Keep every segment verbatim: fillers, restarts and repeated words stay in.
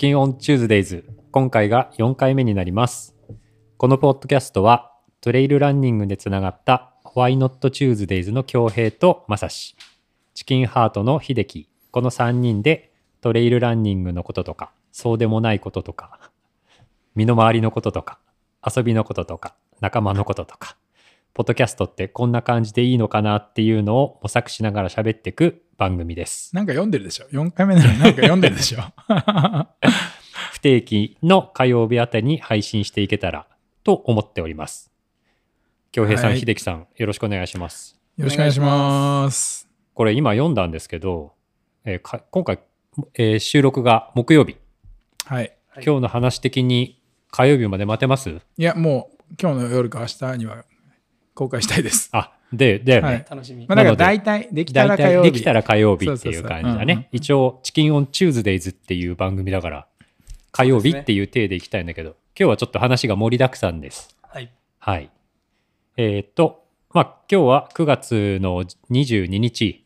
キンオンチューズデイズ、今回がよんかいめになります。このポッドキャストはトレイルランニングでつながったWhy Not Tuesdaysの恭平とまさし、チキンハートの秀樹、このさんにんでトレイルランニングのこととか、そうでもないこととか、身の回りのこととか、遊びのこととか、仲間のこととか、ポッドキャストってこんな感じでいいのかなっていうのを模索しながら喋っていく番組です。 なんか読んでるでしょ。よんかいめなのになんか読んでるでしょ。 不定期の火曜日あたりに配信していけたらと思っております。恭平さん、 はい、 秀樹さん、よろしくお願いします。 よろしくお願いします。 これ今読んだんですけど、えー、か今回、えー、収録が木曜日。 はい。 今日の話的に火曜日まで待てます？いや、もう今日の夜か明日には公開したいです。 あ、で、だよね。 はい、 楽しみ。 まあ、だから大体できたら火曜日。 できたら火曜日っていう感じだね。一応、チキンオンチューズデイズっていう番組だから、火曜日っていう体でいきたいんだけど、ね、今日はちょっと話が盛りだくさんです。 はい。 はい。えー、っと、まあ、今日はくがつのにじゅうににち、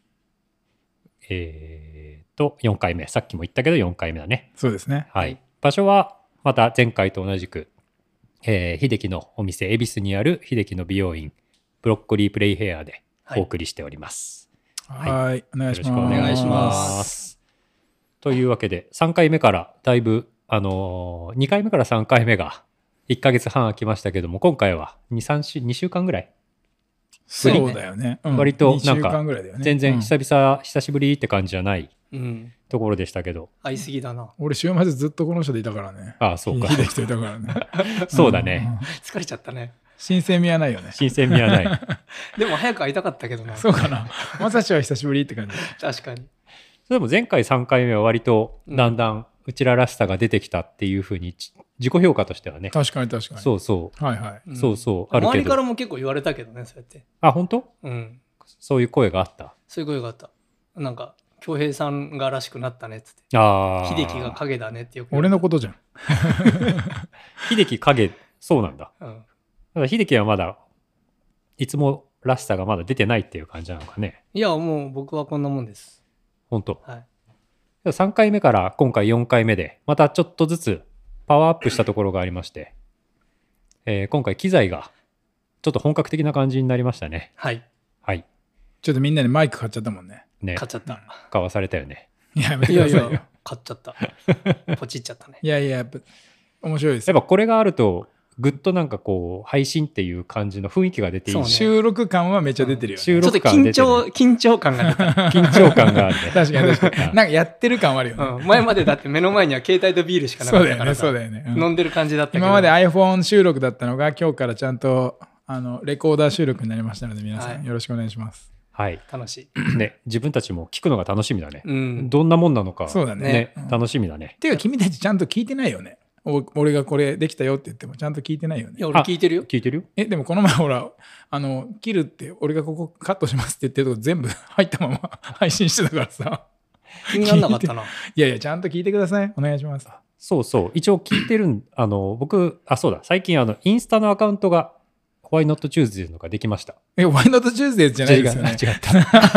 えー、っと、よんかいめ。さっきも言ったけどよんかいめだね。 そうですね。 はい。場所は、また前回と同じく、えー、秀樹のお店、恵比寿にある秀樹の美容院、ブロッコリープレイヘアでお送りしております。 はい。はい、お願いします。 よろしくお願いします。というわけで、さんかいめからだいぶ、あのー、にかいめからさんかいめがいっかげつはん空きましたけども、今回はに、さん週、にしゅうかんぐらい。 そうだよね。 うん、割となんか、全然久々、うん、久しぶりって感じじゃないところでしたけど。 会いすぎだな。 俺、週末ずっとこの人でいたからね。 ああ、そうか。 秀樹といたからね。 そうだね、 うん。疲れちゃったね。 新鮮味はないよね。 新鮮味はない。 でも早く会いたかったけどな。 そうかな。まさしは久しぶりって感じ。 確かに。 でも前回さんかいめは割とだんだんうちららしさが出てきたっていうふうに自己評価としてはね。 確かに確かに。 そうそう。 はいはい。 うん、そうそう。あるけど。 周りからも結構言われたけどね、そうやって。 あ、本当？ うん。 そういう声があった。 そういう声があった。なんか、恭平さんがらしくなったねっつって。 ああ。 秀樹が影だねってよく。 俺のことじゃん。 秀樹影、そうなんだ。 うん。 だから秀樹はまだ、いつもらしさがまだ出てないっていう感じなのかね。 いや、もう僕はこんなもんです。 本当。 はい。 さんかいめから今回よんかいめで、またちょっとずつパワーアップしたところがありまして、えー、今回機材がちょっと本格的な感じになりましたね。 はい。 はい。 ちょっとみんなでマイク買っちゃったもんね。 ね。買っちゃった。 買わされたよね。 いや、やめてくださいよ。いやいや買っちゃった。ポチっちゃったね。 いやいや、やっぱ面白いです。 やっぱこれがあると、ぐっとなんかこう配信っていう感じの雰囲気が出ていい、ね、 収録感はめっちゃ出てるよね。 収録感出てる、 ちょっと緊張緊張感が出た。 緊張感があるね。 確かに確かに。なんかやってる感はあるよね、 うん。前までだって目の前には携帯とビールしかなかったからさ。 そうだよね、そうだよね、うん。 飲んでる感じだったけど。 今まで iPhone 収録だったのが今日からちゃんとあのレコーダー収録になりましたので皆さん、はい、よろしくお願いします。 はい。 楽しい。ね、自分たちも聞くのが楽しみだね。 うん、 どんなもんなのか。 そうだね。 ね、うん、楽しみだね。 ていうか君たちちゃんと聞いてないよね。俺がこれできたよって言ってもちゃんと聞いてないよね。 いや、俺聞いてるよ。 聞いてるよ。 え、でもこの前ほら、あの、切るって、俺がここカットしますって言ってるとこ全部入ったまま配信してたからさ。 気にならなかったな。 いやいや、ちゃんと聞いてください。お願いします。 そうそう。一応聞いてるん、あの、僕、あ、そうだ。最近、あの、インスタのアカウントが、Why Not Tuesdays のができました。 え、Why Not Tuesdays じゃないですよね。 違った。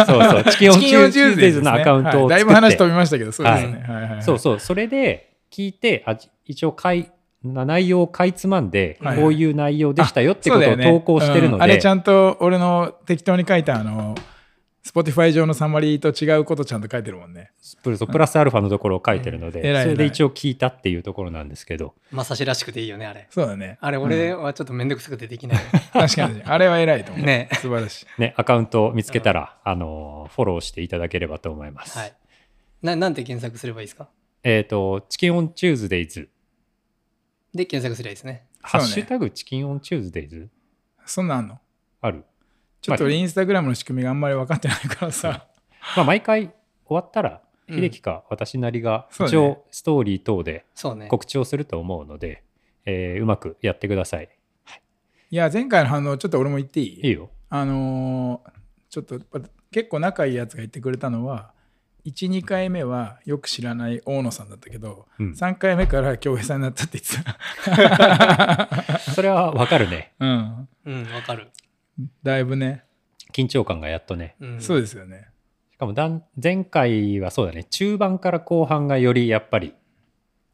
そうそう。チキンオン Tuesdays のアカウントを作って、はい、 だいぶ話飛びましたけど、そうですね。 はいはいはい、そうそう。それで聞いて、あ一応かい、内容をかいつまんで、はいはい、こういう内容でしたよってことを投稿してるので、 ねうん、あれちゃんと俺の適当に書いたあの Spotify 上のサマリーと違うことちゃんと書いてるもんね。 プラスアルファのところを書いてるので、 うん、 それで一応聞いたっていうところなんですけど、 まさしらしくていいよねあれ。 そうだね。 あれ俺はちょっとめんどくさくてできない、 うん、確かにあれは偉いと思うね。 素晴らしいね。アカウントを見つけたら、うん、あのフォローしていただければと思います。 はい。ななんて検索すればいいですか？ えっ、ー、とチキンオンチューズデイズで検索すればいいですね。 ハッシュタグチキンオンチューズデイズ。 そんなんあんの？ ある。 ちょっとインスタグラムの仕組みがあんまり分かってないからさ。 まあ毎回終わったら秀樹か私なりが一応ストーリー等で告知をすると思うので、う, ねえー、うまくやってください。はい、 いや前回の反応ちょっと俺も言っていい？ いいよ。 あのー、ちょっと結構仲いいやつが言ってくれたのは。いち、にかいめはよく知らない大野さんだったけど、うん、さんかいめから恭平さんになったって言ってた。それはわかるね。 うん。うん、わかる。 だいぶね。 緊張感がやっとね。 うん、そうですよね。 しかもだん前回はそうだね。中盤から後半がよりやっぱり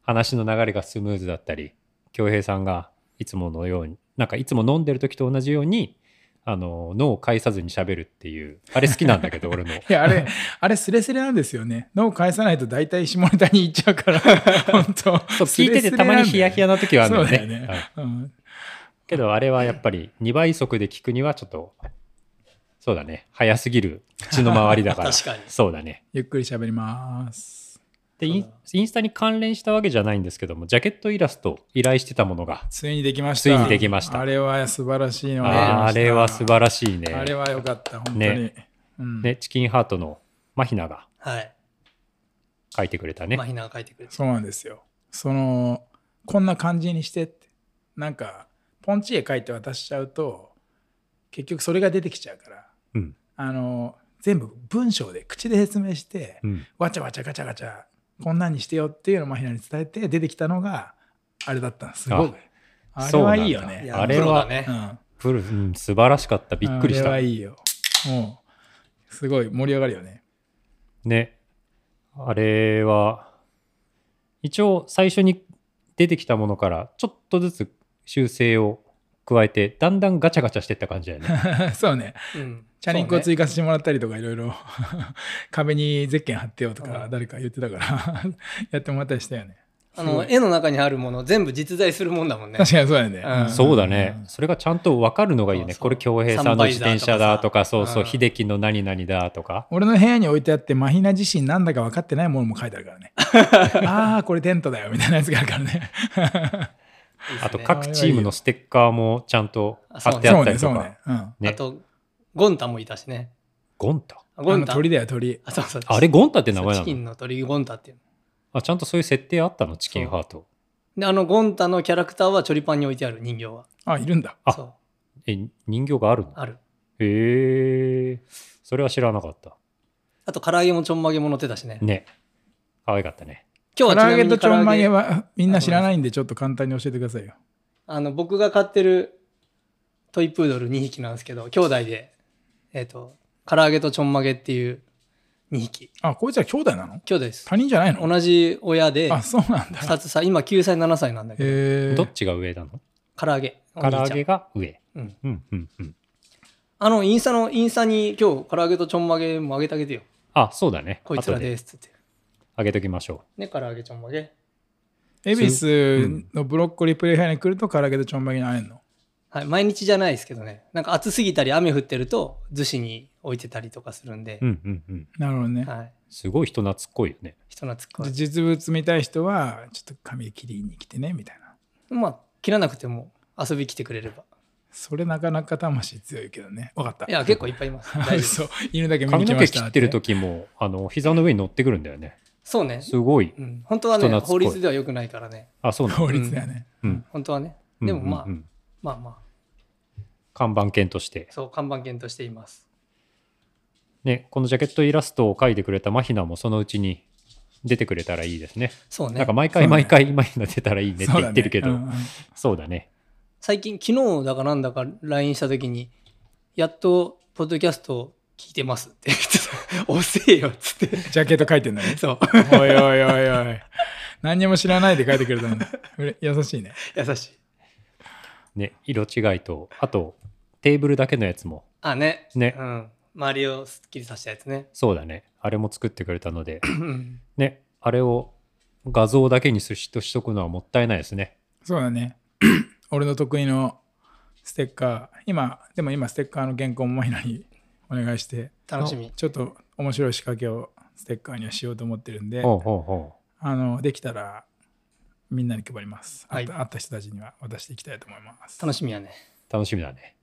話の流れがスムーズだったり、恭平さんがいつものようになんかいつも飲んでる時と同じようにあの脳を介さずに喋るっていうあれ好きなんだけど俺のいやあれあれスレスレなんですよね。脳を返さないと大体下ネタに行っちゃうから本当そう聞いててたまにヒヤヒヤな時はあるんだよね。 そうだよね、 はいうん、 けどあれはやっぱりにばい速で聞くにはちょっとそうだね早すぎる口の周りだから確かにそうだね。 ゆっくり喋ります。 でインインスタに関連したわけじゃないんですけども、ジャケットイラスト依頼してたものがついにできました。 ついにできました。 あれは素晴らしいのができました。あれは素晴らしいね。 あれは良かった本当に、 ねうんね、チキンハートのマヒナがはい書いてくれたね。 マヒナが書いてくれた。 そうなんですよ。そのこんな感じにしてってなんかポンチ絵書いて渡しちゃうと結局それが出てきちゃうから、 うん、 あの全部文章で口で説明して、 うん、 わちゃわちゃガチャガチャこんなんにしてよっていうのをマヒナに伝えて出てきたのがあれだったんです。すごい。あれはいいよね。 あれは、 ね、 プロ、うん、素晴らしかった。びっくりした。 あれはいいよ。もうすごい盛り上がるよね。 ね。あれは一応最初に出てきたものからちょっとずつ修正を加えてだんだんガチャガチャしていった感じだよね。 そうね。 うん、 チャリンコを追加してもらったりとかいろいろ壁にゼッケン貼ってよとか誰か言ってたからやってもらったりしたよね。 あの絵の中にあるもの全部実在するもんだもんね。 確かにそうだよね、 うん、 そうだね。それがちゃんと分かるのがいいね。そうそうこれ恭平さんの自転車だとかそうそう、うん、秀樹の何々だとか。 俺の部屋に置いてあってマヒナ自身なんだか分かってないものも書いてあるからねああこれテントだよみたいなやつがあるからねあと各チームのステッカーもちゃんと貼ってあったりとか。 あとゴンタもいたしね。 ゴンタゴンタ鳥だよ鳥。 あ、そうそうあれゴンタって名前なの？ チキンの鳥ゴンタっていうの。 あ、ちゃんとそういう設定あったのチキンハート。 であのゴンタのキャラクターはチョリパンに置いてある人形は。 あ、いるんだ。 あ、そうえ人形があるの？ ある。 へえ、それは知らなかった。 あと唐揚げもちょんまげも乗ってたしね。 ね、可愛かったね。 今日はちなみに唐揚げとちょんまげはみんな知らないんでちょっと簡単に教えてくださいよ。 あの僕が飼ってるトイプードルにひきなんですけど兄弟でえっと唐揚げとちょんまげっていうにひき。 あ、こいつは兄弟なの？ 兄弟です。 他人じゃないの？ 同じ親で。 あ、そうなんだ。 ふたつさ今きゅうさいななさいなんだけど。どっちが上なの？ 唐揚げ。 唐揚げが上。 うんうんうんうん。 あのインスタのインスタに今日唐揚げとちょんまげもあげてあげてよ。 あ、そうだね。 こいつらですって。 あげときましょう。ね、唐揚げちょんまげ。 恵比寿のブロッコリープレイハイに来ると唐揚げとちょんまげに会えるの？ はい、毎日じゃないですけどね。なんか暑すぎたり雨降ってると逗子に置いてたりとかするんで。 うんうんうん。 なるほどね。 はい。 すごい人懐っこいよね。 人懐っこい。 実物見たい人はちょっと髪切りに来てねみたいな。 まあ切らなくても遊び来てくれれば。 それなかなか魂強いけどね。分かった。 いや結構いっぱいいます。大丈夫です。 そう犬だけ見に来ました。 髪の毛切ってる時もあの膝の上に乗ってくるんだよね。 そうね。 すごい。 うん、本当はね法律では良くないからね。 あ、そうなの。法律だよね。 うん。本当はね。でもまあ、うんうんうん、まあまあ。 看板犬としてそう看板犬としています、 ね、このジャケットイラストを描いてくれたマヒナもそのうちに出てくれたらいいですね。 そうね。 なんか毎回毎回マヒナ出たらいいねって言ってるけど そうだね、うんうん、そうだね。 最近昨日だかなんだか ライン した時にやっとポッドキャスト聞いてますって言ってた遅えよっつってジャケット書いてんだね。 そうおいおいおいおい何にも知らないで書いてくれたんだ。優しいね。 優しいね、色違いとあとテーブルだけのやつもあねね、 うん、周りをすっきりさせたやつね。 そうだね、あれも作ってくれたのでね、あれを画像だけにしとしとくのはもったいないですね。 そうだね俺の得意のステッカー今でも今ステッカーの原稿もマヒナにお願いして楽しみちょっと面白い仕掛けをステッカーにはしようと思ってるんで、 ほうほうほう、 あのできたらみんなに配ります、 はい、 会った人たちには渡していきたいと思います。 楽しみやね。 楽しみだね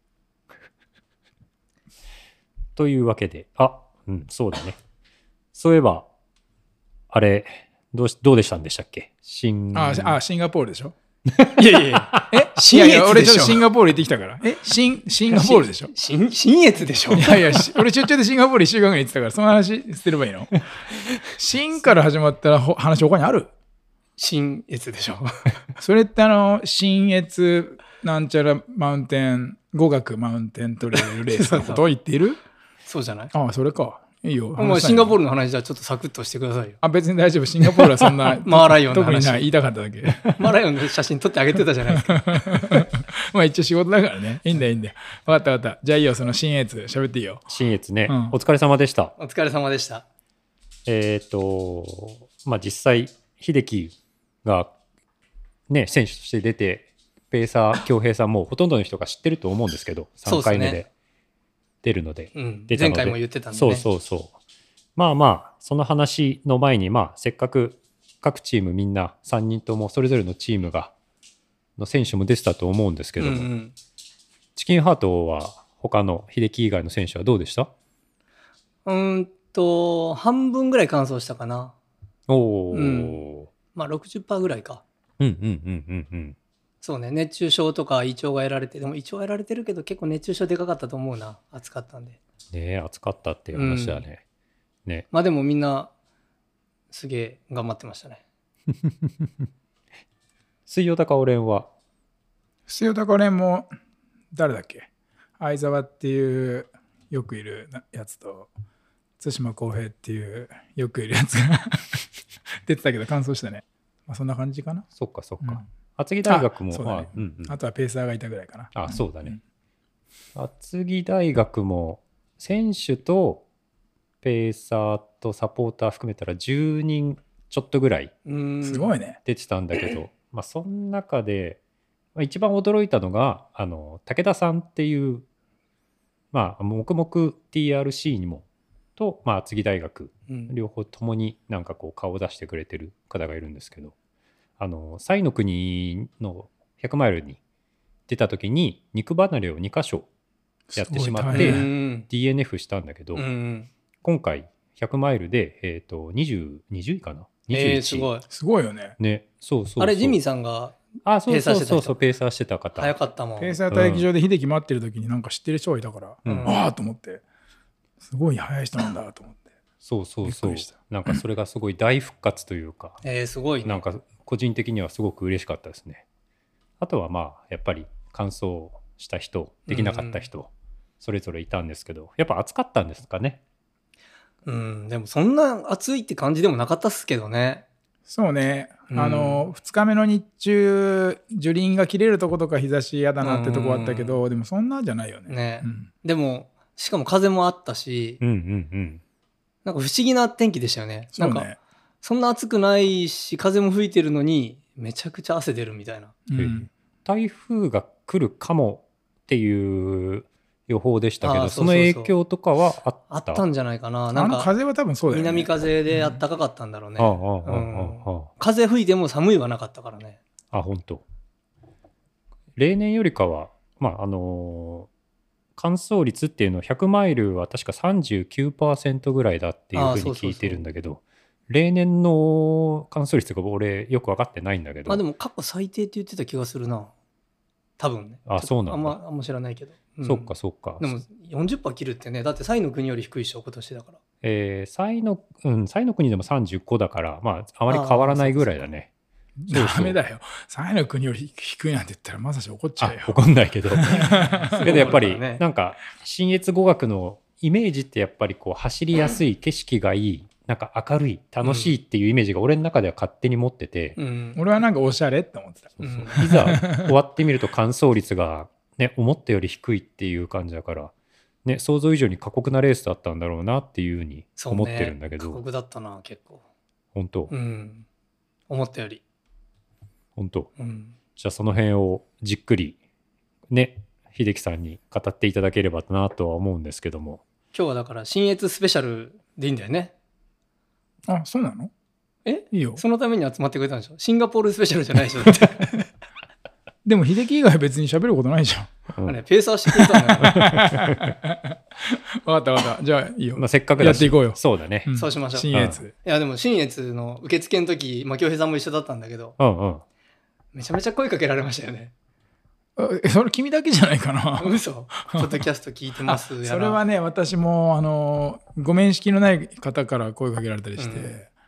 というわけで、あ、うん、そうだね。そういえばあれどうしどうでしたんでしたっけ？シンああシンガポールでしょいやいやいやえ新越でしょ。いやいや俺ちょっとシンガポール行ってきたからえシンシンガポールでしょ。 新新越でしょ。 いやいや俺出張でシンガポールいっしゅうかんぐらい行ってたからその話捨てればいいの？新から始まったら話他にある？ 新越でしょ。 それってあの新越なんちゃらマウンテン語学マウンテントレイルレースのことを言っている？ そうじゃない？ ああそれか。 いいよ。 もうシンガポール。 ルの話じゃあちょっとサクッとしてくださいよ。 あ、別に大丈夫。シンガポールはそんなマーライオンの話特にない言いたかっただけ。 マーライオンの写真撮ってあげてたじゃないですか。 まあ一応仕事だからね。いいんだよいいんだよ。分かった分かった。じゃあいいよ、その新越喋っていいよ。 新越ね、 うんお疲れ様でした。 お疲れ様でした。 えっ、と、まあ実際、秀樹がね、選手として出て、ペーサー、恭平さんもほとんどの人が知ってると思うんですけど、さんかいめで出るので。 うん、 出たので前回も言ってたんで、 そうね。 そうそう。まあまあ、その話の前に、まあ、せっかく各チームみんなさんにんともそれぞれのチームが、の選手も出てたと思うんですけども、 うんうん、 チキンハートは他の秀樹以外の選手はどうでした？ うーんと、半分ぐらい完走したかな。 おお、 うん、まあ ろくじゅっパーセント ぐらいか。 うんうんうんうんうん。 そうね、熱中症とか胃腸がやられて、でも胃腸やられてるけど結構熱中症でかかったと思うな。暑かったんで。 ねえ、暑かったっていう話だね。うん、ね。 まあでもみんなすげえ頑張ってましたね。 水曜高尾連は水曜高連も誰だっけ？相沢っていうよくいるやつと対馬康平っていうよくいるやつが出てたけど完走したね。まあ、そんな感じかな。 そっかそっか。 うん、 厚木大学もあ, ねあ、うんうん、 あとはペーサーがいたぐらいかな。 あ、そうだね。うん、厚木大学も選手とペーサーとサポーター含めたらじゅうにんちょっとぐらいすごいね出てたんだけど、まあその中で一番驚いたのがあの武田さんっていう、まあ黙々 ティーアールシー にもと、まあ、厚木大学、うん、両方ともになんかこう顔を出してくれてる方がいるんですけど、あの彩の国のひゃくマイルに出た時に肉離れをに箇所やってしまって ディーエヌエフ したんだけど、うん、今回ひゃくマイルで、えー、とにじゅう、にじゅういかな、にじゅういち、 えー、すごいすごいよね。 ね、そうそうそう。 あれジミーさんがあ、そうそうそうそう、ペーサーしてた方。 早かったもん。 ペーサー待機場で秀樹待ってる時になんか知ってる人がいたから、うん、ああと思って、すごい早い人なんだと思って。 そうそうそう。なんかそれがすごい大復活というか、 えー、すごいね。 なんか個人的にはすごく嬉しかったですね。あとはまあやっぱり完走した人、できなかった人、うん、それぞれいたんですけど、やっぱ暑かったんですかね。 うん、でもそんな暑いって感じでもなかったっすけどね。 そうね、うん、あのふつかめの日中樹林が切れるとことか日差し嫌だなってとこあったけど、うん、でもそんなじゃないよね。 ね、 うん、 でもしかも風もあったし、 うんうんうん、 なんか不思議な天気でしたよね。 そうね、 なんかそんな暑くないし風も吹いてるのにめちゃくちゃ汗出るみたいな、 うん、 台風が来るかもっていう予報でしたけど、 そ, その影響とかはあったあったんじゃないかな。なんかあの風は多分そうだよね。 南風であったかかったんだろうね。 うん、 風吹いても寒いはなかったからね。 あ、本当。例年よりかはまああのー完走率っていうのはひゃくマイルは確か さんじゅうきゅうパーセント ぐらいだっていうふうに聞いてるんだけど、例年の完走率が俺よく分かってないんだけど、 あでも過去最低って言ってた気がするな多分ね。 あ、そうなんだ。 あんまあんま知らないけど、 うん、そっかそっか。 でも よんじゅっパーセント 切るってね、だって彩の国より低いでしょ今年だから。 えー、彩のうん彩の国でもさんじゅっこだからまああまり変わらないぐらいだね。 ダメだよ。彩の国より低いなんて言ったらまさし怒っちゃうよ。 怒んないけどけどやっぱりなんか信越語学のイメージってやっぱりこう走りやすい、景色がいい、なんか明るい、楽しいっていうイメージが俺の中では勝手に持ってて、 うん、俺はなんかおしゃれって思ってた。 そうそう、いざ終わってみると完走率が、ね、思ったより低いっていう感じだから、ね、想像以上に過酷なレースだったんだろうなっていうふうに思ってるんだけど、 ね、過酷だったな結構。 本当、 うん、思ったより本当、 うん、 じゃあその辺をじっくりね秀樹さんに語っていただければなとは思うんですけども、 今日はだから信越スペシャルでいいんだよね。 あ、そうなの？ え？ いいよ。 そのために集まってくれたんでしょ。シンガポールスペシャルじゃないでしょだってでも秀樹以外別に喋ることないじゃん、 うん、あれペーサーしてくれたんだよ分かった分かった。じゃあいいよ、 まあ、せっかくだしやっていこうよ。 そうだね、 うん、そうしましょう。 信越、うん、いやでも信越の受付の時、まあ、京平さんも一緒だったんだけど、 うんうん、 めちゃめちゃ声かけられましたよね。 それ君だけじゃないかな。 嘘。ポッドキャスト聞いてますやら。 それはね、私もあのご面識のない方から声かけられたりして、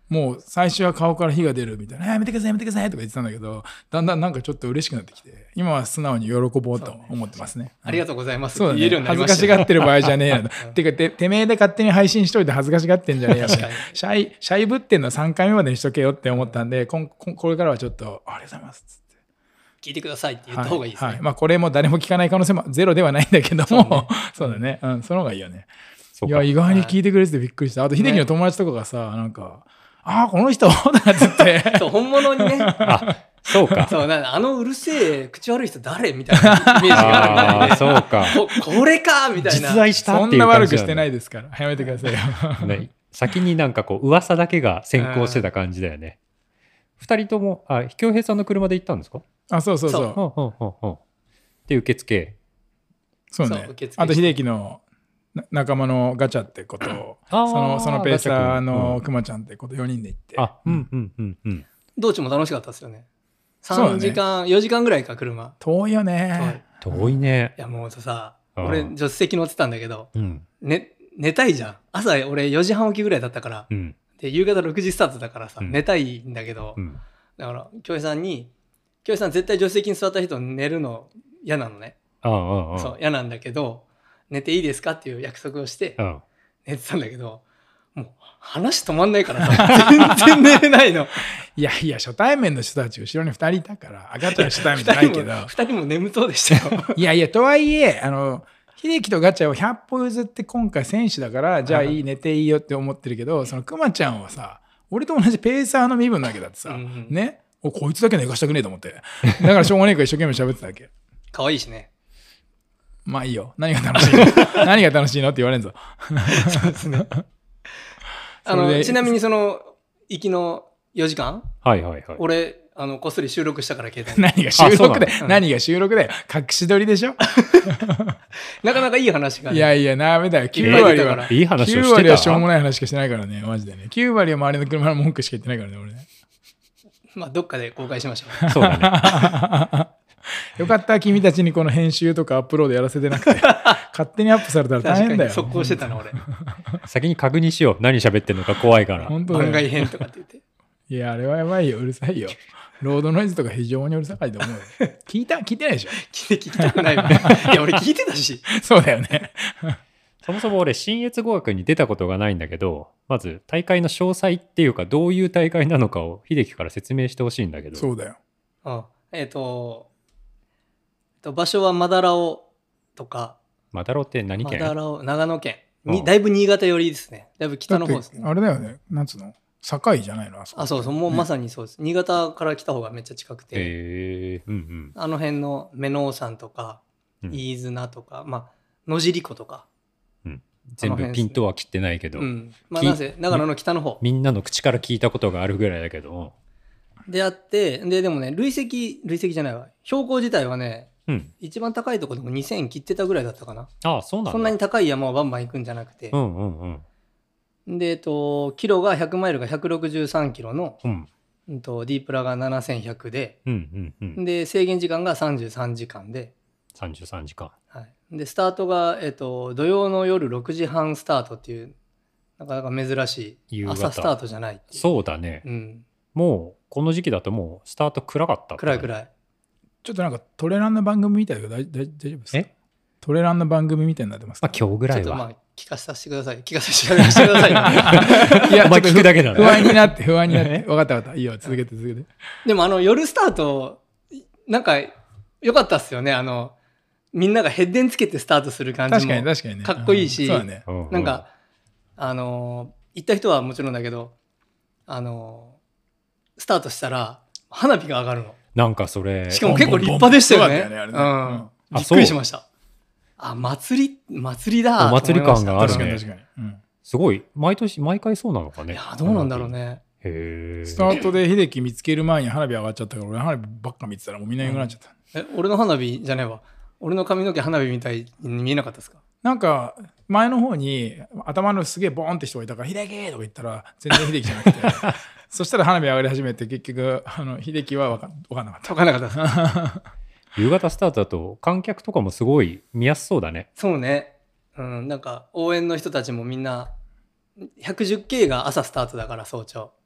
もう最初は顔から火が出るみたいな、やめてくださいやめてくださいとか言ってたんだけど、だんだんなんかちょっと嬉しくなってきて、今は素直に喜ぼうと思ってますね。 ありがとうございますそうだって言えるようね、 になりました恥ずかしがってる場合じゃねえよてかててめえで勝手に配信しといて恥ずかしがってんじゃねえよ確かにシャイシャイぶってんのさんかいめまでにしとけよって思ったんで、こんこんこれからはちょっとありがとうございますっつって聞いてくださいって言った方がいいですね、 はいはい、まあこれも誰も聞かない可能性もゼロではないんだけども、そうね、そうだね、うん、その方がいいよね。いや意外に聞いてくれててびっくりした。あと秀樹の友達とかがさ、なんかああこの人だなって言ってそう本物にねあ、そうか。 そうなんあのうるせえ口悪い人誰みたいなイメージがあるみたいであーそうか。 ここれかみたいな実在したそっていうんな悪くし感じなんだてないですからやめてくださいよね先になんかこう噂だけが先行してた感じだよね。二人とも、あ、京平さんの車で行ったんですか？ あそうそうそうほうほうほうほう。で、受付。 そうねそう受付あと秀樹のな仲間のガチャってことをあーそのそのペーサーガチャの君くまちゃんってことよにんで行って、 あ、うんうんうんうん。 道中も楽しかったですよねそうだねさんじかん、よじかんぐらいか車遠いよ遠いね。 遠いねい。やもうさあー俺助手席乗ってたんだけど、 うん。 ね、寝たいじゃん朝俺よじはん起きぐらいだったからうん。 で夕方ろくじスタートだからさ、 うん寝たいんだけど、 うん。 だから京平さんに京平さん絶対助手席に座った人寝るの嫌なのね、 ああ、ああ、あそう嫌なんだけど寝ていいですかっていう約束をしてあ。 寝てたんだけどもう話止まんないからさ全然寝れないのいやいや初対面の人たち後ろにふたりいたから赤ちゃん初対面じゃないけどふたりも眠そうでしたよいやいやとはいえあの秀樹とガチャをひゃっぽ譲って今回選手だからじゃあいい寝ていいよって思ってるけど、そのくまちゃんはさ俺と同じペーサーの身分だけだってさ、 うんうんねおこいつだけ寝かしたくねえと思ってだからしょうがねえから一生懸命喋ってたわけ。 可愛いしねまあいいよ何が楽しいの何が楽しいのって言われんぞそうですねあそれでのちなみにその行きのよじかんはいはいはい。 俺あのこっそり収録したから携帯何が収録だよ、 うん何が収録だよ隠し撮りでしょなかなかいい話がねいやいやダメだよきゅういっぱい割は出たからいい話をきゅうして割はしょうもた。 ない話しかしてないからねマジでねきゅう割は周りの車の文句しか言ってないからね俺ねまあどっかで公開しましょうそうだね。 よかった君たちにこの編集とかアップロードやらせてなくて勝手にアップされたら大確か変だよに速攻してたな俺先に確認しよう。何喋ってんのか怖いから。 本当だよ番外編とかって言っていやあれはやばいようるさいよロードノイズとか非常にうるさいと思うよ聞いた聞いてないでしょ聞いて聞きたくないよねいや俺聞いてたしそうだよねそもそも俺、信越語学に出たことがないんだけど、まず大会の詳細っていうか、どういう大会なのかを秀樹から説明してほしいんだけど。 そうだようんえっ、とえっと場所はマダラオとかマダロって何県？ マダラオ長野県うんにだいぶ新潟寄りですねだいぶ北の方だってですねあれだよねなんつうの堺じゃないのあそこあそうそうもうまさにそうです、新潟から来た方がめっちゃ近くて、 えー、うんうん。 あの辺の目の山とかうん飯綱とか、まあ野尻湖とか全部ピントは切ってないけど、 うんまあきなぜ長野の北の方みんなの口から聞いたことがあるぐらいだけど、 であってででもね累積累積じゃないわ標高自体はねうん。 一番高いところでもにせん切ってたぐらいだったかなああ、そうなんだ。 そんなに高い山をバンバン行くんじゃなくてう、んうんうん。 でえっとキロがひゃくマイルがひゃくろくじゅうさんキロの、 うんうん、とディープラがななせんひゃくでうんうんうん。 で制限時間がさんじゅうさんじかんで、 さんじゅうさんじかん。 はい、でスタートが、えっと、土曜の夜ろくじはんスタートっていうなかなか珍しい夕方朝スタートじゃないっていうそうだね。 うん、 もう、この時期だともうスタート暗かった。い。 暗い暗いちょっとなんかトレランの番組みたいだけど大大大丈夫ですかえトレランの番組みたいになってますか、 まあ今日ぐらいは。 ちょっとまあ聞かせてください聞かせてくださいいやお前聞くだけだ不な。 安になって不安になって分かった分かったいいよ続けて続けてでもあの夜スタートなんか良かったっすよねあのみんながヘッデンつけてスタートする感じ確かにも確かにねかっこいいしうんそうだねううなんかあの行った人はもちろんだけどあのスタートしたら花火が上がるのなんかそれ、 しかも結構立派でしたよねそうだったよねあれねうんうんびっくりしましたあ祭り祭りだお祭り感があるね確かに確かに、うんすごい、毎年、毎回そうなのかね。 いやどうなんだろう。ねへえ。 スタートで秀樹見つける前に花火上がっちゃったから俺花火ばっか見てたらもうみんないなくなっちゃった、 え俺の花火じゃねえわ俺の髪の毛花火みたいに見えなかったですかなんか前の方に頭のすげえボーンって人がいたから「秀樹!」とか言ったら全然秀樹じゃなくてそしたら花火上がり始めて結局あの秀樹は分か分かんなかった分かんなかったです夕方スタートだと観客とかもすごい見やすそうだね。 そうね、うん、なんか応援の人たちもみんな ひゃくじゅっケー が朝スタートだから早朝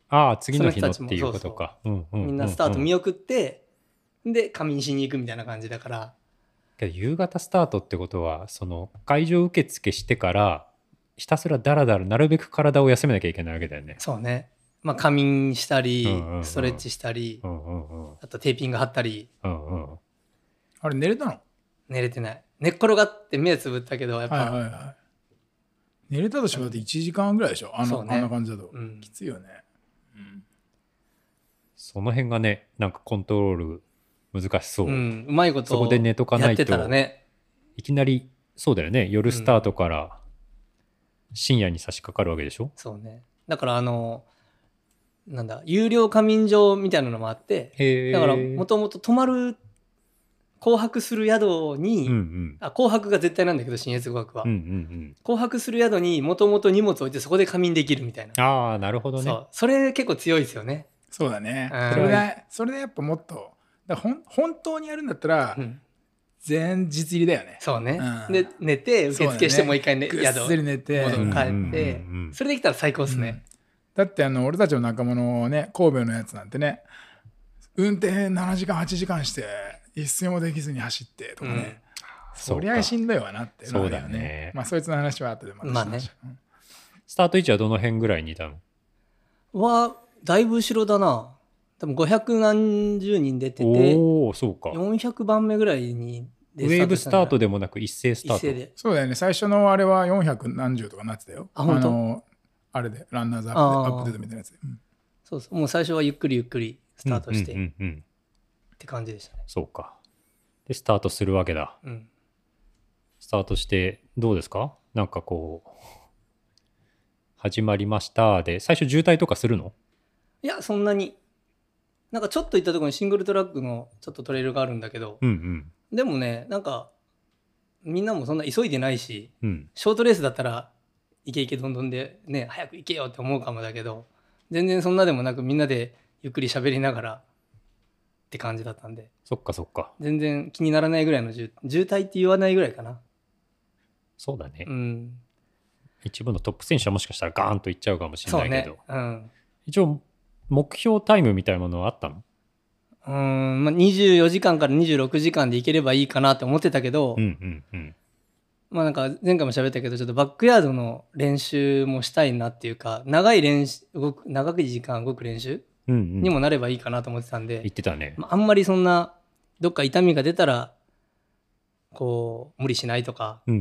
ああ、次の日のっそのていう人たちもことか。うんうんうんうんみんなスタート見送って、で仮眠しに行くみたいな感じだから。 けど夕方スタートってことは、その会場受付してからひたすらだらだらなるべく体を休めなきゃいけないわけだよね。 そうね。まあ仮眠したり、 うんうんうんストレッチしたり、 うんうんうんあとテーピング貼ったり。 うんうん。 あれ寝れたの？ 寝れてない。寝っ転がって目つぶったけど、やっぱ、 はいはいはい。寝れたとしてもだっていちじかんぐらいでしょ、あの、 そうねあんな感じだと、 うん、 きついよね、うん、 その辺がね、なんかコントロール難しそう、 うん、うまいことそこで寝とかないとやってたらね、 いきなりそうだよね、夜スタートから深夜に差し掛かるわけでしょ、うん、 そうね。だからあのなんだ有料仮眠所みたいなのもあって、 へだからもともと泊まる紅白する宿に、 うんうん、 あ紅白が絶対なんだけど信越語学は、 うんうんうん、 紅白する宿にもともと荷物置いてそこで仮眠できるみたいな。 ああなるほどね。 そう、それ結構強いですよね。 そうだね、 うん、 それでそれでやっぱもっとだほん本当にやるんだったら、うん、前日入りだよね。 そうね、 うん、 で寝て受付してもう一回、ね、 ぐっすり寝て宿帰って、 うんうんうんうん、 それできたら最高ですね、うん、 だってあの俺たちの仲間のね神戸のやつなんてね運転ななじかんはちじかんして一睡もできずに走ってとかね、うん、そりゃしんどいわなっていうのは、ね、 そうだね。 まあそいつの話は後でまたしましょう、まあね、 スタート位置はどの辺ぐらいにいたの？ はだいぶ後ろだな。多分ごひゃくなんじゅうにん出てて、 おーそうか、 よんひゃくばんめぐらいにウェーブスタートでもなく一斉スタート。 一斉で。 そうだよね、最初のあれはよんひゃくなんじゅうとかなってたよ。 あ、本当？ あのあれでランナーズアップデートみたいなやつで、うん、 そうそう、もう最初はゆっくりゆっくりスタートして、 うんうんうんうん、 って感じでしたね。 そうか。でスタートするわけだ、うん、スタートしてどうですか？なんかこう始まりましたで最初渋滞とかするの？ いやそんなに。なんかちょっと行ったところにシングルトラックのちょっとトレイルがあるんだけど、 うんうん、 でもねなんかみんなもそんな急いでないし、 うん、 ショートレースだったらイケイケどんどんでね早く行けよって思うかもだけど、全然そんなでもなくみんなでゆっくり喋りながらって感じだったんで、 そっかそっか、 全然気にならないぐらいの渋滞って言わないぐらいかな。 そうだね、 うん、 一部のトップ選手はもしかしたらガーンといっちゃうかもしれないけど、 そうね、うん、 一応目標タイムみたいなものはあったの？ うーん、まあ、にじゅうよじかんからにじゅうろくじかんでいければいいかなって思ってたけど、 うんうんうん、 まあなんか前回も喋ったけどちょっとバックヤードの練習もしたいなっていうか、長い練習動く長い時間動く練習にもなればいいかなと思ってたんで、うんうん、 言ってたね、 まあ、あんまりそんなどっか痛みが出たらこう無理しないとか、 うんうんうん、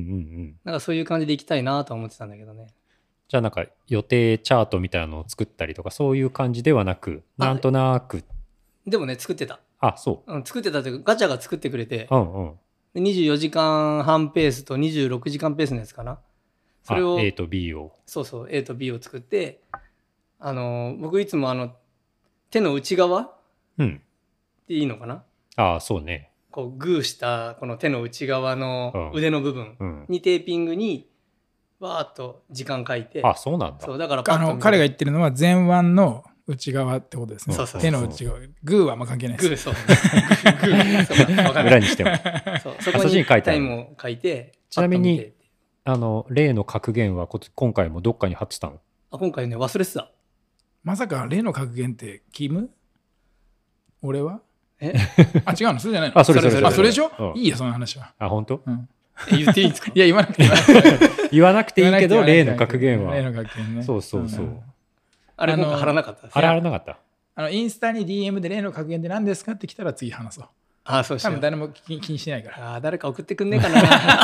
なんかそういう感じでいきたいなとは思ってたんだけどね。 じゃあなんか予定チャートみたいなのを作ったりとかそういう感じではなく、なんとなく。 でもね作ってた。 あ、そう、 うん、作ってたというかガチャが作ってくれて、 うんうん、 でにじゅうよじかんはんペースとにじゅうろくじかんペースのやつかな、それを A と B をそうそう A と B を作って、あの僕いつもあの手の内側、うん、っていいのかな、 ああそうね、 こうグーしたこの手の内側の腕の部分にテーピングにわーっと時間書いて、 あ、そうなんだ。 そうだからあの彼が言ってるのは前腕の内側ってことですね。 そうそうそう、 手の内側、グーはあんま関係ないです。 グーそうグーそう裏にしてもそうそこにタイムを書いて、 ちなみにあの例の格言は今回もどっかに貼ってたの？ あ、今回ね忘れてた。 まさか例の格言ってキム？俺は？ えあ、違うの？それじゃないの？ あ、それそれそれ。 あ、それでしょ？うん、いいやその話は。 あ、本当？ うん、言っていいんですか？ いや言わなくていい言わなくていいけど例の格言は例の格言ね。 そうそうそう、うん、 あれ今回貼らなかったです。 あれ貼らなかった。 あのインスタに ディーエム で例の格言って何ですかって来たら次話そう。 あ、そうしよう。 多分誰も気に、気にしないから。 あ、誰か送ってくんねえかな。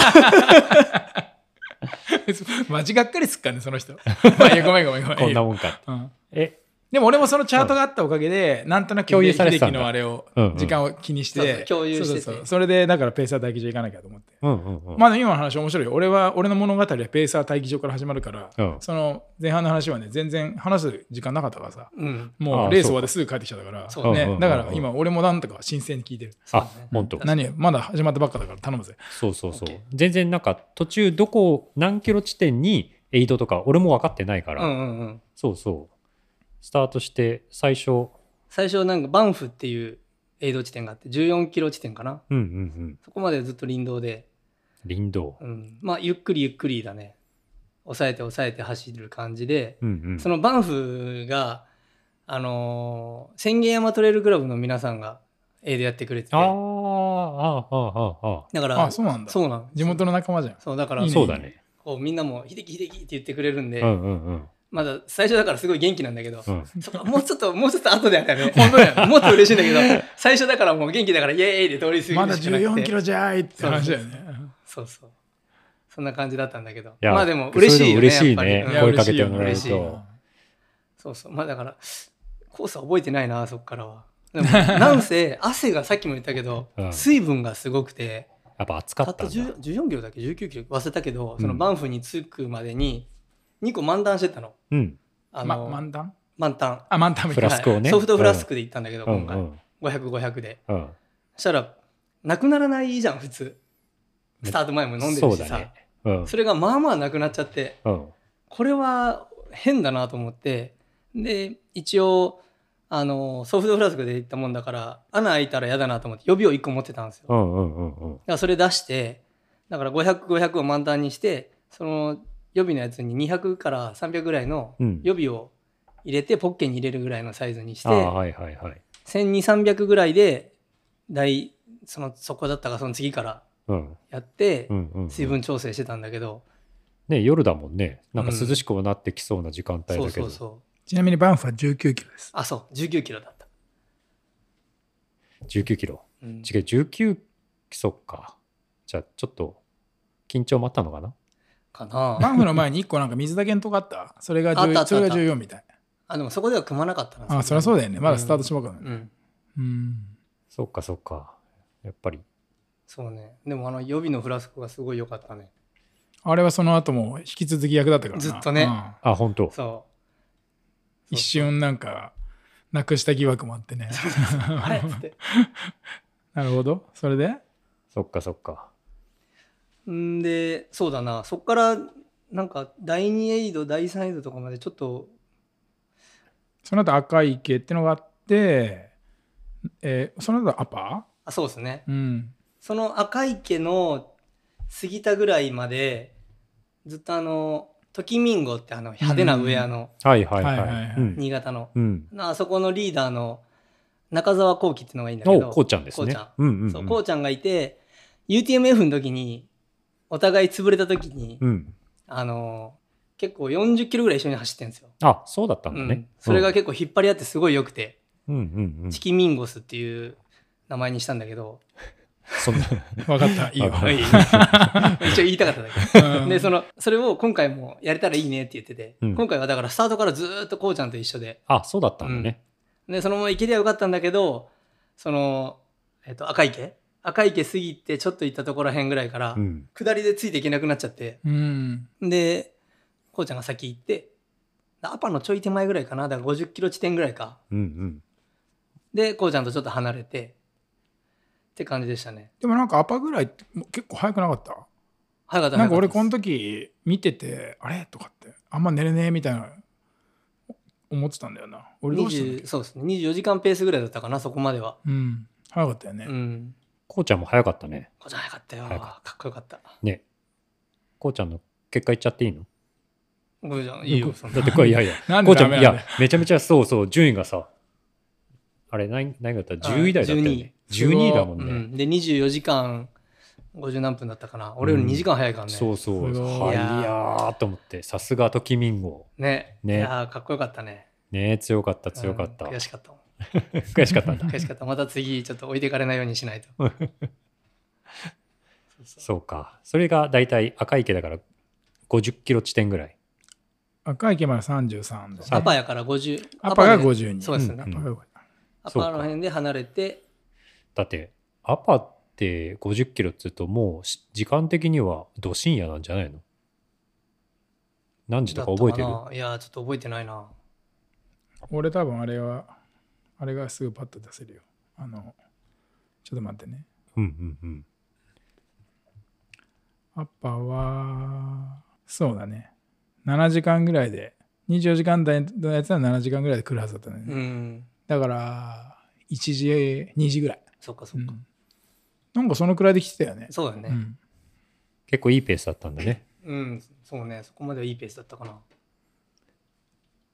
マジがっかりすっかねその人。まあ、いやごめんごめんごめん。 こんなもんか。 うん、えでも俺もそのチャートがあったおかげで、うん、なんとなく共有されてたんだ。 秀樹のあれを、うんうん、時間を気にして、そうそう共有してて、 そうそうそう、それでだからペーサー待機場行かなきゃと思って、 うんうんうん、 まあ今の話面白いよ。俺は俺の物語はペーサー待機場から始まるから、うん、その前半の話はね全然話す時間なかったからさ、うん、もうレース終わってすぐ帰ってきちゃったから、そうね、だから今俺もなんとか新鮮に聞いてる。 あ、本当。 何まだ始まったばっかだから頼むぜ。 そうそうそう。全然なんか途中どこ何キロ地点にエイドとか俺も分かってないから、 うんうんうん、 そうそう。スタートして最初最初なんかバンフっていうエイド地点があってじゅうよんキロ地点かな、 うんうんうん、 そこまでずっと林道で林道、 うん、まあゆっくりゆっくりだね、抑えて抑えて走る感じで、 うんうん、 そのバンフがあのー、千軒山トレイルクラブの皆さんがエイドやってくれてて、 あーあーあーあーだからあそうなんだそうなん地元の仲間じゃん。 そうだからいいねそうだね。 こうみんなも「秀樹秀樹」って言ってくれるんで、 うんうんうんまだ最初だからすごい元気なんだけど、 うんそこもうちょっともうちょっと後でやったらね本当やもっと嬉しいんだけど、最初だからもう元気だからイエーイで通り過ぎまだるしかなくて、 じゅうよんキロじゃーいって話だよね。 そうそうそんな感じだったんだけど、 いやまあでも嬉しいよね、 嬉しいやっぱりねうんいや声かけてもらえる嬉しいと。 そうそうまあだからコースは覚えてないなそっからは。でもなんせ汗がさっきも言ったけど、 うん水分がすごくてやっぱ暑かったんだ。 たったじゅうよんキロだっけじゅうきゅうキロ忘れたけど、 うんそのバンフに着くまでににこ満タンしてたの。 うん。 あまの、 満タン満タンあ満タンみフたいな。 ラスクをねはいソフトフラスクで行ったんだけど、 うん今回、 うんごひゃく、ごひゃくで。 うん。 そしたら、なくならないじゃん、普通。スタート前も飲んでるしさ。 そうだね。うん。 それがまあまあなくなっちゃって、 うん。 これは変だなと思って、で、一応、あの、ソフトフラスクで行ったもんだから、穴開いたら嫌だなと思って、予備をいっこ持ってたんですよ。だかうんうんうんうん。 らそれ出して、だからごひゃく、ごひゃくを満タンにして、その予備のやつににひゃくからさんびゃくぐらいのうん予備を入れて、ポッケに入れるぐらいのサイズにして、 ああ、はいはいはい。 せんにひゃく、さんびゃくぐらいで大そのそこだったかその次からうん。 やってうんうんうん。 水分調整してたんだけど、 ね、夜だもんね。なんか涼しくもなってきそうな時間帯だけど。 そうそうそうちなみにバンフはじゅうきゅうキロです。 あそうじゅうきゅうキロだった、 じゅうきゅうキロ。 うん、 違う、じゅうきゅう、そっか。じゃあちょっと緊張もあったのかな。 かなバンフの前にいっこなんか水だけのとこあったそれがあったあったあったじゅうそれがじゅうよんみたい。 あでもそこでは組まなかったなあそりゃそうだよね。まだスタートしまばっかだね。 うんうん。 そっかそっか。やっぱり。 そうねでもあの予備のフラスコがすごい良かったねあれはその後も引き続き役だったからな。 ずっとねうんあ、本当。 そ一瞬なんか、なくした疑惑もあってね。 うあれっつってなるほど。それでそっかそっか。 んでそうだなそっからなんかだいにエイドだいさんエイドとかまでちょっとその後赤い池ってのがあって、えーその後アパあそうですねーうん。 その赤池の過ぎたぐらいまでずっとあのトキミンゴってあの派手なウェアのはいはいはい。 はいはいはいうん新潟の、 うん。 あそこのリーダーの中澤幸輝っていうのがいいんだけどお、こうちゃんですね。 こうちゃんうんうんうん。 そうこうちゃんがいて ユーティーエムエフ の時にお互い潰れた時に、 うん。 あの結構よんじゅっキロぐらい一緒に走ってるんですよ、 あ、そうだったんだねうん。それが結構引っ張り合ってすごい良くて、 うんうんうん。 チキミンゴスっていう名前にしたんだけどそんな。 分かった。いいよ。 はい一応言いたかっただけうんでそのそれを今回もやれたらいいねって言ってて、 うん今回はだからスタートからずーっとこうちゃんと一緒であ、そうだったんだね。 でそのまま行けりゃよかったんだけどその、えっと赤池赤池過ぎてちょっと行ったところらへんぐらいから、 うん。 下りでついていけなくなっちゃってうん。 でこうちゃんが先行ってアパのちょい手前ぐらいかなだからごじゅっキロ地点ぐらいかうんうん。 でこうちゃんとちょっと離れてって感じでしたねでもなんかアパぐらいってもう結構早くなかった早かったなんか俺この時時見てて、あれとかって、あんま寝れねえみたいな思ってたんだよな。俺どうしたんだっけそうですねにじゅうよじかんペースぐらいだったかなそこまではうん。早かったよね。 うんこうちゃんも早かったね。 こうちゃん早かったよ早かかっこよかったね。こうちゃんの結果言っちゃっていいの？ こうちゃんいいよそんなだってこれいやいや。 なんこうちゃん、いでダメなんだよや、めちゃめちゃそうそう、順位がさ、あれ、何、何だった ?じゅう 位台だったよね。じゅうにいだもんね。 うん、でにじゅうよじかんごじゅう何分だったかな俺よりにじかん早いからね、 そうそう。 すごいはいやーと思って、さすがトキミンゴ。 ねねいやーかっこよかったねね強かった、強かった。 うん悔しかったもん悔しかったんだ。 悔しかったまた次ちょっと置いていかれないようにしないとそうか。それがだいたい赤池だからごじゅっキロ地点ぐらい。 赤池までさんじゅうさんだ、ね。 アパやからごじゅうアパがでごじゅうに。 そうですね、 うんアパがごじゅうアそうかパの辺で離れてだって、アパってごじゅっキロっつうと、もうし時間的にはど深夜なんじゃないの？何時とか覚えてる？ だったかないやーちょっと覚えてないな俺多分あれは、あれがすぐパッと出せるよ。あの、ちょっと待ってね。 うんうんうん。 アッパーは、そうだね。ななじかんぐらいで、にじゅうよじかん台のやつはななじかんぐらいで来るはずだったね。 うんだから、いちじ、にじぐらい。 そっかそっか、 うんなんかそのくらいで来てたよね。 そうだねうん結構いいペースだったんだね。 うん、そうねそこまではいいペースだったかな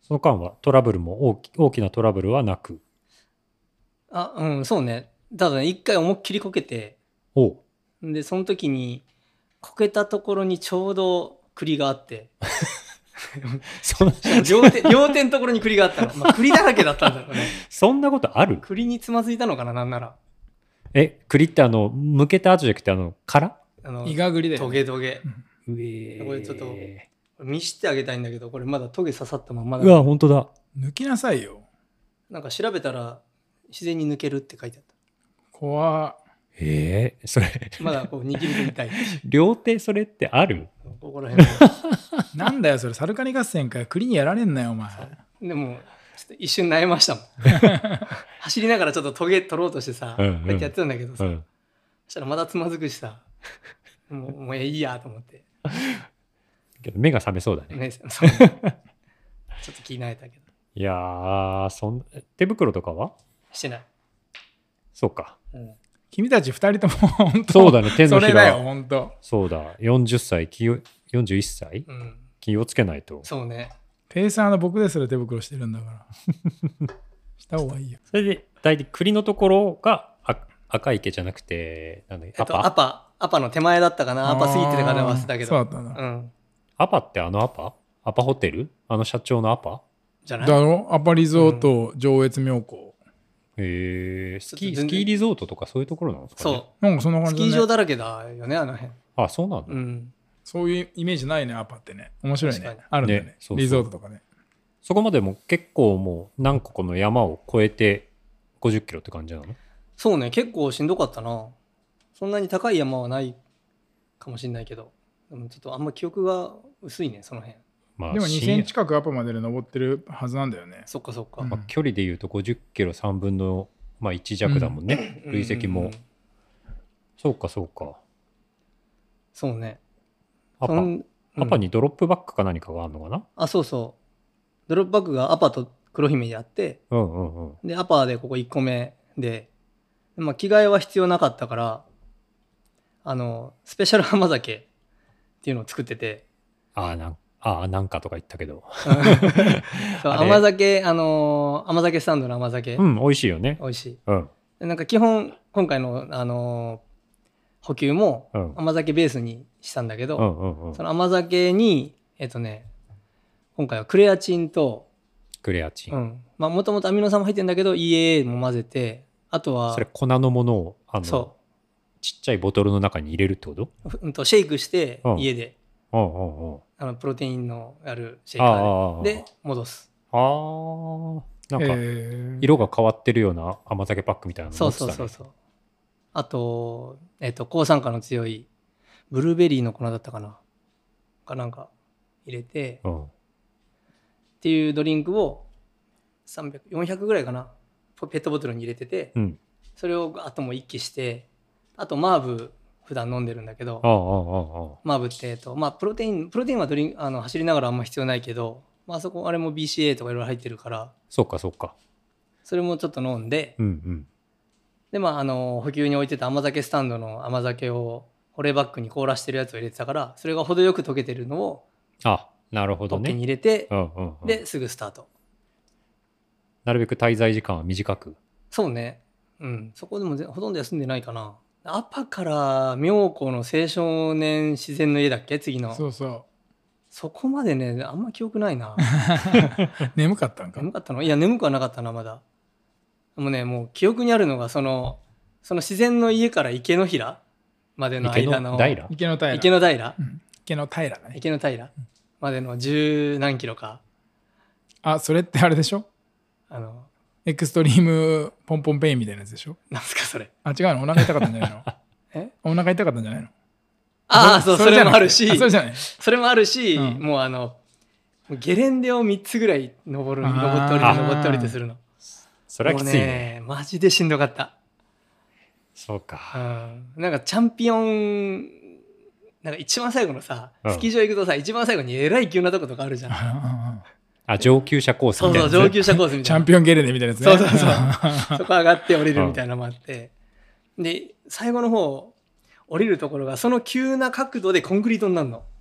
その間はトラブルも大き大きなトラブルはなく。 あ、うん、そうね。ただね、一回思いっきりこけて、 おうで、その時に、こけたところにちょうど栗があって、 そん両手、両手のところに栗があったの。まあ、栗だらけだったんだろうね。 そんなことある？ 栗につまずいたのかな、なんなら。 え、栗ってあの、剥けた後じゃなくて、あの、殻？ あの、 イガグリで、 トゲトゲ。 うえこれちょっと見してあげたいんだけど、これまだトゲ刺さったまんまだうわ、本当だ。 抜きなさいよ。 なんか調べたら、自然に抜けるって書いてあっ怖っ。 えー、それ、 た。まだこう握りてみたい。 両手それってある？ ここら辺も。 なんだよ、それ、サルカニ合戦かよ。栗にやられんなよ、お前。 でも、ちょっと一瞬悩ましたもん。走りながらちょっとトゲ取ろうとしてさ、 うんうんこうやってやってたんだけどさ、 うん。 そしたらまだつまずくしさ、もうもういいやと思って。 けど目が覚めそうだね。 ね、そうちょっと気になれたけど。 いやー、そん手袋とかは？ してない。 そうか。 うん、 君たち二人とも、本当そうだね、手のひそれだよ、 ら。 本当。 そうだ、よんじゅっさい、気をよんじゅういっさい、 うん。 気をつけないと。 そうね。 ペーサーの僕ですら手袋してるんだから。した方がいいよ。 それで、大体栗のところがあ赤池じゃなくて、なんだっけ、 えっと、 アパアパ、アパの手前だったかな。アパ過ぎてたかな、忘れたけど。 そうだったんだ。 うん。 アパってあのアパアパホテルあの社長のアパ？ じゃないだろアパリゾート、上越妙高。 へえ、スキー、 ちょっと全然スキーリゾートとかそういうところなんですかね？ そなんかそんなう。ス感じだね。 キー場だらけだよね、あの辺。 あ、そうなんだ。 うん。 そういうイメージないね、アパってね。面白いね確かに。 あるんだねねそうそうリゾートとかね。 そこまでも結構もう何個この山を越えてごじゅっキロって感じなの？ そうね、結構しんどかったな。そんなに高い山はないかもしれないけど、でもちょっとあんま記憶が薄いね、その辺。 まあ、 でも深夜にせん近くアパまでで登ってるはずなんだよね。 そっかそっか。 うんまあ、距離でいうとごじゅっキロさんぶんの、まあ、いち弱だもんね、 うん累積も、 うんうんそうかそうか。 そうね。 アパそんうんアパにドロップバックか何かがあるのかな？ あ、そうそう。ドロップバックがアパと黒姫であって、 うんうんうん。 で、アパでここいっこめで、まあ、着替えは必要なかったから、あの、スペシャル甘酒っていうのを作ってて、 ああ、なんああなんかとか言ったけど。 そうあれ甘酒、あのー甘酒スタンドの甘酒、 うん、美味しいよね。 美味しい。 うん。 でなんか基本、今回の、あのー補給もうん甘酒ベースにしたんだけど、 うんうんうんそ。の甘酒に、えっとね、今回はクレアチンと、 クレアチン。 うん、まあもともとアミノ酸も入ってるんだけど イーエーエー も混ぜて、あとはそれ粉のものをあのそちっちゃいボトルの中に入れるってこと？ う、うんとシェイクしてうん家で、 うんうんうん。 あのプロテインのあるシェイああカああーでで戻す。 あーなんかへー色が変わってるような甘酒パックみたいなのそう持ってたね。 そうそうそう。あと、えっと、抗酸化の強いブルーベリーの粉だったかなかなんか入れて、 うん。 っていうドリンクをさんびゃく、よんひゃくぐらいかなペットボトルに入れてて、 うん。 それをあともう一気してあとマーブ普段飲んでるんだけどああああああ。 マーブって、えっとまあ、プロテインプロテインはドリンあの走りながらあんま必要ないけど、まあそこあれも ビーシーエー とかいろいろ入ってるからそうかそうか。 それもちょっと飲んで、 うんうん。 でまああの補給に置いてた甘酒スタンドの甘酒を保冷バッグに凍らしてるやつを入れてたからそれが程よく溶けてるのをあ、なるほどポッケにね。 入れて、 うんうんうん。 ですぐスタート。 なるべく滞在時間は短く。 そうね、うん、そこでもぜほとんど休んでないかな。アパから妙高の青少年自然の家だっけ次のそうそそこまでねあんま記憶ないなう。眠かったんか。 眠かったのいや眠くはなかったなまだ。もうねもう記憶にあるのがそのその自然の家から池の平までの池間のの平？ 池の平。 池の平うん池の平だね。 池の平までの十何キロかあ、それってあれでしょあのエクストリームポンポンペインみたいなやつでしょ。 なんすかそれあ、違うのお腹痛かったんじゃないのえお腹痛かったんじゃないのああそうそれもあるしあそれじゃない。 それもあるし、 うんもうあのゲレンデをみっつぐらい登るあー登って降りて登って降りてするのそれはきついね。 もうねマジでしんどかった。 そうか。 うんなんかチャンピオンなんか一番最後のさ、 うんスキー場行くとさ一番最後にえらい急なとことかあるじゃん。 あ、上級者コースそうみたいなやつね。 そう上級者コースみチャたいなンピオンゲレネみたいなやつね。 そうそうそうそこ上がって降りるみたいなのもあってで最後の方降りるところがその急な角度でコンクリートになるの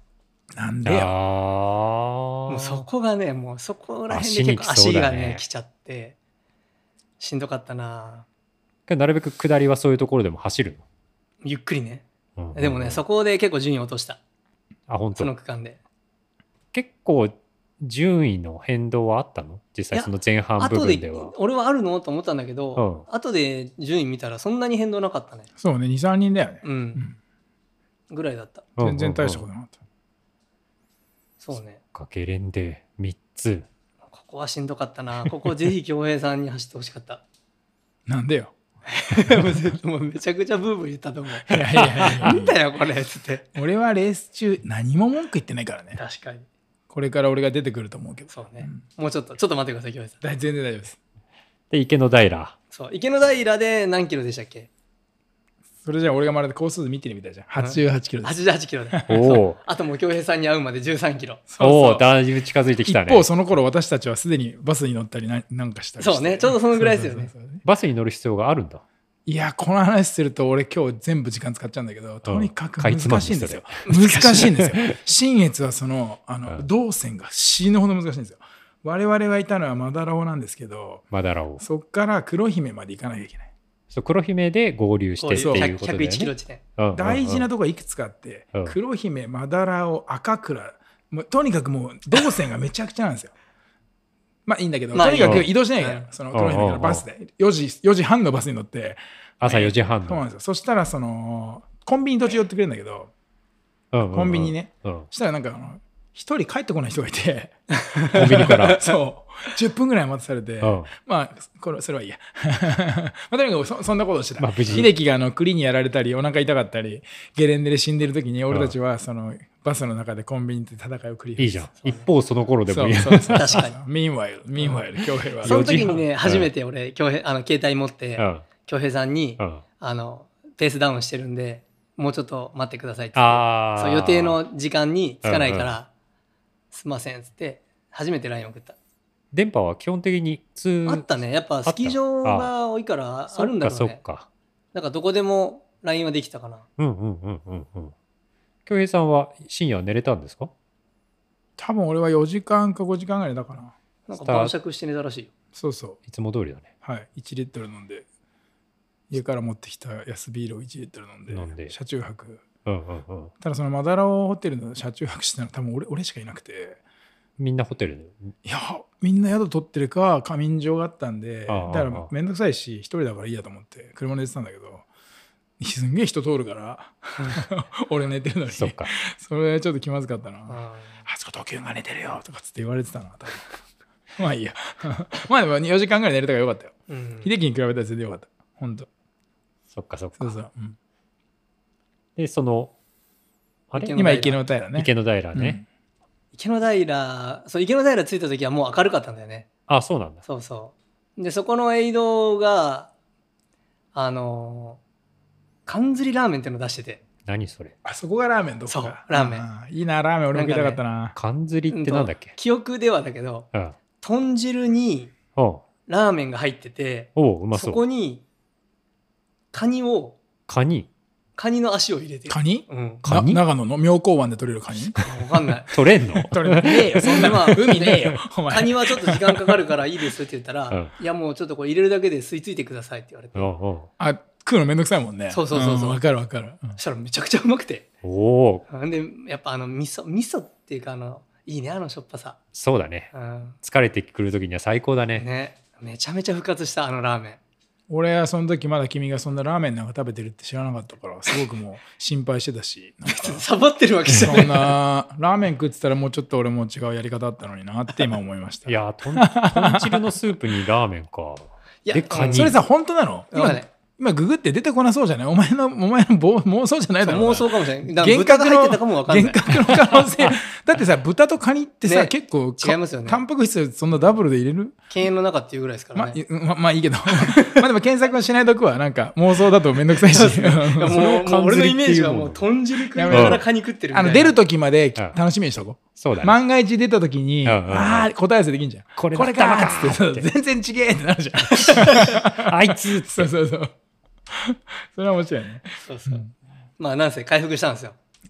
なんでよ。 もうそこがね、もうそこら辺で結構足がね来ちゃってしんどかったな。 なるべく下りはそういうところでも走るの？ ゆっくりね、 うんうんうん、 でもねそこで結構順位落とした。 あ、本当。 その区間で結構順位の変動はあったの？実際その前半部分では。 後で俺はあるのと思ったんだけど、うん、後で順位見たらそんなに変動なかったね。 そうね、にさんにんだよね、 うん、うん、ぐらいだった。 全然大したことなかった。 そうね。 かけれんでみっつ。 ここはしんどかったな。ここぜひ恭平さんに走ってほしかった。 なんでよ。 もうめちゃくちゃブーブー言ったと思う。 いやいやいやいやなんだよこれっつって。 俺はレース中何も文句言ってないからね。 確かに。 これから俺が出てくると思うけど。 そうね。うん、もうちょっとちょっと待ってください恭平さん。 全然大丈夫です。 で池の平。 そう池の平で何キロでしたっけ？ それじゃあ俺がまるでコース図見てるみたいじゃん。はちじゅうはちキロです。 はちじゅうはちキロで。 おあともう恭平さんに会うまでじゅうさんキロ。 そうそう、おだいぶ近づいてきたね。 一方その頃私たちはすでにバスに乗ったり な, なんかしたりして。 そうね、ちょうどそのぐらいですよね。 そうそうそうそう、 バスに乗る必要があるんだ。 いやこの話すると俺今日全部時間使っちゃうんだけど、とにかく難しいんですよ。難しいんですよ。信越はそのあの、うん、動線が死ぬほど難しいんですよ。我々がいたのはマダラオなんですけど、 マダラオ。 そっから黒姫まで行かなきゃいけない。 そう黒姫で合流してっていうことだよね。 ひゃくいちキロ地点、 うんうんうん、大事なところいくつかあって、うん、黒姫、マダラオ、赤倉、もうとにかくもう動線がめちゃくちゃなんですよ。まあいいんだけど、まあ、とにかく移動しなきゃいけない、うん、その黒姫からバスでよじ、よじはんのバスに乗って朝よじはんの、 そうなんですよ。そしたらそのコンビニ途中寄ってくれるんだけど、うんうんうん、コンビニね、うん、そしたらなんかあの一人帰ってこない人がいてコンビニからそうじゅっぷんぐらい待たされて、うん、まあこれそれはいいやまあとにかく そ, そんなことをしてた、まあ、秀樹があの栗にやられたりお腹痛かったりゲレンデで死んでる時に俺たちはそのバスの中でコンビニで戦いを繰り広げて、 いいじゃん。一方その頃でもいい。 そうそうそう確かにミンワイルミンワイル恭平はその時にね初めて俺恭平あの携帯持って恭平さんに、うん、あのペースダウンしてるんでもうちょっと待ってくださいってってそう予定の時間に着かないから、うんうん、すいませんっつって初めて ライン 送った。 電波は基本的に通あったね。やっぱスキー場が多いからあるんだろうね。そっかそっか。なんかどこでも ライン はできたかな。 うんうんうんうんうん。恭平さんは深夜寝れたんですか？ 多分俺はよじかんかごじかんぐらいだかな。 なんか晩酌して寝たらしいよ。 そうそう。 いつも通りだね。 はい。いちリットル飲んで家から持ってきた安ビールをいちリットル飲んで、飲んで車中泊。うんうんうん、ただそのマダラオホテルの車中泊してたの多分 俺, 俺しかいなくて、 みんなホテルでいやみんな宿取ってるか仮眠場があったんで、だからめんどくさいし一人だからいいやと思って車で寝てたんだけど、すんげえ人通るから俺寝てるのに そ, それちょっと気まずかったな。あそこ東京が寝てるよとかつって言われてたな多分まあいいやまあでもよじかんぐらい寝れたからよかったよ、うん、秀樹に比べたら全然よかった本当。 そっかそっか。 そうそう、うん、 でそのあれ今池の平ね。 池の平ね、 うん、池の平そう池の平着いた時はもう明るかったんだよね。 あそうなんだ。 そうそうでそこのエイドがあのかんずりラーメンっての出してて。 何それ？ あそこがラーメンどこか。 そうラーメンいいなラーメン俺も食いたかったな。 かんずりってなんだっけ？ 記憶ではだけど、うん、豚汁にラーメンが入ってて、 おうまそう。 そこにカニをカニカニの足を入れてる。 カニ？ うん、 カニ？長野の妙高湾で取れるカニ？ わかんない。 取れんの？ 取れねえよそんなまあ海ねえよ。 カニはちょっと時間かかるからいいですって言ったら、うん、いやもうちょっとこれ入れるだけで吸い付いてくださいって言われて。おうおうあ食うのめんどくさいもんね。 そうそうそうそう。 わ、うん、かるわかる。 そしたらめちゃくちゃうまくて。 おお。 でやっぱあの味噌味噌っていうかあのいいねあのしょっぱさ。 そうだね。うん、疲れてくる時には最高だね。 ねめちゃめちゃ復活したあのラーメン。 俺はその時まだ君がそんなラーメンなんか食べてるって知らなかったからすごくもう心配してたしサボってるわけじゃない。 そんなラーメン食ってたらもうちょっと俺も違うやり方だったのになって今思いました。 いやとん豚汁のスープにラーメンか。 いやそれさ本当なの？今ね今ググって出てこなそうじゃない？お前のお前の妄想じゃないだろうな。 妄想かもしれない。幻覚が入ってたかもわかんない。 幻覚の可能性だってさ豚とカニってさ、ね、結構違いますよね。 タンパク質そんなダブルで入れる？ 犬猿の中っていうぐらいですからね。 まままあいいけどまあでも検索はしないとくはなんか妄想だとめんどくさいしもうもう俺のイメージはもう豚汁食いながらカニ食ってるみたいな。 あの出る時まで楽しみにしとこう。 そうだね、 万が一出た時に、うんうんうん、ああ答え合わせできんじゃん。 これこれかーっつって全然ちげえってなるじゃんあいつそうそうそうそれは面白いね。 そうそう、うん、まあなんせ回復したんですよ。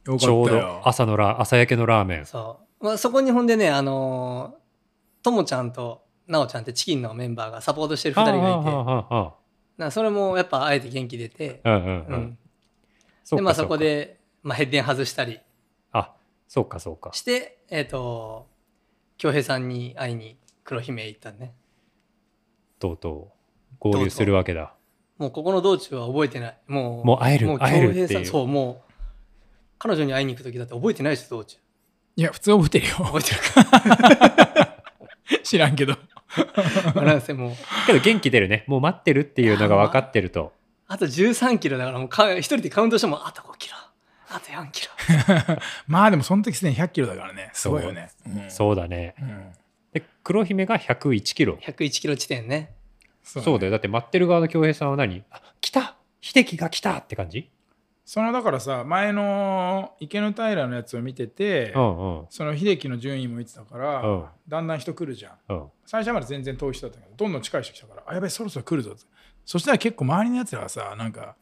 よかったよ。 ちょうど朝のラ朝焼けのラーメン。 そう、まあ、そこにほんでねあのともちゃんとなおちゃんってチキンのメンバーがサポートしてるふたりがいて、 はあはあはあはあ、 なそれもやっぱあえて元気出て、 うんうんうんうんそうかでまあそそうかこで、まあ、ヘッデン外したりあそうかそうかしてえっ、と恭平さんに会いに黒姫へ行ったね。 とうとう合流するわけだ。 もうここの道中は覚えてない。もうもう会えるもう会える恭平さんっていうそうもう彼女に会いに行く時だって覚えてないです道中。 いや普通覚えてるよ。 覚えてるか知らんけど。 なんせもうけど元気出るね。もう待ってるっていうのが分かってると。 あとじゅうさんキロだからもうか一人でカウントしてもあとごキロあとよんキロまあでもその時すでにひゃっキロだからね。すごいよね。うんそうだね。 うんで黒姫がひゃくいちキロ。 ひゃくいちキロ地点ね。 そうそうだよ。だって待ってる側の恭平さんは何あ来た秀樹が来たって感じ。 そのだからさ前の池の平のやつを見てて、 うんうんその秀樹の順位も見てたから、 うんだんだん人来るじゃん。 うん最初はまで全然遠い人だったけどどんどん近い人来たからあやべえそろそろ来るぞって。そしたら結構周りのやつらはさなんか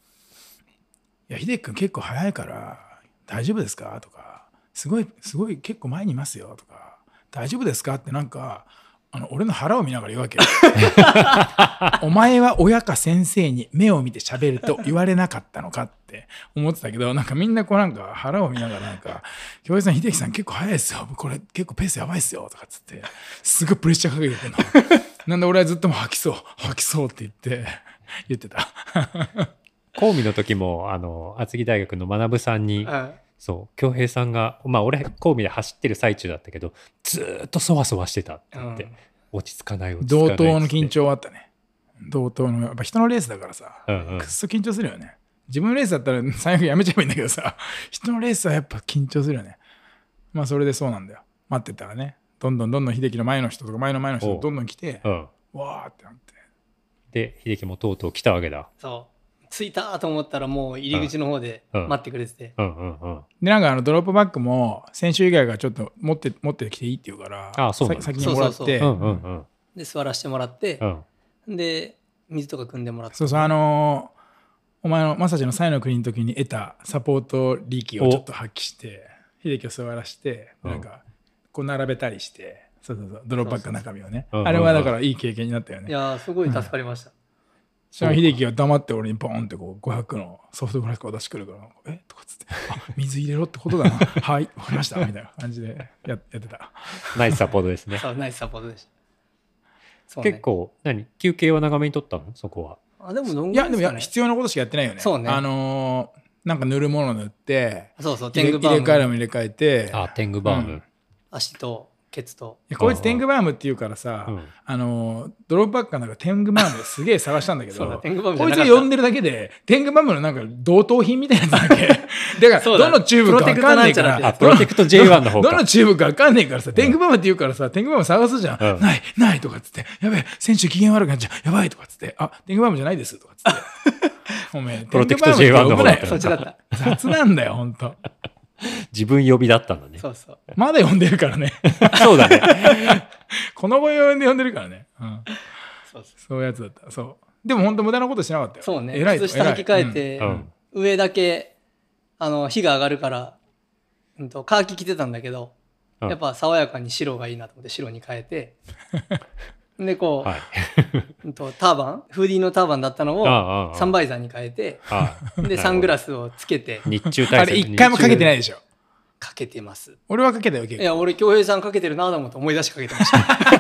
「いや秀樹君結構早いから大丈夫ですか?」とか「すごいすごい結構前にいますよ」とか「大丈夫ですか?」ってなんかあの俺の腹を見ながら言うわけお前は親か先生に目を見て喋ると言われなかったのかって思ってたけどなんかみんなこうなんか腹を見ながらなんか「京平さん秀樹さん結構早いですよこれ結構ペースやばいですよ」とかっつってすごいプレッシャーかけてくるのなんで俺はずっともう吐きそう吐きそうって言って言ってたコウミの時もあの厚木大学の学さんに、 うんそう恭平さんがまあ俺コウミで走ってる最中だったけどずーっとそわそわしてたって言って、 うん落ち着かない落ち着かない同っつって等の緊張はあったね同等のやっぱ人のレースだからさ、 うんうんくっそ緊張するよね自分のレースだったら最悪やめちゃえばいいんだけどさ人のレースはやっぱ緊張するよねまあそれでそうなんだよ待ってたらねどんどんどんどん秀樹の前の人とか前の前の人がどんどん来てうんわーってなってで秀樹もとうとう来たわけだ。 そう着いたと思ったらもう入り口の方でうん待ってくれてて、 うんうんうんでなんかあのドロップバッグも選手以外がちょっと持って持ってきていいって言うからあそうなんださ先にもらってそうそううんうんうんで座らせてもらってう、んで水とか汲んでもらってそうそうあのーお前の正志のサイの国の時に得たサポート力をちょっと発揮して秀樹を座らしてうんなんかこう並べたりしてそうそうそうドロップバッグの中身をねそうそうあれはだからいい経験になったよねいやーすごい助かりました、 その秀樹が黙って俺にボーンってこうごひゃくのソフトフラスクを出してくるから「えとかっつって「あ水入れろってことだなはいわかりました」みたいな感じでややってたナイスサポートですね。 そうナイスサポートでしたそうね結構何休憩は長めに取ったのそこは。 あでもどんいやでもやぐらいですかね必要なことしかやってないよねそうねあのーなんか塗るもの塗ってそうそう入れ天狗バ入れ替えるームも入れ替えてあテングバーム。 うん足とケツといやこいつテングバームって言うからさ、 うんあのドロップバッグかなんかテングバームすげえ探したんだけどそうだ天狗バームじゃこいなかったつが呼んでるだけでテングバームのなんか同等品みたいなやつだっけだからそうだどのチューブか分かんないかプロテクトなんちゃらってらあプロテクト ジェイワン の方か。 どのチューブか分かんないからさ、テングバームって言うからさテングバーム探すじゃん、 うんないないとかっつってやべえ選手機嫌悪くなっちゃうやばいとかっつってあテングバームじゃないですとかっつっておめえプロテクト ジェイワン の方だったそっちだった雑なんだよほんと自分呼びだったんだね。 そうそうまだ呼んでるからねそうだね。 この声呼んで呼んでるからね、うんそうそうそういうやつだった。そう。でも本当無駄なことしなかったよ。 そうね偉いと靴下履き替えて、 うんうん上だけあの火が上がるから、うん、とカーキ着てたんだけど、 うんやっぱ爽やかに白がいいなと思って白に変えてでこう、 はい。 うんとターバンフーディーのターバンだったのああああをサンバイザーに変えてあでサングラスをつけて日中対策。 あれ一回もかけてないでしょ。 かけてます俺はかけたよ、結構。 いや俺恭平さんかけてるなと思って思い出してかけてました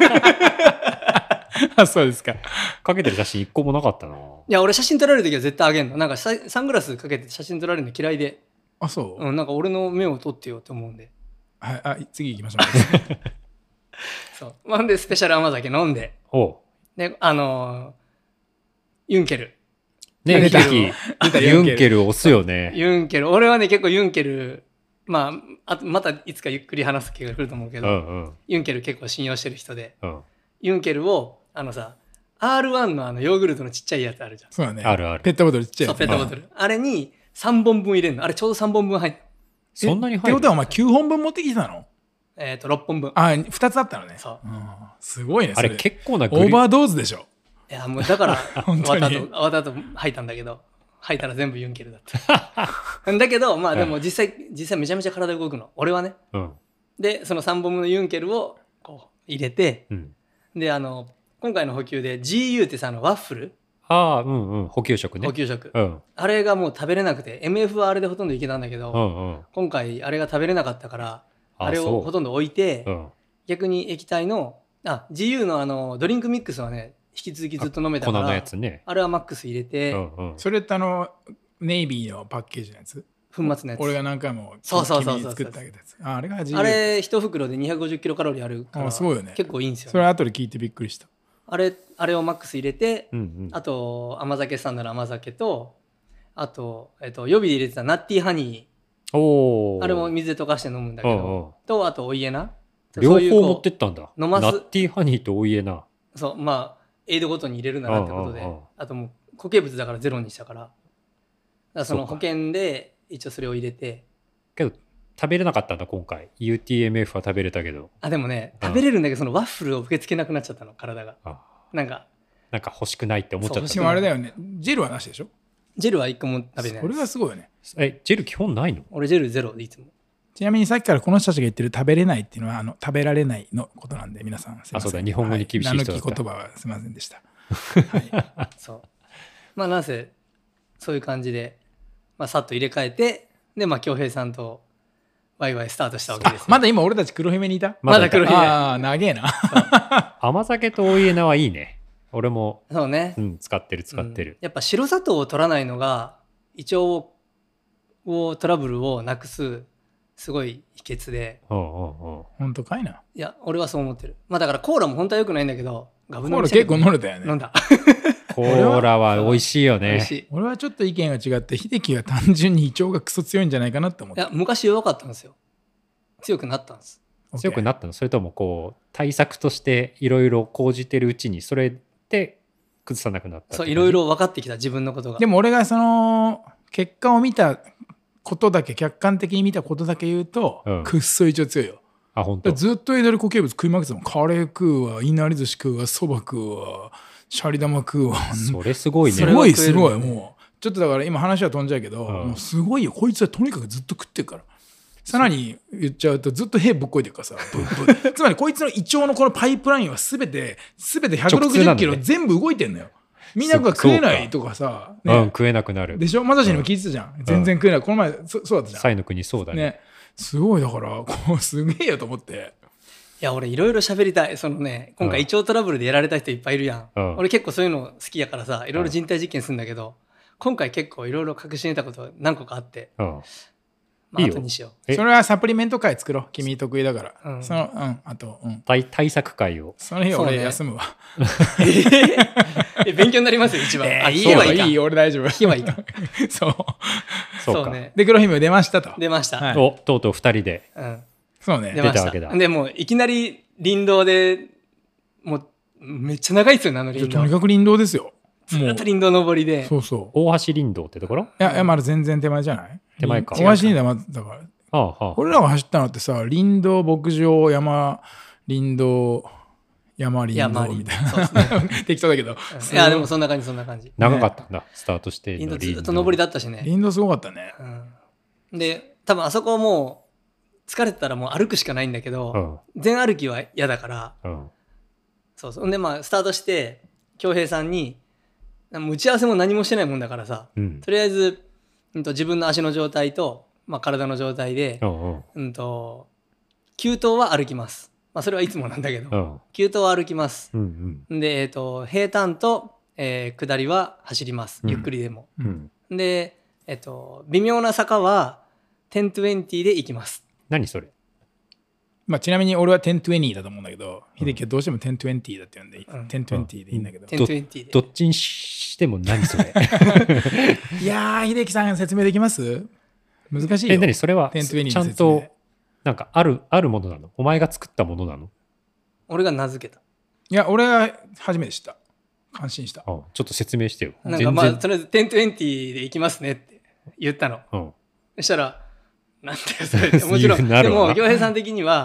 あ、そうですか。 かけてる写真一個もなかったな。 いや俺写真撮られる時は絶対あげんのなんかササングラスかけて写真撮られるの嫌いで、 あ、そう、 うん、なんか俺の目を撮ってよって思うんではい、あ、次行きましょそうまあでスペシャル甘酒飲んでおう。 であのーユンケルね、 出た秀樹出たユンケル押すよね。 ユンケル俺はね結構ユンケルまああとまたいつかゆっくり話す気が来ると思うけど、 うんうんユンケル結構信用してる人でうん。 ユンケルをあのさ アールワン のあのヨーグルトのちっちゃいやつあるじゃんそうだね。 あるあるペットボトルちっちゃいそうやつペットボトルあれにさんぼんぶん入れるのあれちょうどさんぼんぶん入るのそんなに入るってことはお前きゅうほんぶん持ってきてたの？ えっ、とろっぽんぶんあ、ふたつあったのね。 そううん、すごいね。 あれ結結構なグリオーバードーズでしょ。 いやもうだから本当にわざとわざと吐いたんだけど吐いたら全部ユンケルだっただけどまあでも実際実際めちゃめちゃ体動くの俺はね、うん、でそのさんぼんぶのユンケルをこう入れて、うん、であの今回の補給で ジーユー ってさあのワッフルああうんうん補給食ね補給食、うん、あれがもう食べれなくて エムエフ はあれでほとんどいけたんだけど、うんうん、今回あれが食べれなかったからあれをほとんど置いて、うん、逆に液体のあ ジーユー の, あのドリンクミックスはね引き続きずっと飲めたから あ, 粉のやつ、ね、 あれはマックス入れて、うんうん、それってあのネイビーのパッケージのやつ粉末のやつ俺が何回もそうそうそうそう作ってあげたやつあ, あれが ジーユーあれ一袋でにひゃくごじゅっキロカロリーあるからすごいよ、ね、 結構いいんですよ、ね、 それ後で聞いてびっくりしたあれあれをマックス入れて、 うんうん、 あと甘酒スタンダード甘酒とあと、えっと、予備で入れてたナッティーハニーおあれも水で溶かして飲むんだけど、うんうん、とあとお家な両方持ってったんだ飲ますナッティーハニーとお家なそうまあエイドごとに入れるならってことで あ, あ, あ, あともう固形物だからゼロにしたからだからその保険で一応それを入れてけど食べれなかったんだ今回 ユーティーエムエフ は食べれたけどあでもね食べれるんだけどそのワッフルを受け付けなくなっちゃったの体があなんかなんか欲しくないって思っちゃったでもあれだよねジェルはなしでしょジェルはいっこも食べないそれがすごいよねえジェル基本ないの俺ジェルゼロでいつもちなみにさっきからこの人たちが言ってる食べれないっていうのはあの食べられないのことなんで皆さんすいませんあそうだ日本語に厳しい人だった、 はい、名抜き言葉はすいませんでした、 はい、そうまあなんせそういう感じで、まあ、さっと入れ替えてでまあ恭平さんとワイワイスタートしたわけです、ね、 まだ今俺たち黒姫にいたまだ黒姫ああ長えな甘酒とお家菜はいいね俺もそうね、 うん、使ってる使ってる、うん、 やっぱ白砂糖を取らないのが胃腸をトラブルをなくすすごい秘訣でおうおうおう本当かいないや俺はそう思ってるまあだからコーラも本当は良くないんだけどガブ飲みしたけどコーラ結構飲んでたよね飲んだコーラは美味しいよねしい俺はちょっと意見が違って秀樹は単純に胃腸がクソ強いんじゃないかなって思っていや昔弱かったんですよ強くなったんです強くなったのそれともこう対策としていろいろ講じてるうちにそれで崩さなくなったそういろいろ分かってきた自分のことがでも俺がその結果を見たことだけ客観的に見たことだけ言うと、うん、くっそ胃腸強いよあ本当ずっとエダル固形物食いまくってたもんカレー食うわいなり寿司食うわそば食うわシャリ玉食うわそれすごいねすごいすごいもうちょっとだから今話は飛んじゃうけど、うん、もうすごいよこいつはとにかくずっと食ってるからさらに言っちゃうとずっと兵ぶっこいてるからさつまりこいつの胃腸のこのパイプラインは全て全てひゃくろくじゅっキロ全部動いてんのよみんなが食えないとかさ、 ね、うん食えなくなるでしょまさしにも聞いてたじゃん、うん、全然食えないこの前 そ, そうだったじゃんサイの国そうだ ね, ねすごいだからこうすげえよと思っていや俺いろいろ喋りたいそのね今回胃腸トラブルでやられた人いっぱいいるやん、うん、俺結構そういうの好きやからさいろいろ人体実験するんだけど、うん、今回結構いろいろ確信得たこと何個かあって、うんまあ、いいよ後にしようそれはサプリメント会作ろう君得意だから、うん、そのうんあと、うん、 対, 対策会をその日俺休むわ、 えー、勉強になりますよ一番、えー、 あいいよいいいい俺大丈夫聞けばいいかそうそうねで黒姫出ましたと出ました、 はい、おとうとうふたりで、 うん、 そうね出ました出たわけだでもういきなり林道でもうめっちゃ長いですよねあの林道とにかく林道ですよずっと林道上りでそうそう大橋林道ってところいやいやまだ全然手前じゃない手前か大橋林道はだからああはあ、 俺らが走ったのってさ林道牧場山林道山林道みたいな、ね、適当だけど、うん、 いやでもそんな感じそんな感じ長かったんだ、ね、スタートして林道ずっと上りだったしね林道すごかったね、 うん、で多分あそこもう疲れてたらもう歩くしかないんだけど、うん、全歩きは嫌だから、うん、そうそうでまあスタートして恭平さんに打ち合わせも何もしてないもんだからさ、うん、とりあえず、うん、と自分の足の状態と、まあ、体の状態で、うんうんうん、と急登は歩きます、まあ、それはいつもなんだけど、うん、急登は歩きます、うんうん、で、えー、と平坦と、えー、下りは走ります、うん、ゆっくりでも、うんうん、で、えー、と微妙な坂はじゅうにじゅうで行きます。 何それ、 まあ、ちなみに俺はじゅうにじゅうだと思うんだけど、うん、秀樹はどうしてもじゅうにじゅうだって言うんで、うん、じゅうにじゅうでいいんだけど、 うん、ど, どっちにしても何それいやー秀樹さん説明できます？難しいよ。 え何それはちゃんとなんかあるあるものなの？お前が作ったものなの？ 俺が名付けた。 いや俺が初めて知った。感心した。 あちょっと説明してよ。 なんかまあとりあえずじゅうにじゅうで行きますねって言ったの、うん、そしたらなんてそれってもちろんでも恭平さん的には、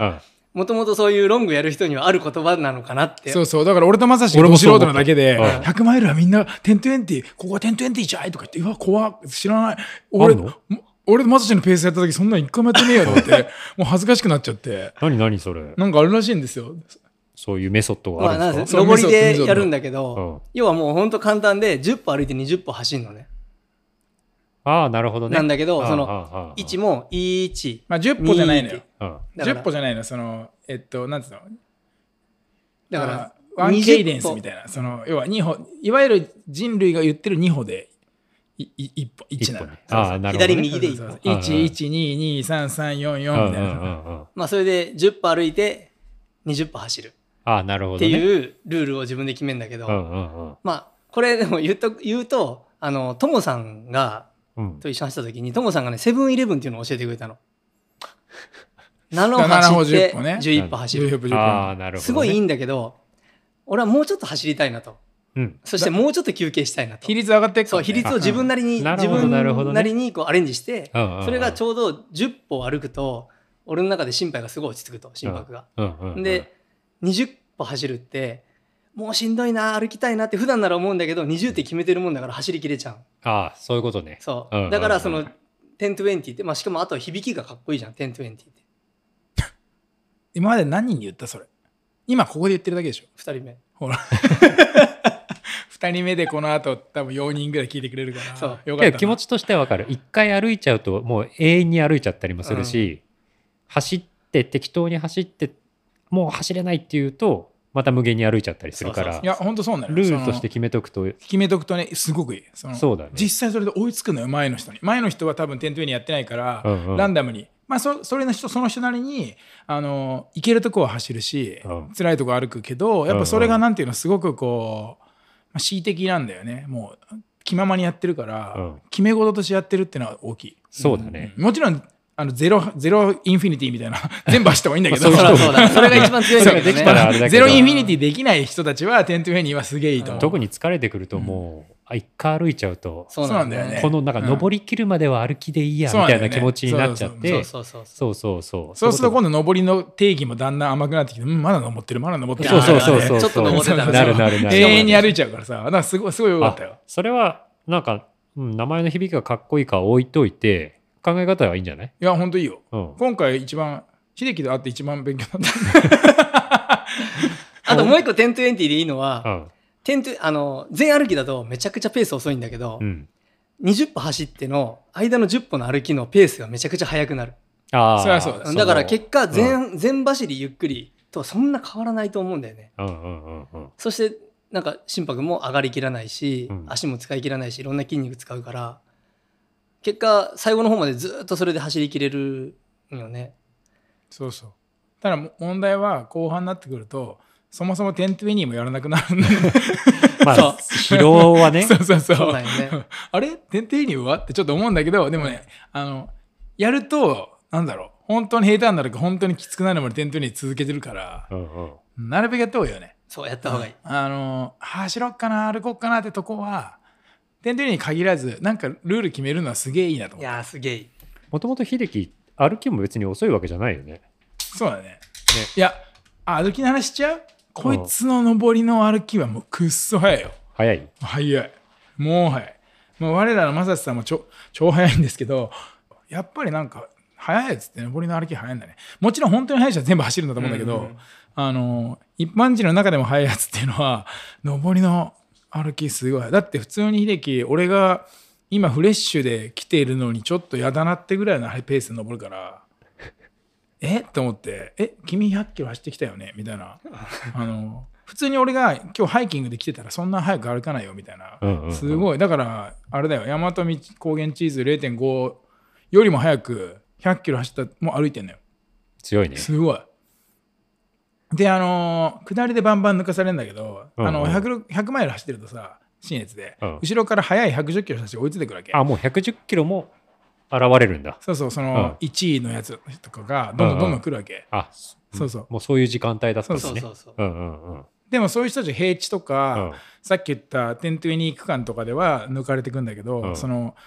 もともとそういうロングやる人にはある言葉なのかなって。 そうそう。だから俺とまさしが素人なだけで、ひゃくマイルはみんなじゅうにじゅう、ここはじゅうにじゅうじゃいとか言って、うわ、怖っ、知らない。俺、俺とまさしのペースやった時そんな一回もやってねえよって、もう恥ずかしくなっちゃって。 何何それ。 なんかあるらしいんですよ。 そういうメソッドがあるんですか？ まあ、上りでやるんだけど、要はもうほんと簡単でじゅっぽ歩いてにじゅっぽ走るのね。 ああ、なるほどね。 なんだけど、その位置もいち、 まあじゅっぽじゃないのよ。 じじゅっぽじゃないの、その、えっと、なんつうの？ だから、 ワンケイデンスみたいな、その、要はに歩、いわゆる人類が言ってるに歩で、いっぽ、いちなの。 ああ、なるほど。 左右でいっぽ。 いち、いち、に、に、さん、さん、よん、よんみたいな。 まあそれでじゅっぽ歩いてにじゅっぽ走る。 ああ、なるほど。 っていうルールを自分で決めるんだけど、まあこれでも言うと、言うと、あの、トモさんが、と一緒に走った時に、トモさんがね、セブンイレブンっていうのを教えてくれたの。なな歩走ってじゅういっぽ走る。 ああ、なるほど。 すごいいいんだけど、俺はもうちょっと走りたいなと。うん、そしてもうちょっと休憩したいなと。 比率上がっていく、 そう、比率を自分なりに、自分なりにこうアレンジして、それがちょうどじゅっぽ歩くと、俺の中で心肺がすごい落ち着くと、心拍が。で、にじゅっぽ走るって、もうしんどいな、歩きたいなって普段なら思うんだけど、にじゅうって決めてるもんだから走りきれちゃう。 ああ、そういうことね。 そう。だからその、じゅう、にじゅうって、まあしかもあとは響きがかっこいいじゃん、じゅう、にじゅうって。 今まで何人に言ったそれ？今ここで言ってるだけでしょ？ ふたりめ。 ほら。ふたりめでこの後多分よにんぐらい聞いてくれるから。 そう。 よかった。 気持ちとしては分かる。一回歩いちゃうともう永遠に歩いちゃったりもするし、うん、走って適当に走ってもう走れないっていうとまた無限に歩いちゃったりするから。 そうそうそう、いや本当そうなのよ。 ルールとして決めとくと決めとくとねすごくいい。そのそうだね。 実際それで追いつくのよ前の人に。前の人は多分テントウェイにやってないから、うんうん、ランダムに。まあ、そ, それの人その人なりにあの行けるとこは走るし、うん、辛いとこ歩くけどやっぱそれがなんていうのすごくこう、まあ、恣意的なんだよね。もう気ままにやってるから、うん、決め事としてやってるっていうのは大きい。 そうだね、 うん、もちろんあのゼロゼロインフィニティみたいな全部走った方がいいんだけどそうだそうだそれが一番強いんだけどねまあ、ゼロインフィニティできない人たちはテントウェイにはすげえいいと思う。 特に疲れてくるともう、うん、一回歩いちゃうとそうなんだよね。 このなんか登りきるまでは歩きでいいやみたいな気持ちになっちゃってそうそうそうそうそうすると今度登りの定義もだんだん甘くなってきて、うん、まだ登ってるまだ登ってるそうそうそうそうちょっと登ってたらなるなるなる永遠に歩いちゃうからさだからすごいすごい良かったよ。 それはなんか、うん、名前の響きがかっこいいか置いといて考え方はいいんじゃない？ いや本当いいよ、うん、今回一番秀樹で会って一番勉強になったあともう一個じゅうにじゅうでいいのは、うん、じゅうあの全歩きだとめちゃくちゃペース遅いんだけど、うん、にじゅっぽ走っての間のじゅっぽの歩きのペースがめちゃくちゃ速くなる。 あそりゃそうだ。 だから結果全、うん、全走りゆっくりとそんな変わらないと思うんだよね、 うんうんうんうん、 そしてなんか心拍も上がりきらないし、うん、足も使い切らないしいろんな筋肉使うから結果最後の方までずっとそれで走りきれるよね。 そうそう。ただ問題は後半になってくるとそもそもじゅうにもやらなくなるまあ疲労はねそうそうそうそうだよねあれじゅうにはってちょっと思うんだけどでもねあのやるとなんだろう本当に平坦になるか本当にきつくなるまでじゅうに続けてるから、うんうん、なるべくやった方がいいよね。 そうやった方がいい。 あの走ろっかな歩こうかなってとこはじゅうに限らずなんかルール決めるのはすげえいいなと思って。 いやすげえいい。 もともと秀樹歩きも別に遅いわけじゃないよね。 そうだね。ねいや歩きの話しちゃう。こいつの上りの歩きはもうくっそ早いよ。 早い早いもう早い。もう我らの正志さんもちょ超早いんですけどやっぱりなんか速いやつって上りの歩き速いんだね。もちろん本当に速い人は全部走るんだと思うんだけど、うんうん、あの一般人の中でも速いやつっていうのは上りの歩きすごい。だって普通に秀樹俺が今フレッシュで来ているのにちょっとやだなってぐらいのペースで登るからえと思ってえ君ひゃっキロ走ってきたよねみたいなあの普通に俺が今日ハイキングで来てたらそんな早く歩かないよみたいな、うんうんうん、すごいだからあれだよ大和道高原チーズ れいてんご よりも早くひゃっキロ走ったもう歩いてんのよ。 強いね。 すごい。であのー、下りでバンバン抜かされるんだけど、うんうん、あの 100, ひゃくマイル走ってるとさ新越で、うん、後ろから速いひゃくじゅっキロ走って追いついてくるわけ。 あもうひゃくじゅっキロも現れるんだ。 そうそうそのいちいのやつとかがどんどんどんどん来るわけ、うんうん、 あそうそうもうそういう時間帯だったんですね。 そうそうそう、 うんうんうん、 でもそういう人たち平地とか、うん、さっき言ったじゅうに区間とかでは抜かれていくんだけど、うん、その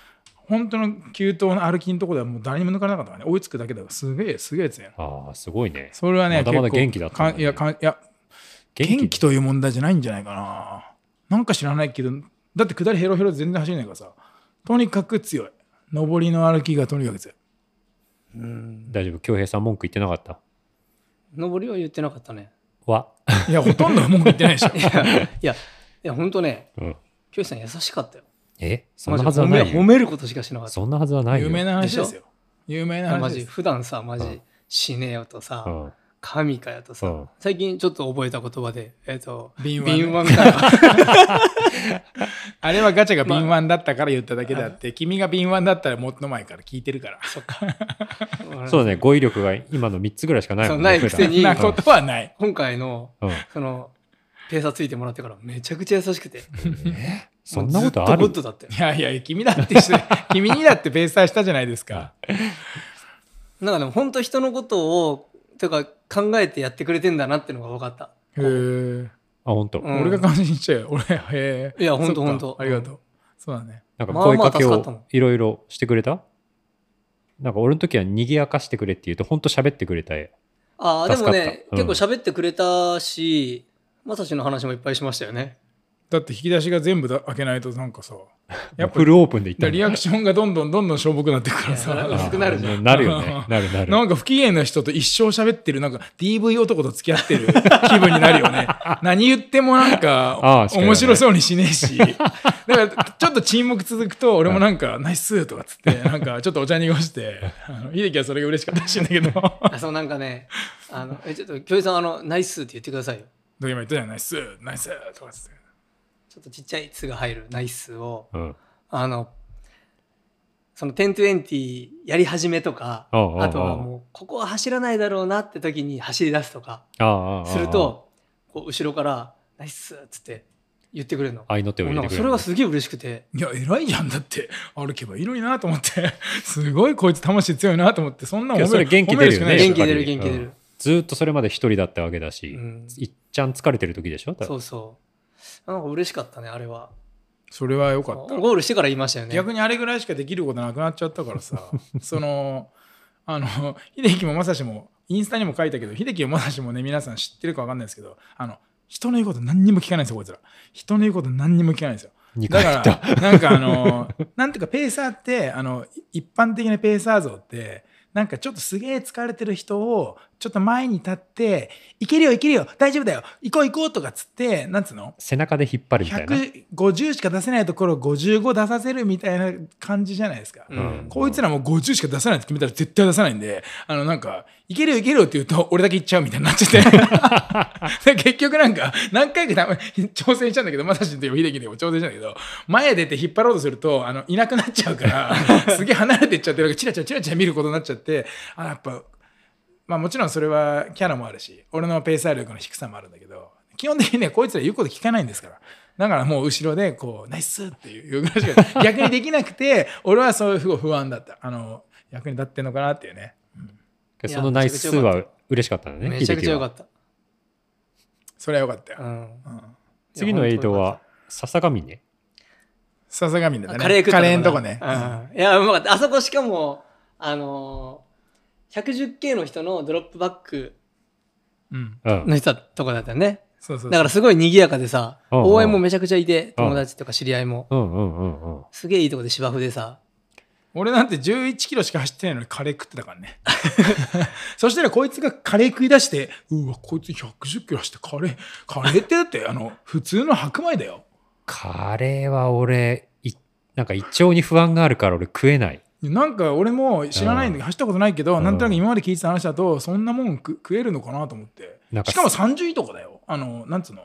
本当の急登の歩きのところではもう誰にも抜かれなかったからね。追いつくだけだからすげえすげえやつやん。 ああすごいね。 それはねまだまだ元気だったんだね、 いやかいや元 気, 元気という問題じゃないんじゃないかな。なんか知らないけど、だって下りヘロヘロ全然走れないからさ、とにかく強い。上りの歩きがとにかく強い。 うん、 大丈夫、恭平さん文句言ってなかった？ 上りは言ってなかったね。 はいやほとんど文句言ってないでしょ。 いやいやいや本当ね、 うん、 恭平さん優しかったよ。 えそんなはずはないよ。 褒めることしかしなかった。 そんなはずはないよ。 有名な話ですよ。有名な話です。 マジ普段さマジ、うん、死ねよとさ、うん、神かよとさ、うん、最近ちょっと覚えた言葉でえっ、ー、と敏腕かあれはガチャが敏腕だったから言っただけであって、まあ、君が敏腕だったらもっと前から聞いてるから。 そっかそうだね、語彙力が今のみっつぐらいしかないもんね。 そうないくせにそんなことはない。 今回の、うん、そのペーサーついてもらってからめちゃくちゃ優しくてえそんなことある？ ずっとゴッドだったよ。 いやいや君だって君にだってペーサーしたじゃないですか。 なんかでも本当人のことをとか考えてやってくれてんだなっていうのが分かった。 へえ。 あ本当、 うん、俺が感心しちゃうよ。俺へえ。 いや本当本当。 ありがとう。そうだね。 なんか声かけをいろいろしてくれた？なんか俺の時は賑やかしてくれって言うと本当喋ってくれたよ。 ああでもね、うん、結構喋ってくれたし、まさしの話もいっぱいしましたよね。 だって引き出しが全部だ開けないとなんかさやっぱフルオープンでいったリアクションがどんどんどんどんしょぼくなってくからさ薄くなるじゃん。 なるよね。なるなる。 なんか不機嫌な人と一生喋ってるなんか ディーブイ 男と付き合ってる気分になるよね。何言ってもなんか面白そうにしねえし、だからちょっと沈黙続くと俺もなんかナイスとかっつってなんかちょっとお茶濁してあの秀樹はそれが嬉しかったらしいんだけどあそうなんかねあのえちょっと京平さんあのナイスって言ってくださいよ。 今言ったじゃんナイスナイスとかっつってちょっとちっちゃい「つ」が入るナイスを、 うん、 あのそのじゅうにじゅうやり始めとか、 ああとはもうここは走らないだろうなって時に走り出すとかああするとこう後ろから「ナイス」っつって言ってくれるの。 愛の手を入れてくれる。 それがすげえ嬉しくて、 いや偉いじゃんだって歩けばいいのになと思ってすごいこいつ魂強いなと思ってそんなそれ元気出るよね。 元気出る元気出る、うん、 ずっとそれまで一人だったわけだし、うん、いっちゃん疲れてる時でしょ。 そうそうなんか嬉しかったねあれは。 それは良かった。 ゴールしてから言いましたよね。 逆にあれぐらいしかできることなくなっちゃったからさそのあの秀樹もまさしもインスタにも書いたけど秀樹もまさしもね皆さん知ってるか分かんないですけどあの人の言うこと何にも聞かないんですよこいつら。人の言うこと何にも聞かないんですよ。だからなんかあのなんていうかペーサーってあの一般的なペーサー像ってなんかちょっとすげえ疲れてる人をちょっと前に立っていけるよいけるよ大丈夫だよ行こう行こうとかっつってなんつうの背中で引っ張るみたいなひゃくごじゅうしか出せないところをごじゅうご出させるみたいな感じじゃないですか、うん、こいつらもごじゅうしか出せないって決めたら絶対出さないんであのなんかいけるよいけるよって言うと俺だけ行っちゃうみたいになっちゃって結局なんか何回か挑戦したんだけどまさしという秀樹でも挑戦したんだけど前出て引っ張ろうとするとあのいなくなっちゃうからすげえ離れていっちゃってチラチラチラチラ見ることになっちゃってあやっぱまあもちろんそれはキャラもあるし俺のペーサー力の低さもあるんだけど基本的にねこいつら言うこと聞かないんですからだからもう後ろでこうナイスっていうぐらいしか逆にできなくて俺はそういう不安だったあの役に立ってんのかなっていうね、 うん、そのナイスは嬉しかったのね。 めちゃくちゃ良かった。 それは良かったよ、 うんうん、 次のエイトは笹上ね笹上だったねカレー食ったカレーのとこね、 うん、いやうまかったあそこしかもあのー、ひゃくじゅっケー の人のドロップバックの人とかだったよね、 そうそうそうだからすごい賑やかでさ、うんうん、応援もめちゃくちゃいて友達とか知り合いも、 うんうんうんうん、 すげえいいとこで芝生でさ俺なんてじゅういちキロしか走ってないのにカレー食ってたからねそしたらこいつがカレー食い出してうわこいつひゃくじゅっキロ走ってカレーカレーってだってあの普通の白米だよ。 カレーは俺いなんか胃腸に不安があるから俺食えない。 なんか俺も知らないんで走ったことないけど、うん、なんとなく今まで聞いてた話だとそんなもん食えるのかなと思って。しかもさんじゅういとかだよ。あのなんつうの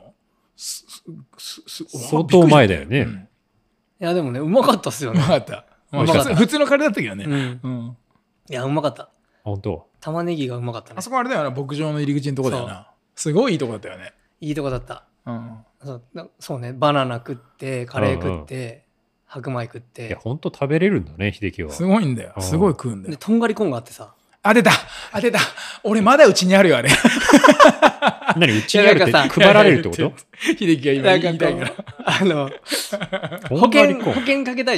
相当前だよね、うん、 いやでもねうまかったっすよね。 うまかった、まあ、普, 通普通のカレーだったけどね、 うんうん、いやうまかった。 本当玉ねぎがうまかったね。 あそこあれだよな牧場の入り口のとこだよな。すごいいいとこだったよね。 いいとこだった、 うん、 そう、そうねバナナ食ってカレー食って、うんうん、白米食って。 いや本当食べれるんだね秀樹は。 すごいんだよすごい食うんだよ。 でとんがりコーンがあってさあ出たあ出た俺まだうちにあるよあれ何うちにあるって配られるってこと秀樹が今言いたいからあの保険保険かけたいじゃん、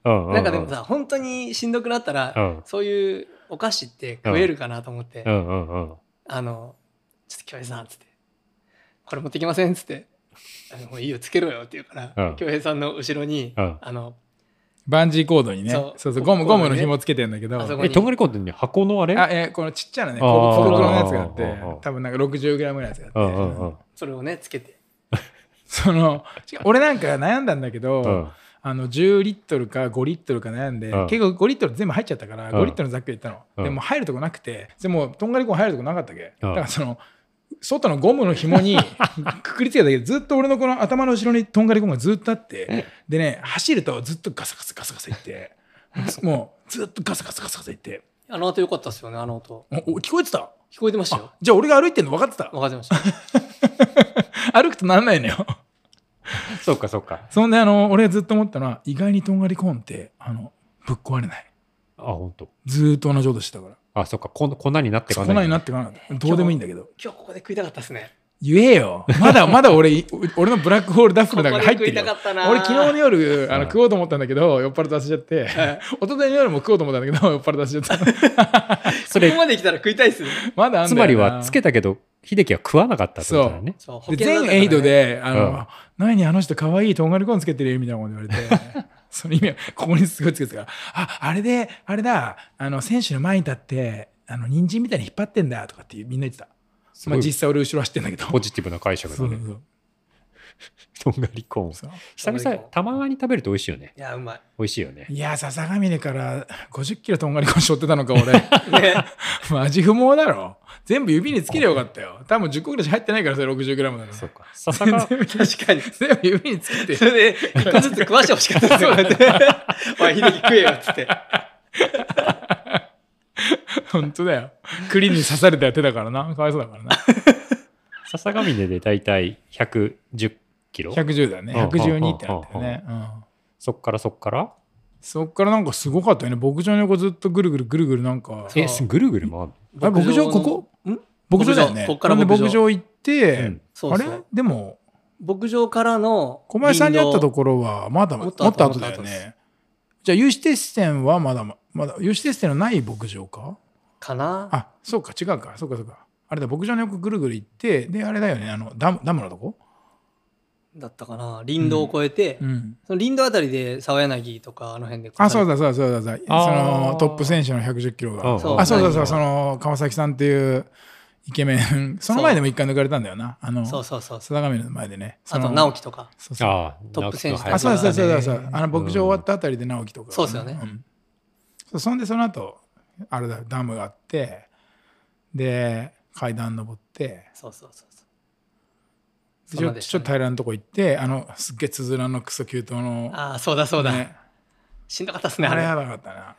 うんうん、 なんかでもさ本当にしんどくなったら、うん、そういうお菓子って食えるかなと思って、 うんうんうん、 あのちょっと京平さんっつってこれ持ってきませんっつってあのもういいよつけろよって言うから、うん、京平さんの後ろに、うん、あのバンジーコードにねそうそうそうゴムゴムの紐つけてんだけど、 えとんがりコードに箱のあれあえこのちっちゃなね小袋のやつがあって多分なんか ろくじゅうグラム ぐらいのやつがあって、うんうん、 それをねつけてその俺なんか悩んだんだけど、うん、あのじゅうリットルかごリットルか悩んで、うん、結構ごリットル全部入っちゃったから、うん、ごリットルのざっくり言ったの、うん、でも入るとこなくてでもとんがりコーン入るとこなかったっけ、うん、だからその外のゴムの紐にくくりつけただけでずっと俺のこの頭の後ろにとんがりコーンがずっとあってでね走るとずっとガサガサガサガサいってもうずっとガサガサガサガサいってあの音良かったっすよねあの音お聞こえてた聞こえてましたよじゃあ俺が歩いてんの分かってた分かってました歩くとなんないのよそうかそうかそんであの俺がずっと思ったのは意外にとんがりコーンってあのぶっ壊れないあ本当ずっと同じ音してたからあそっか粉になってかない粉になってかなかったどうでもいいんだけど今日ここで食いたかったっすね言えよまだまだ俺俺のブラックホールダッフルの中に入ってるよ俺昨日の夜あの食おうと思ったんだけど酔っ払って忘れちゃって一昨日の夜も食おうと思ったんだけど酔っ払って忘れちゃったそれここまで来たら食いたいっすねまだあんだよなつまりはつけたけど秀樹は食わなかったってことだねそうで全エイドであの、うん、何あの人かわいいとんがりコーンつけてるよみたいなこと言われてその意味はここにすごいつけてたからああれであれだあの選手の前に立ってあの人参みたいに引っ張ってんだとかってみんな言ってたまあ、実際俺後ろ走ってんだけどポジティブな解釈だね。そうそうそうとんがりコーン久々たまに食べると美味しいよね。 いやうまい美味しいよね。 いや笹ヶ峰からごじゅっキロとんがりコーン背負ってたのか俺、ね、マジ不毛だろ全部指につけりゃよかったよ多分じゅっこぐらいしか入ってないからそれ ろくじゅうグラム だからそうか笹が確かに全部指につけてそれでいっこずつ食わしてほしかったですよおい秀樹食えよっつって本当だよ栗に刺された手だからなかわいそうだからな笹ヶ峰でだいたいひゃくじゅっキロひゃくじゅうだねひゃくじゅうにってなってるね、うん、 そっからそっからそっからなんかすごかったよね牧場の横ずっとぐるぐるぐるぐるなんかえぐるぐる回るあ牧場ここん牧場だよねこっから牧場牧場行って、 うん、そうそうあれでも牧場からの小林さんに会ったところはまだもっと後だよねじゃあ有刺鉄線はまだまだ有刺鉄線のない牧場かかなあそうか違うかそうかそうかあれだ牧場の横ぐるぐる行ってであれだよねあのダムダムのとこだったかな林道を越えて、うんうん、その林道あたりで沢柳とかあの辺であそうだそうだそうだそうだそのトップ選手のひゃくじゅっキロがあそうだそうだその川崎さんっていうイケメンその前でも一回抜かれたんだよなあのそうそうそう笹ヶ峰の前でねあと直樹とかそうそうあトップ選手とかあそうそうそうそうあの牧場終わったあたりで直樹とか、ね、 そうですよね、 うん、そんでその後あれだダムがあってで階段登ってそうそうそうちょっと平らなとこ行ってあのすっげえつづらのクソ急登のああそうだそうだ、ね、しんどかったっすねあれやばかったな、 うん、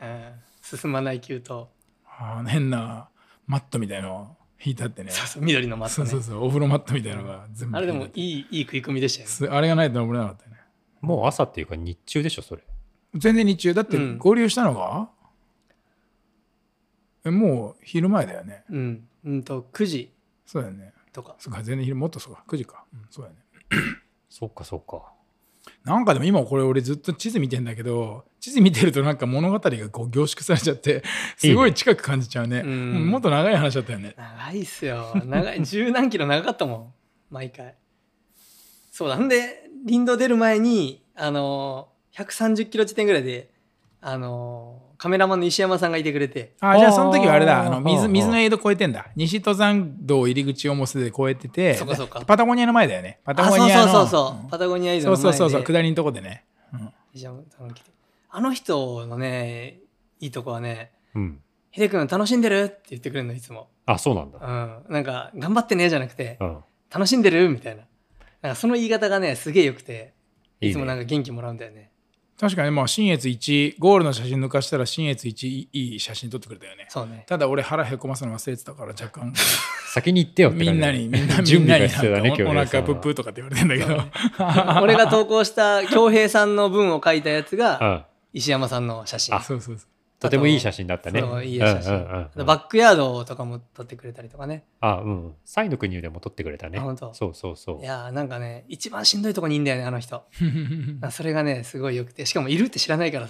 進まない急登あ変なマットみたいのを引いたってねそうそう緑のマットねそうそうそうお風呂マットみたいのが全部あれでもいいいい食い込みでしたよねあれがないと登れなかったよねもう朝っていうか日中でしょそれ全然日中だって合流したのが、うん、えもう昼前だよねうんうんとくじそうだよねとかそうか全然昼もっとそうかくじか、うん、そうだよねそうかそうかなんかでも今これ俺ずっと地図見てんだけど地図見てるとなんか物語がこう凝縮されちゃってすごい近く感じちゃうね、いいね、うん、もっと長い話だったよね長いっすよ長い十何キロ長かったもん毎回そうだんで林道出る前にあのひゃくさんじゅっキロ地点ぐらいであのカメラマンの石山さんがいてくれてあじゃあその時はあれだあの 水, 水のエイド越えてんだ西登山道入り口をもうすでに越えててそうかそうかパタゴニアの前だよねパタゴニアのそうそうそうそう、うん、パタゴニアエイドの前でそうそうそう下りのとこでね、うん、 石山さんが来てあの人のねいいとこはね、 うん、 秀君楽しんでるって言ってくれるのいつもあそうなんだ、 うん、なんか頑張ってねじゃなくて、 うん、 楽しんでるみたいななんかその言い方がねすげえよくていつもなんか元気もらうんだよね。 確かにまあ新越いちゴールの写真抜かしたら新越いちいい写真撮ってくれたよね。 そうね。 ただ俺腹へこますの忘れてたから若干先に行ってよってみんなにみんな準備が必要だね。お腹プップーとかって言われてんだけど、ね、 俺が投稿した恭平さんの文を書いたやつが石山さんの写真。 あそうそうそう。 とてもいい写真だったね。 そういい写真、うんうんうん、バックヤードとかも撮ってくれたりとかね。 あうんサイの国でも撮ってくれたね。 本当。 そうそうそう。 いやなんかね一番しんどいとこにいんだよねあの人それがねすごいよくてしかもいるって知らないからさ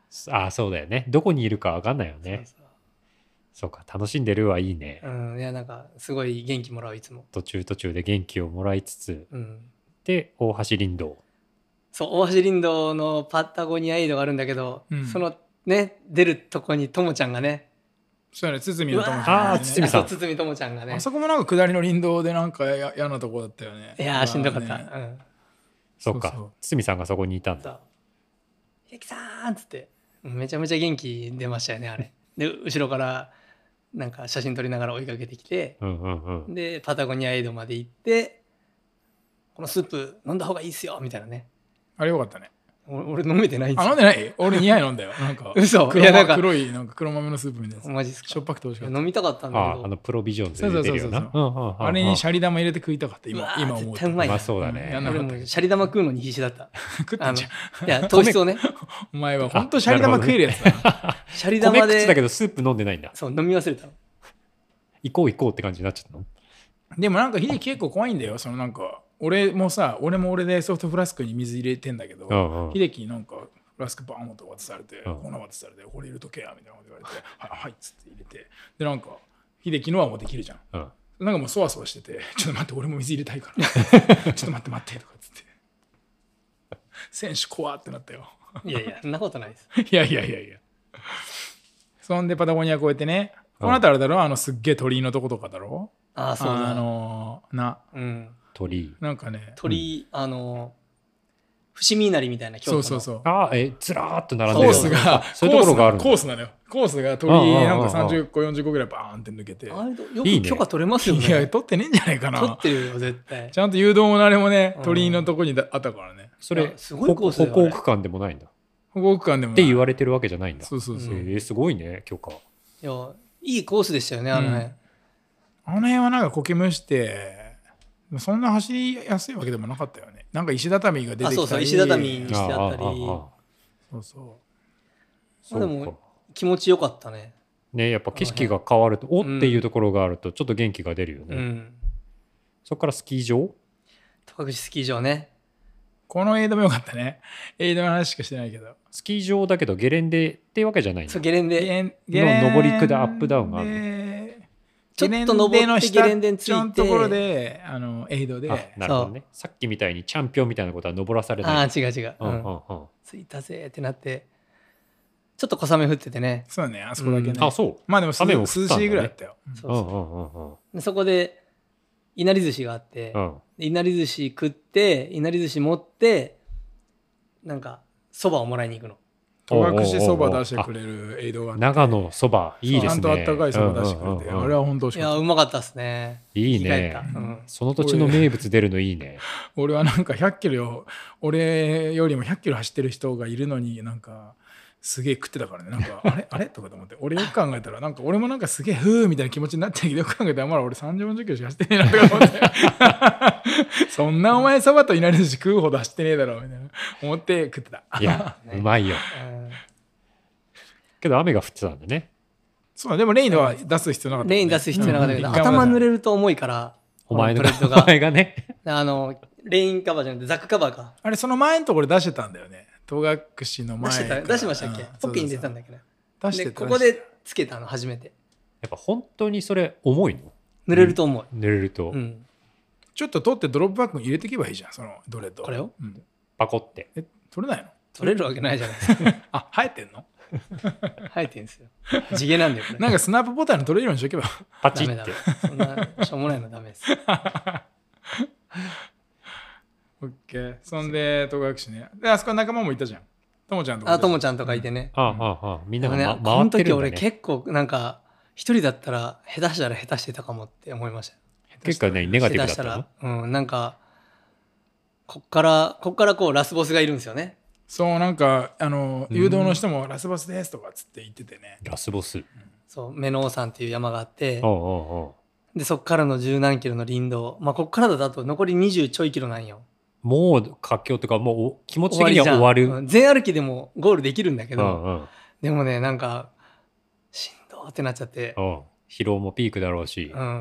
ああそうだよね。どこにいるか分かんないよね。そうそう、そうか、楽しんでるはいいね。 うん、いやなんかすごい元気もらう、いつも途中途中で元気をもらいつつ、 うん、 で大橋林道、 そう大橋林道のパタゴニアエイドがあるんだけど、うん、そのね出るとこにともちゃんがね、 そうやね、堤のともちゃん、ね、 ああ堤さん、 堤ともちゃんがね、 あそこもなんか下りの林道でなんかや嫌なとこだったよね。 いやーしんどかった、ね、うん、 そうか、堤さんがそこにいたんだ。 秀樹さんっつってめちゃめちゃ元気出ましたよねあれで後ろからなんか写真撮りながら追いかけてきて、 うんうんうん、 でパタゴニアエイドまで行って、このスープ飲んだ方がいいっすよみたいなね。 あれよかったね。 俺飲めてないんですよ。あ、飲んでない？俺にはい飲んだよ。なんか嘘。 黒いやなんか黒いなんか黒豆のスープみたいなやつ。 マジっすか。 しょっぱくて美味しかった。 飲みたかったんだけど。 あ、あのプロビジョンで出てるよな。 あれにシャリ玉入れて食いたかった。今今思うと。 絶対うまい。 まあそうだね。 俺もシャリ玉食うのに必死だった。 食ってんじゃん。 いや糖質をね。 お前は本当シャリ玉食えるやつだ。 シャリ玉で。 米食ってたけどスープ飲んでないんだ。 そう飲み忘れたの。 行こう行こうって感じになっちゃったの。 でもなんか秀樹結構怖いんだよ。そのなんか俺もさ、俺も俺でソフトフラスクに水入れてんだけど、秀樹なんかフラスクバーンと渡されて、粉渡されて、これ入れとけやみたいなこと言われて、はいはいっつって入れて、でなんか秀樹のはもうできるじゃん。うん、なんかもうそわそわしてて、ちょっと待って俺も水入れたいから、ちょっと待って待ってとかっつって、選手怖ってなったよ。 いやいやそんなことないです。 いやいやいやいや。そんでパタゴニア越えてね、この後あれだろ、あのすっげえ鳥居のとことかだろ。 ああそうだ。 あのー、な、 うん、 鳥居なんかね鳥居、あの伏見稲荷みたいな京都の。 そうそうそう。 ああ、えずらーっと並んでる。 コースがそういうところがあるコースなのよ。コースが鳥居なんかさんじゅっこよんじゅっこぐらいバーンって抜けて。 あれよく許可取れますよね。 いや取ってねえんじゃないかな。 取ってるよ絶対。 ちゃんと誘導もあれもね、鳥居のとこにあったからね。 それすごいコースだよ。 歩行区間でもないんだ。 歩行区間でもって言われてるわけじゃないんだ。 そうそうそう。 えー、すごいね許可。 いやいいコースでしたよねあの辺。 あの辺はなんか苔むしてそんな走りやすいわけでもなかったよね。なんか石畳が出てきたり、 あそうそう石畳にしてあったり、 そうそう。 まあでも気持ちよかったね。 ねやっぱ景色が変わるとおっていうところがあるとちょっと元気が出るよね。うん、そこからスキー場？ 戸隠スキー場ね。 このエイドもよかったね。エイドの話しかしてないけど。 スキー場だけどゲレンデっていうわけじゃないんだ。 そうゲレンデの上り下アップダウンがある。 ちょっと登ってゲレンデについてのところであのエイドで。 なるほどね。さっきみたいにチャンピオンみたいなことは登らされない。 ああ違う違う。うんうんうん、着いたぜってなってちょっと小雨降っててね。 そうねあそこだけね。 うん、あそう。 まあでも涼しいぐらいだったよ。 そうそう。でそこでいなり寿司があって、うん、いなり寿司食っていなり寿司持ってなんかそばをもらいに行くの。 戸隠そば出してくれるエイドがあって、 長野そばいいですね。 ちゃんとあったかいそば出してくれて、あれは本当美味しかった。 いやうまかったですね。 いいね、うん、その土地の名物出るのいいね。 俺はなんかひゃっキロ俺よりもひゃっキロ走ってる人がいるのになんかすげえ食ってたからね。なんかあれあれとかと思って、俺よく考えたらなんか俺もなんかすげえふーみたいな気持ちになってるけど、よく考えたらまだ俺さんじゅう、よんじゅっキロしか走ってねえなとか思ってそんなお前そばといなり寿司食うほど走ってねえだろみたいな思って食ってた。 いやうまいよ、うんけど雨が降ってたんだね。 そうでもレインは出す必要なかった、ね、 レイン出す必要なかったけど、うん、頭濡れると重いからお前のお前がねあのレインカバーじゃなくてザックカバーか。 あれその前のところ出してたんだよね。戸隠の前出してた出しましたっけ。ポッケに出たんだっけど出してでここでつけたの初めて。 やっぱ本当にそれ重いの？ 濡れると重い、 うん、濡れると、 うん、ちょっと取ってドロップバッグに入れていけばいいじゃんそのどれとこれを、 うん、 パコってえ取れないの？ 取れるわけないじゃないですかあ生えてんの？ 生えてんですよ。地毛なんだよこれ。 なんかスナップボタンに取れるようにしとけばパチって。 ダメダメそんなしょうもないのダメです。 オッケー。そんで戸隠ね。であそこ仲間もいたじゃん。ともちゃんとか。 あともちゃんとかいてね。 ああああみんなが、まね、 回ってるんだね。 この時俺結構なんか一人だったら下手したら下手してたかもって思いました。 結構ねネガティブだったの？ 下手したらうんなんかこっからこっからこうラスボスがいるんですよね。 そうなんかあの誘導の人もラスボスですとかつって言っててね。 ラスボス、うん、 そう目の王山っていう山があって、 おうおうおうでそっからの十何キロの林道、まあこっからだと残りにじゅうちょいキロなんよ。 もう活況とかもう気持ち的には終わる。 うん、全歩きでもゴールできるんだけど、 うんうん、 でもねなんかしんどってなっちゃって、 うん、疲労もピークだろうし、 うん、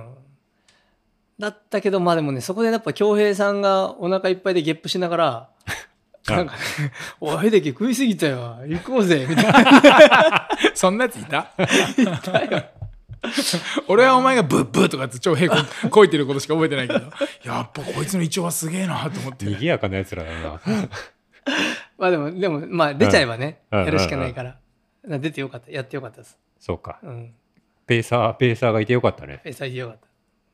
だったけどまあでもねそこでやっぱ恭平さんがお腹いっぱいでゲップしながらなんかね、おい、秀樹食いすぎたよ。行こうぜ。みたいな。 そんなやついたいたよ。 俺はお前がブッブーとかって超平行こいてることしか覚えてないけど、やっぱこいつの胃腸はすげえなと思って。 賑やかなやつらだな。 まあでも、でも、まあ出ちゃえばね、 うんやるしかないから。出てよかった。やってよかったです。 そうか。 うん。 ペーサー、ペーサーがいてよかったね。 ペーサーいてよかった。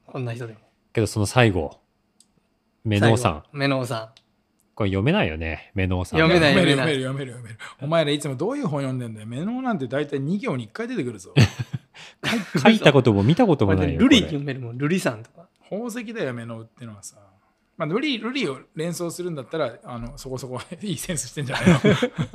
こんな人でも。 けどその最後、メノウさん。 メノウさん。 これ読めないよね、メノウさん。 読めない読める読める読める。お前らいつもどういう本読んでんだよ。メノウなんて大体に行にいっかい出てくるぞ。 書いたことも見たこともないよ。 ルリ読めるもん、ルリさんとか。 宝石だよ、メノウってのはさ。まあ、ルリ、ルリを連想するんだったら、あのそこそこいいセンスしてんじゃないの。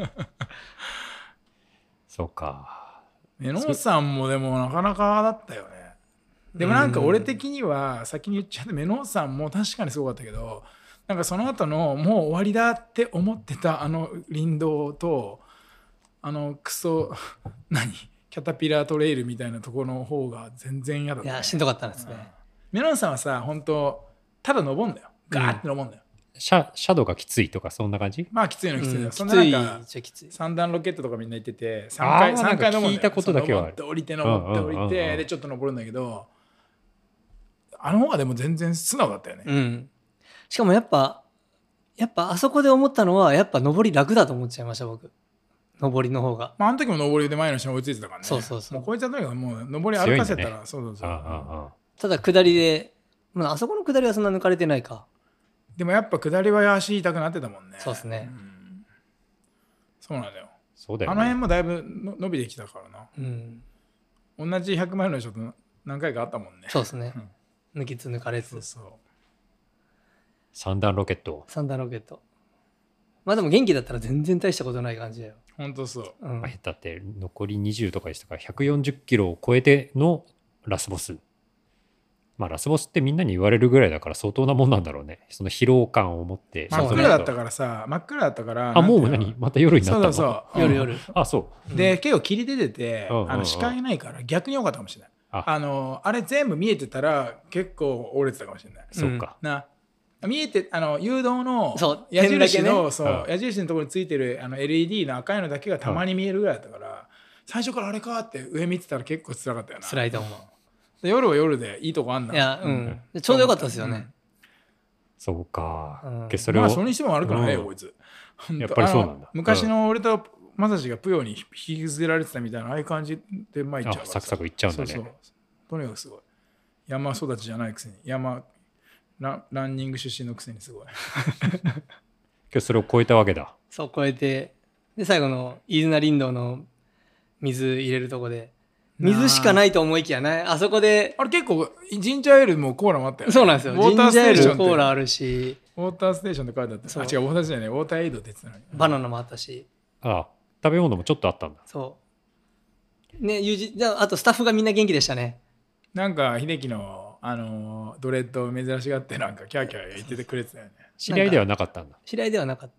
そうか。 メノウさんもでもなかなかだったよね。でもなんか俺的には先に言っちゃってメノウさんも確かにすごかったけど、なんかその後のもう終わりだって思ってたあの林道とあのクソ何キャタピラートレイルみたいなところの方が全然嫌だった、ね、 いやしんどかったんですね、うん、 メノウさんはさ本当ただ登んだよガーって登んだよ、 うん、シャ, シャドウがきついとかそんな感じ。 まあきついのきついの、うん、そんななんか三段ロケットとかみんな行っててさんかいさんかい登んだよ。 聞いたことだけはある。 登って降りて登って降りて、うんうんうんうん、でちょっと登るんだけどあの方がでも全然素直だったよね、 うん、しかもやっぱやっぱあそこで思ったのはやっぱ登り楽だと思っちゃいました僕。登りの方が、 まあ、あの時も登りで前の人に追いついてたからね。 そうそうそう。 もうこいつはとにかくもう登り歩かせたら、ね、そうそうそう。ああああただ下りで、まあ、あそこの下りはそんな抜かれてないか。でもやっぱ下りは足痛くなってたもんね。 そうですね、 うん、そうなんだよ。 そうだよね。 あの辺もだいぶの伸びてきたからな、 うん、 同じひゃくマイルの人と何回かあったもんね。 そうですね、うん、抜きつ抜かれつ。 そうそう。 三段ロケット三段ロケット。まあでも元気だったら全然大したことない感じだよ。 ほんとそう、 うん、 だって残りにじゅうとかでしたからひゃくよんじゅっキロを超えてのラスボス。まあラスボスってみんなに言われるぐらいだから相当なもんなんだろうね。その疲労感を持って真っ暗だったからさ真っ暗だったからあもう何また夜になったの。 そうそうそう夜夜、うん、 あそう、 で結構霧出てて、 うんうんうん、 あの視界ないから逆に良かったかもしれない。あ, あのあれ全部見えてたら結構折れてたかもしれない。 そうか、 うん、な見えてあの誘導の矢印の、 ね、 そう、うん、矢印のところについてるあの エルイーディー の赤いのだけがたまに見えるぐらいだったから、うん、最初からあれかって上見てたら結構辛かったよな。 辛いと思う。 で夜は夜でいいとこあんな。 いや、うんうん、ちょうどよかったですよね。うん、 そうか、 うん、それをまあそれにしても悪くないよ、うん、こいつ。 やっぱりそうなんだ。 昔の俺とまさしがプヨに引きずられてたみたいなああいう感じで参っちゃうからサクサクいっちゃうんだね。 そうそうとにかくすごい。山育ちじゃないくせに山ラ, ランニング出身のくせにすごい。 今日それを超えたわけだ。 そう超えてで最後の飯綱林道の水入れるとこで水しかないと思いきやないあそこであれ結構ジンジャーエールもコーラもあったよね。 そうなんですよ。ジンジャーエールコーラあるしウォーターステーションって書いてあった。あ違うウォーターステーションじゃないウォーターエイドって言ってたのにバナナもあったしああ食べ物もちょっとあったんだ。 そうね友人じゃああとスタッフがみんな元気でしたね。 なんか秀樹のあのドレッド珍しがってなんかキャーキャー言っててくれてたよね。 知り合いではなかったんだ。 知り合いではなかった。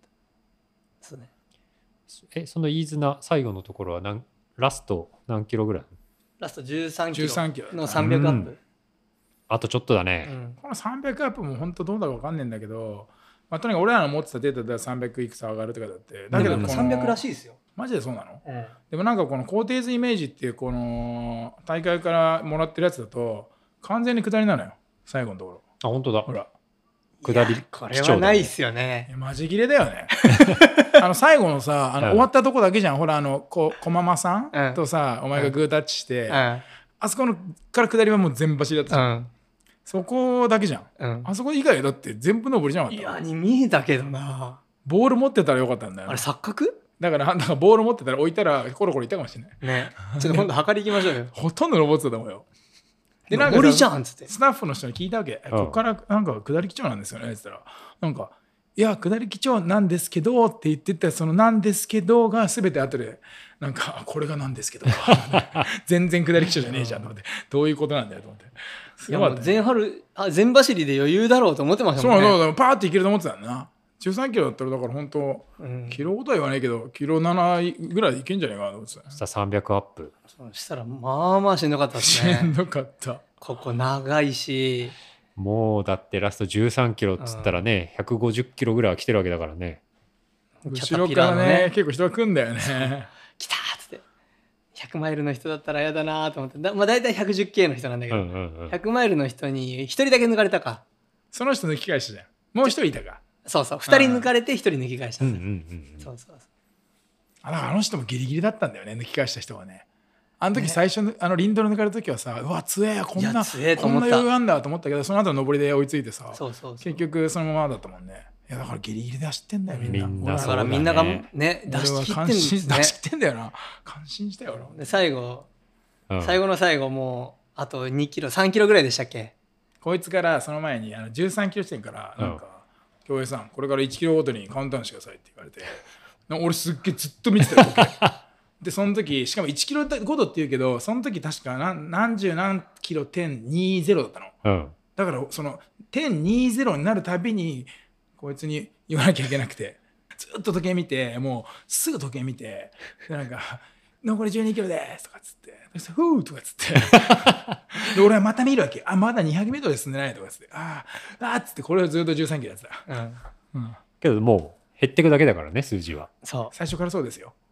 そうね。 えその飯綱最後のところは何ラスト何キロぐらい？ ラストじゅうさんキロのさんびゃくアップ、うん、 あとちょっとだね、 うん、このさんびゃくアップも本当どうだか分かんないんだけど、まあ、とにかく俺らの持ってたデータではさんびゃくいくつ上がるとかだってだけどこのさんびゃくらしいですよ。 マジでそうなの、 うん、 でもなんかこのコーテーズイメージっていうこの大会からもらってるやつだと完全に下りなのよ最後のところ。 あ本当だほら下り、 これはないっすよね。 マジ切れだよね。あの最後のさあの終わったとこだけじゃん。ほらあのここままさん、うん、とさお前がグータッチして、うん、あそこのから下りはもう全走りだったじゃん、うん、そこだけじゃん、うん、あそこ以外だって全部上りじゃなかった。 いやに見えたけどな。 ボール持ってたらよかったんだよ。 あれ錯覚だからなんかボール持ってたら置いたらコロコロいったかもしれないね。ちょっと今度測り行きましょうよ。 ほとんど登ってたと思うよ。 でなんか上りじゃんっつってスタッフの人に聞いたわけ、うん、ここからなんか下り基調なんですよねって言ったらなんかいや下り基調なんですけどって言ってたそのなんですけどが全て後でなんかこれがなんですけど全然下り基調じゃねえじゃんと思ってどういうことなんだよと思って。 いやもう全春あ全走りで余裕だろうと思ってましたもんね。 そうそうパーっていけると思ってたんだな。じゅうさんキロだったらだから本当、うん、キロごとは言わないけどキロななぐらいいけんじゃないかなと思ってた。 そしたらさんびゃくアップ。 そしたらまあまあしんどかったですね。 しんどかった。 ここ長いしもうだってラストじゅうさんキロっつったらね、うん、ひゃくごじゅっキロぐらいは来てるわけだからね。 後ろからね結構人が来んだよね来たーっつってひゃくマイルの人だったら嫌だなと思ってだ、まあ、大体 ひゃくじゅっケー の人なんだけど、うんうんうん、ひゃくマイルの人にひとりだけ抜かれたか。 その人抜き返したじゃん。もうひとりいたか。 そうそうふたり抜かれてひとり抜き返した、うんうんうん、そうそうそう。 あのあの人もギリギリだったんだよね、抜き返した人はね。あの時最初の、ね、あのリンドル抜かれた時はさ、うわ強えこんなこんな余裕あんだと思ったけど、その後の上りで追いついてさ、 そうそうそう結局そのままだったもんね。いやだからギリギリで走ってんだよみんな。 みんなだからみんながね出し切ってんですね。 出し切ってんだよな。感心したよ俺。 で最後、うん、最後の最後もうあとにキロさんキロぐらいでしたっけ。 こいつからその前にあのじゅうさんキロ地点からなんか、うん、京平さんこれからいちキロごとにカウントダウンしてくださいって言われて、俺すっげえずっと見てたよでその時しかもいちキロごとって言うけど、その時確か 何, 何十何キロ点にじゅうだったの、うん、だからその点にじゅうになるたびにこいつに言わなきゃいけなくて、ずっと時計見て、もうすぐ時計見て、でなんか残りじゅうにキロですとかっつって、ふーとかっつってで俺はまた見るわけ、あまだにひゃくメートルで進んでないとかっつって、あーあーっつって、これをずっとじゅうさんキロやってた、 うんうん、けどもう減ってくだけだからね、数字は。 そう最初からそうですよ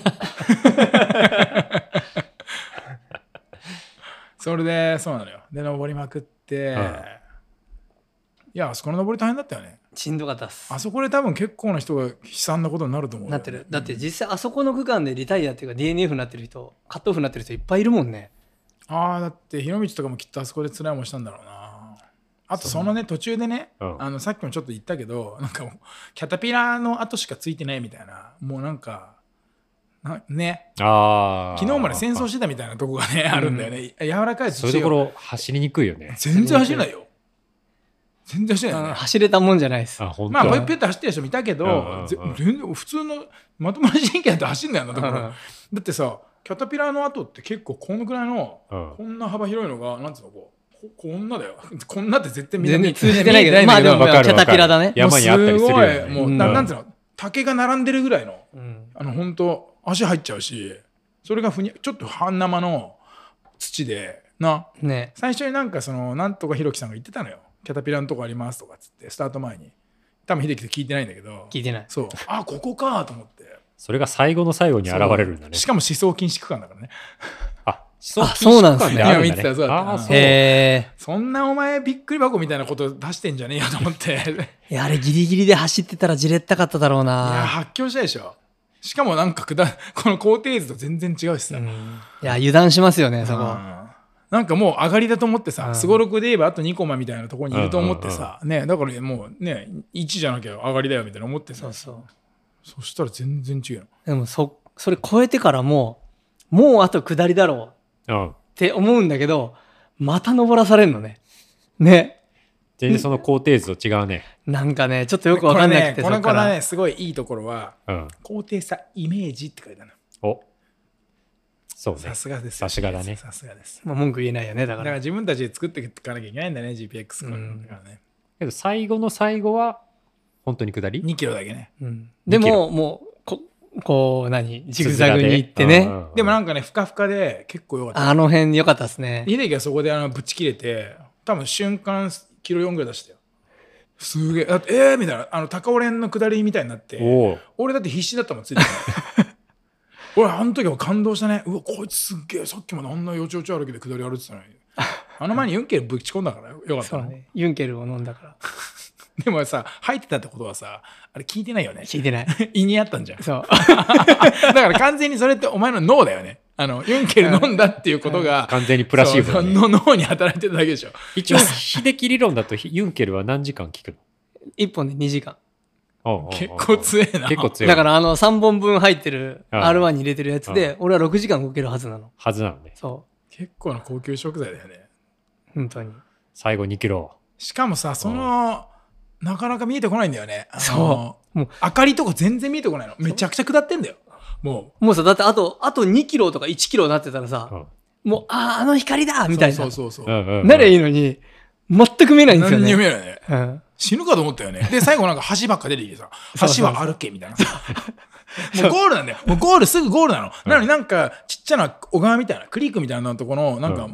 それでそうなのよ。で登りまくって、うん、いやあそこの登り大変だったよね。 しんどかったっす。 あそこで多分結構な人が悲惨なことになると思う、ね、 なってる。だって実際あそこの区間でリタイアっていうか ディーエヌエフ になってる人、カットオフになってる人いっぱいいるもんね。 ああだって広道とかもきっとあそこで辛いもんしたんだろうな。あとそのね途中でね、うん、あのさっきもちょっと言ったけど、なんかキャタピラーの跡しかついてないみたいな、もうなんかなね、あ昨日まで戦争してたみたいなとこがねあるんだよね、うん、柔らかい土そういうところ走りにくいよね。 全然走れないよ。全然走れない、ね、 走れたもんじゃないです。 あまあピュッピュッと走ってる人見たけど、うんうんうん、全然普通のまともな人権って走んないよなところ、うん、だってさキャタピラーの跡って結構このくらいの、うん、こんな幅広いのがなんつうのこうこんなだよ。こんなって絶対みんな全然通じてないけど、まあでもキャタピラだね。 山にあったりするよね。 もうな、なんつうの竹が並んでるぐらいの、うん、あの本当足入っちゃうし、それがふにちょっと半生の土でな、ね、最初になんかそのなんとかひろきさんが言ってたのよ。キャタピラのとこありますとかっつってスタート前に。多分秀樹って聞いてないんだけど。 聞いてない。 そう。あここかと思って。 それが最後の最後に現れるんだね。 しかも思想禁止区間だからね。 ああそうなんですね。 今見てたらそうだった。 あそうへそんなお前びっくり箱みたいなこと出してんじゃねえよと思っていやあれギリギリで走ってたらじれったかっただろうな。 いや発狂したでしょ。しかもなんか下この高低図と全然違うしさ、うん、いや油断しますよねそこ、うん、 なんかもう上がりだと思ってさすごろくで言えばあとにコマみたいなところにいると思ってさ、うんうんうん、ねだからもうねいちじゃなきゃ上がりだよみたいな思ってさ、そうそうそしたら全然違うの。 でも そ, それ超えてからもうもうあと下りだろう、うんって思うんだけど、また登らされるのね。ね。 全然その高低図と違うね。 なんかね、ちょっとよくわかんなくて、 これね、この子のね、すごいいいところは、うん、高低差イメージって書いてあるの。おそうね。 さすがです。 さすがだね。 さすがです。 まあ文句言えないよね、だから。だから自分たちで作っていかなきゃいけないんだね、ジーピーエックス からね。 けど最後の最後は、本当に下り ? にキロだけね。 うん、でも、もう、ここう何ジグザグに行ってね、うんうんうん、 でもなんかねふかふかで結構良かった。 あの辺良かったですね。 秀樹はそこであのぶち切れて多分瞬間キロよんぐらい出したよ。すげえだってえーみたいなあの高尾連の下りみたいになって俺だって必死だったもんついて俺あの時は感動したね。うわこいつすっげえさっきまであんなよちよち歩きで下り歩いてたのにあの前にユンケルぶち込んだからよかったの。 そうねユンケルを飲んだからでもさ入ってたってことはさあれ聞いてないよね。 聞いてない胃にあったんじゃん。 そうだから完全にそれってお前の脳だよね。あのユンケル飲んだっていうことが、 うん、完全にプラシーボ、ね、 の脳に働いてただけでしょ。 一応秀樹理論だとユンケルは何時間効くの？ いっぽんでにじかん。 おうおうおう結構強えな。 結構強い。 だからあのさんぼんぶん入ってる アールワン に入れてるやつで俺はろくじかん動けるはずなの。 はずなのね。 そう結構な高級食材だよね。 本当に。 最後にキロ。 しかもさそのなかなか見えてこないんだよね。 そうもう明かりとか全然見えてこないの。めちゃくちゃ下ってんだよ。もうもうさだってあとあとにキロとかいちキロになってたらさ、うん、もうあああの光だみたいなそうそうそうそう、うんうんうん、 ならいいのに全く見えないんですよね。 何にも見えないね、うん、死ぬかと思ったよね。で最後なんか橋ばっか出てきてさ橋は歩けみたいなもうゴールなんだよ。もうゴールすぐゴールなの。なのになんかちっちゃな小川みたいなクリークみたいなところのなんか、うん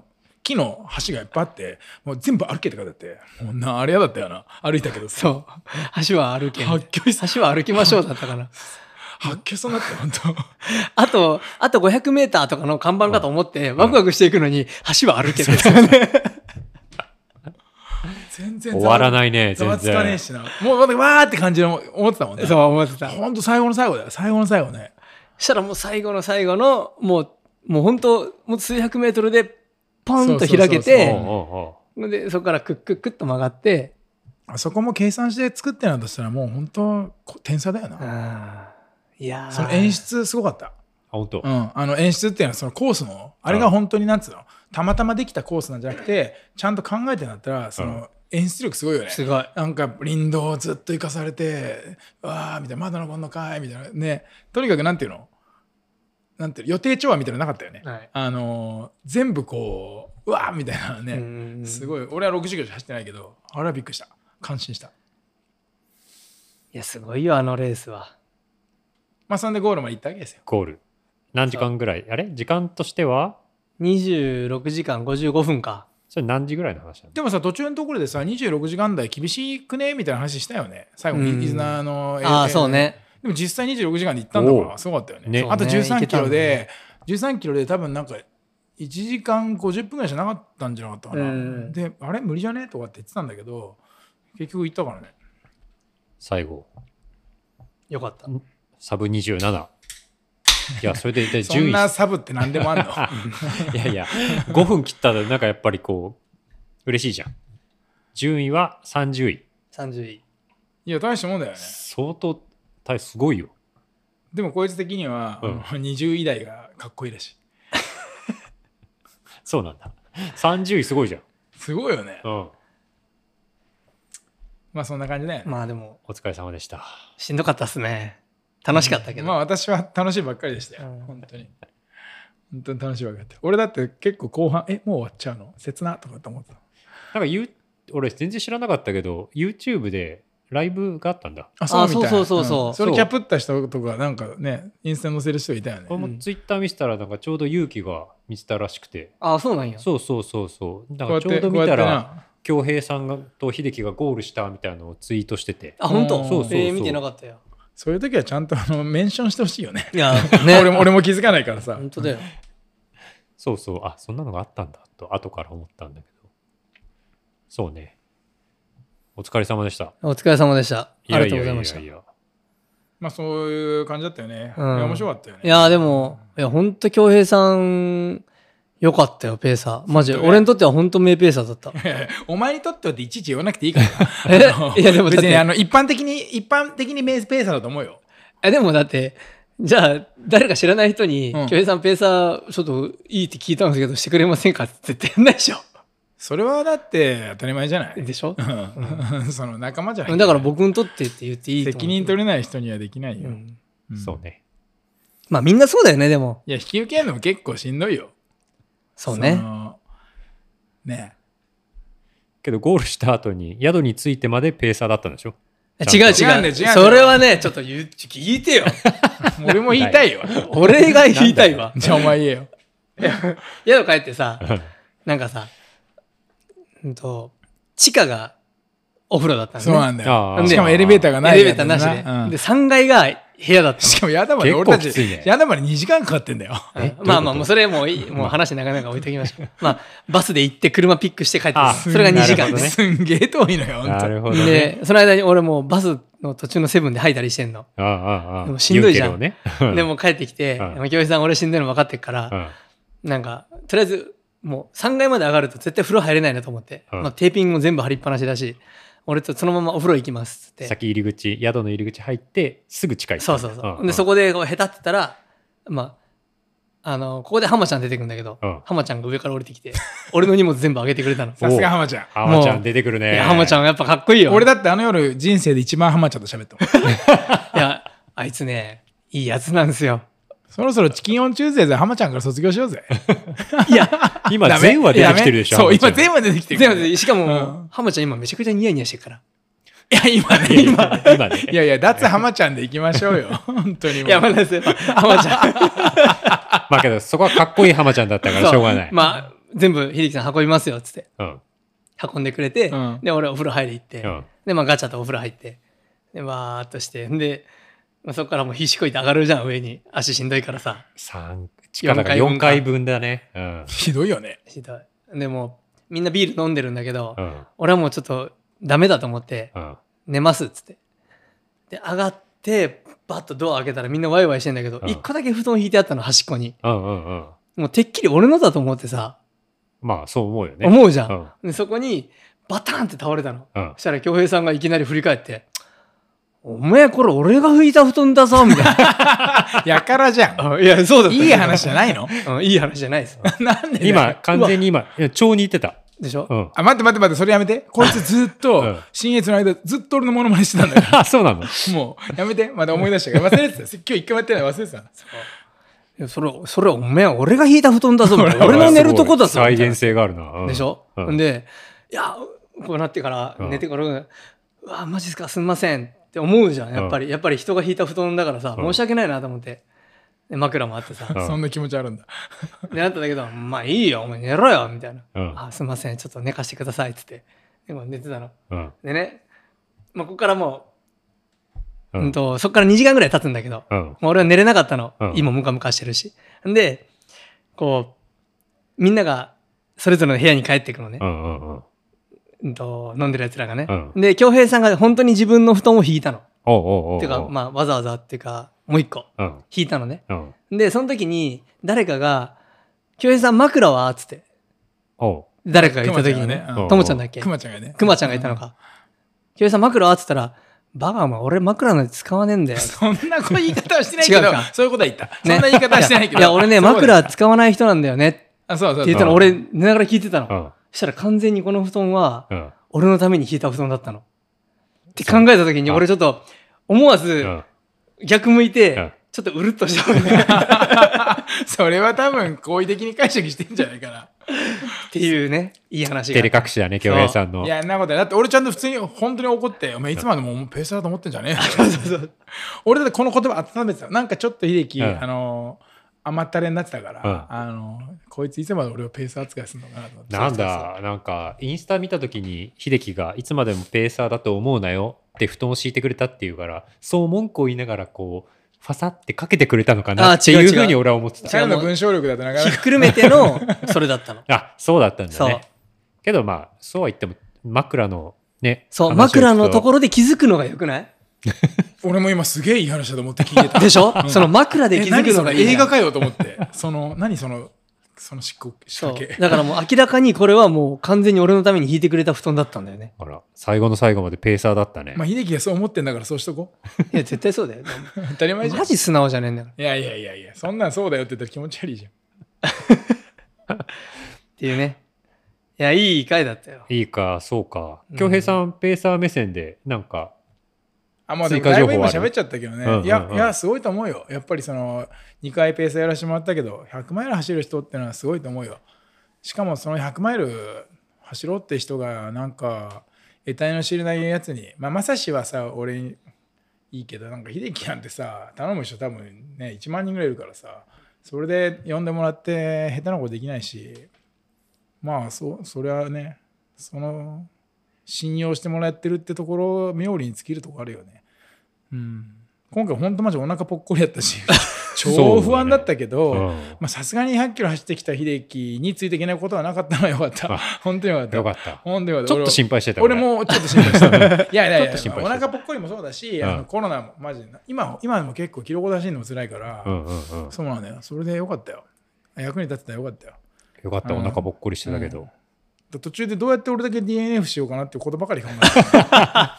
木の橋がいっぱいあって、もう全部歩けって書いてあって、もうなあれやだったよな。歩いたけどさ。 そう。橋は歩け。 発狂し橋は歩きましょうだったかな。 発狂そうになって本当。 あと、あとごひゃくメーターとかの看板かと思って、ワクワクしていくのに、橋は歩けって。 全然終わらないね、 ざわつかねえしな。もうまだわーって感じで思ってたもんね。 そう思ってた。 ほんと最後の最後だよ。最後の最後ね。 そしたらもう最後の最後の、もう、もう本当もう数百メートルで、ポンと開けて、で、そこからクックックッと曲がって、 あそこも計算して作ってなんとしたら、もう本当天才だよな。 いやその演出すごかった。 本当。 うん。あの演出っていうのはそのコースの、あれが本当になんつうの、たまたまできたコースなんじゃなくて、ちゃんと考えてなったら、その、演出力すごいよね。 すごい。 なんか林道をずっと行かされて、わーみたいな、まだ登んのかいみたいなね。とにかくなんていうのなんていうの予定調和みたいなのなかったよね。はい、あのー、全部こう、うわーみたいなね。すごい。俺はろくじゅっキロしか走ってないけど、あれはびっくりした。感心した。いや、すごいよ、あのレースは。 まあ、そんでゴールまで行ったわけですよ。 ゴール。何時間ぐらいあれ時間としてはにじゅうろくじかんごじゅうごふんか。 それ何時ぐらいの話なの？ でもさ、途中のところでさ、にじゅうろくじかん台厳しくねみたいな話したよね。最後に、イズナの。 ああ、そうね。 でも実際にじゅうろくじかんで行ったんだから、すごかったよね。ねあとじゅうさんキロで、じゅうさんキロで多分なんか、いちじかんごじゅっぷんぐらいしかなかったんじゃなかったかな。で、あれ無理じゃねとかって言ってたんだけど、結局行ったからね。 最後。 よかった。 サブにじゅうなな。いや、それでじゅうい。 そんなサブって何でもあんのいやいや、ごふん切ったらなんかやっぱりこう、嬉しいじゃん。順位はさんじゅうい。 さんじゅうい。 いや、大したもんだよね。 相当、大すごいよ。 でもこいつ的には、うん、にじゅうい台がかっこいいらしい。 そうなんだ。さんじゅういすごいじゃん。 すごいよね。 うん。 まあそんな感じね。 まあでも。 お疲れ様でした。 しんどかったっすね。楽しかったけど。 うん、まあ私は楽しいばっかりでしたよ。うん、本当に。本当に楽しいばっかりだった。俺だって結構後半、え、もう終わっちゃうの切なとかと思ってた。 なんか言う、俺全然知らなかったけど、YouTube でライブがあったんだ。 あ、そうみたいな。 そうそうそうそう、うん。 それキャプった人とか、なんかね、インスタ載せる人いたよね。 俺もツイッター見せたら、なんかちょうど勇気が見てたらしくて。 あ、そうなんや。 そうそうそうそう。だからちょうど見たら、恭平さんがと秀樹がゴールしたみたいなのをツイートしてて。 あ、本当？ そうそうそう。 えー、見てなかったよ。 そういう時はちゃんとあのメンションしてほしいよね。 いや、ね俺も俺も気づかないからさ。 本当だよ。 そうそう。あ、そんなのがあったんだと後から思ったんだけど。そうね。お疲れ様でした。 お疲れ様でした。ありがとうございました。 いやいやいやいや。 まあそういう感じだったよね。 うん、 いや面白かったよね。 いやでも、いや本当恭平さんよかったよペーサー。マジで俺にとっては本当名ペーサーだった。 お前にとってはっていちいち言わなくていいから。 えいやでも別にあの一般的に一般的に名ペーサーだと思うよ。 えでもだってじゃあ誰か知らない人に恭、うん、平さんペーサーちょっといいって聞いたんですけどしてくれませんかって絶対やんないでしょ。 それはだって当たり前じゃない。 でしょ、 うん、その仲間じゃない。 だから僕にとってって言っていいと思う。 責任取れない人にはできないよ。うんうん、そうね。 まあみんなそうだよねでも。 いや引き受けるのも結構しんどいよ。 そうね。 ね。 けどゴールした後に宿に着いてまでペーサーだったんでしょ。 違う違う。違う違うそれはねちょっと言う聞いてよ。 俺も言いたいよ。 俺が言いたいわ。 じゃあお前言えよ。 宿帰ってさなんかさ。うんと地下がお風呂だったんで、 ね、そうなんだよ。しかもエレベーターがない。 エレベーターなしで。うん、でさんがいが部屋だったの。 しかも宿まで俺たち、ね、宿までにじかんかかってんだよ。 まあまあもうそれもういいもう話長々置いときましょう。まあバスで行って車ピックして帰ってそれがにじかんね。 すんげえ遠いのよ。 なるほど、ね。 でその間に俺もうバスの途中のセブンで吐いたりしてんの。 ああああでもしんどいじゃん。 ね、 でも帰ってきて、京平さん俺死んでるの分かってるから、なんかとりあえずもうさんがいまで上がると絶対風呂入れないなと思って、まあ、テーピングも全部貼りっぱなしだし俺とそのままお風呂行きますって先入り口宿の入り口入ってすぐ近い。 そうそうそう、うん、でそこでこうへたってたらまああのここで浜ちゃん出てくるんだけど、うん、浜ちゃんが上から降りてきて俺の荷物全部上げてくれたの。 さすが浜ちゃん。 浜ちゃん出てくるね。 いや浜ちゃんやっぱかっこいいよ。 俺だってあの夜人生で一番浜ちゃんと喋ったもん。 いやあいつねいいやつなんですよ。 そろそろチキンオンチューズデーで浜ちゃんから卒業しようぜ。 いや今全話出てきてるでしょ。 そう今全話出てきてる。 全話でしかも、うん、浜ちゃん今めちゃくちゃニヤニヤしてるから。 いや今ね今今ねいやいや脱浜ちゃんでいきましょうよ本当に。 いやまだですよ浜ちゃん。 まあけどそこはかっこいい浜ちゃんだったからしょうがない。 まあ全部秀樹さん運びますよっつって、 うん、 運んでくれて、 うん、 で俺お風呂入り行って、 うん、 でまあガチャとお風呂入ってでわーっとしてで、まあ、そこからもう必死こいて上がるじゃん上に足しんどいからさ力がよんかいぶんだね、うん、 ひどいよね。 ひどい。でもみんなビール飲んでるんだけど、 うん、 俺はもうちょっとダメだと思って、うん、寝ますっつってで上がってバッとドア開けたらみんなワイワイしてんだけど、うん、いっこだけ布団引いてあったの端っこに、 うんうんうん、 もうてっきり俺のだと思ってさ、 まあそう思うよね。 思うじゃん、うん、でそこにバタンって倒れたの、うん、そしたら恭平さんがいきなり振り返ってお前これ俺が拭いた布団だぞみたいなやからじゃん。 いやそうだった、 いい話じゃないの、 うん、いい話じゃないですなんで今完全に今超に言ってたでしょ、 うん、あ待って待って待ってそれやめて。こいつずっと新越の間ずっと俺のモノマネしてたんだよあそうなのもうやめてまだ思い出したから忘れてた今日一回もやってない忘れてたそういやそれそれお前俺が引いた布団だぞ俺の寝るとこだぞ再現性があるな、 うん、でしょ、うん、でいやこうなってから寝てから、うん、うわマジっすかすんませんって思うじゃんやっぱり、うん、やっぱり人が引いた布団だからさ、うん、申し訳ないなと思ってで枕もあってさ、 うん、そんな気持ちあるんだでなったんだけどまあいいよお前寝ろよみたいな、うん、あすいませんちょっと寝かしてくださいっつってでも寝てたの、うん、でね、まあ、ここからもう、うんうん、とそこからにじかんぐらい経つんだけど、うん、もう俺は寝れなかったの、うん、今ムカムカしてるしでこうみんながそれぞれの部屋に帰っていくのね、うんうんうんうんと飲んでるやつらがね、うん、で恭平さんが本当に自分の布団を引いたのおうおうおうおうっていうか、まあ、わざわざっていうかもう一個引いたのね、うんうん、でその時に誰かが「恭平さん枕は?」っつっておう誰かが言った時にねともちゃんだっけくまちゃんがねくまちゃんがいたのか「恭平さん枕は?」っつったら「バカお前俺枕なんて使わねえんだよ」 そんな言い方はしてないけどそういうことは言った、ね、そんな言い方はしてないけどいや俺ね枕使わない人なんだよねあそうそうそうって言ったら俺寝ながら聞いてたの、うん、そしたら完全にこの布団は、うん俺のために引いた布団だったのって考えた時に俺ちょっと思わず逆向いてちょっとうるっとしたもんねそれは多分好意的に解釈してんじゃないかなっていうねいい話が照れ隠しだね恭平さんのいやなことだって俺ちゃんと普通に本当に怒ってお前いつまでもペーサーだと思ってんじゃねえ俺だってこの言葉温めてたなんかちょっと秀樹、うん、あの甘ったれになってたから、うん、あのこいついつまで俺をペーサー扱いするのかなと思ってなんだなんかインスタ見た時に秀樹がいつまでもペーサーだと思うなよって布団を敷いてくれたっていうからそう文句を言いながらこうファサってかけてくれたのかなっていうふうに俺は思ってた。 違う違うの文章力だとなかなかひっくるめてのそれだったのあそうだったんだねけどまあそうは言っても枕のねそう枕のところで気づくのがよくない俺も今すげえいい話だと思って聞いてたでしょ、うん、その枕で気づくのがいい映画かよと思ってその何そのその仕掛けだからもう明らかにこれはもう完全に俺のために引いてくれた布団だったんだよねあら最後の最後までペーサーだったねまあ秀樹がそう思ってんだからそうしとこいや絶対そうだよ当たり前じゃんマジ素直じゃねえんだからいやいやいやいやそんなんそうだよって言ったら気持ち悪いじゃんっていうねいやいい回だったよいいかそうか恭平さん、うん、ペーサー目線でなんかあもうでもだいぶ今喋っちゃったけどね、うんうんうん、いやいやすごいと思うよやっぱりそのにかいペースやらせてもらったけどひゃくマイル走る人ってのはすごいと思うよしかもそのひゃくマイル走ろうって人がなんか得体の知れないやつにまあまさしはさ俺にいいけどなんか秀樹なんてさ頼む人多分ねいちまんにんぐらいいるからさそれで呼んでもらって下手なことできないしまあそそれはねその信用してもらってるってところ妙利に尽きるところあるよね。うん、今回ほんとマジお腹ぽっこりやったし超不安だったけどさすがにひゃっキロ走ってきた秀樹についていけないことはなかったのはよかった本当によかったよかった本当によかったちょっと心配してた俺もちょっと心配してたいやいやいやお腹ぽっこりもそうだし、うん、あのコロナもマジで今今でも結構記録出しるのも辛いから、うんうんうん、そうなんだよそれでよかったよ役に立ってたらよかったよよかったお腹ぽっこりしてたけど、 うん、途中でどうやって俺だけ ディーエヌエフ しようかなっていうことばかり考えてた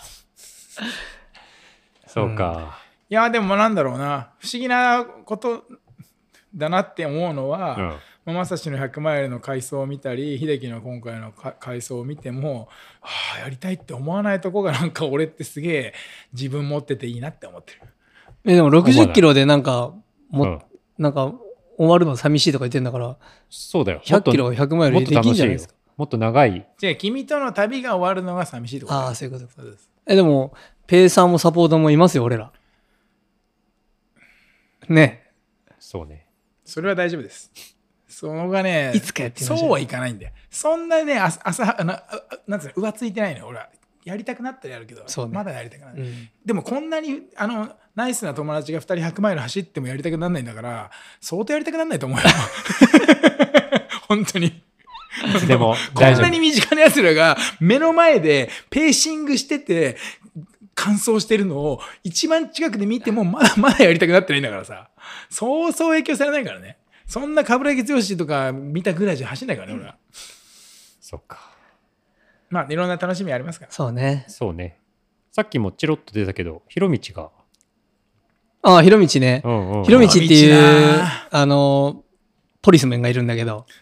そうか、 うん、いやでもなんだろうな不思議なことだなって思うのは、うん、まさしのひゃくマイルの回走を見たり秀樹の今回の回走を見てもああやりたいって思わないとこがなんか俺ってすげえ自分持ってていいなって思ってるえでもろくじゅっキロでなんかも、うん、なんか終わるの寂しいとか言ってんだからそうだよひゃっキロひゃくマイルできんじゃないですかもっと長いじゃあ君との旅が終わるのが寂しいとかああそういうことですえでもペーサーもサポーターもいますよ俺らねそうねそれは大丈夫ですそのがね、 いつかやってみましょう。 そうはいかないんだよ。そんなね、朝、朝ななんつうの、浮ついてないのよ、俺は。やりたくなったらやるけど、 そうね、 まだやりたくない、 うん、 でもこんなにあのナイスな友達がふたりひゃくマイル走ってもやりたくならないんだから、相当やりたくならないと思うよ。本当に。 でもこんなに身近なやつらが目の前でペーシングしてて完走してるのを一番近くで見てもまだまだやりたくなってないんだからさ、そうそう影響されないからね。そんな冠城剛とか見たぐらいじゃ走んないからね、俺は。 そっか。 まあいろんな楽しみありますから。 そうね。 そうね。さっきもチロッと出たけど、ひろみちが。 ああ、ひろみちね。 うんうん、 ひろみちっていうあのポリスメンがいるんだけど。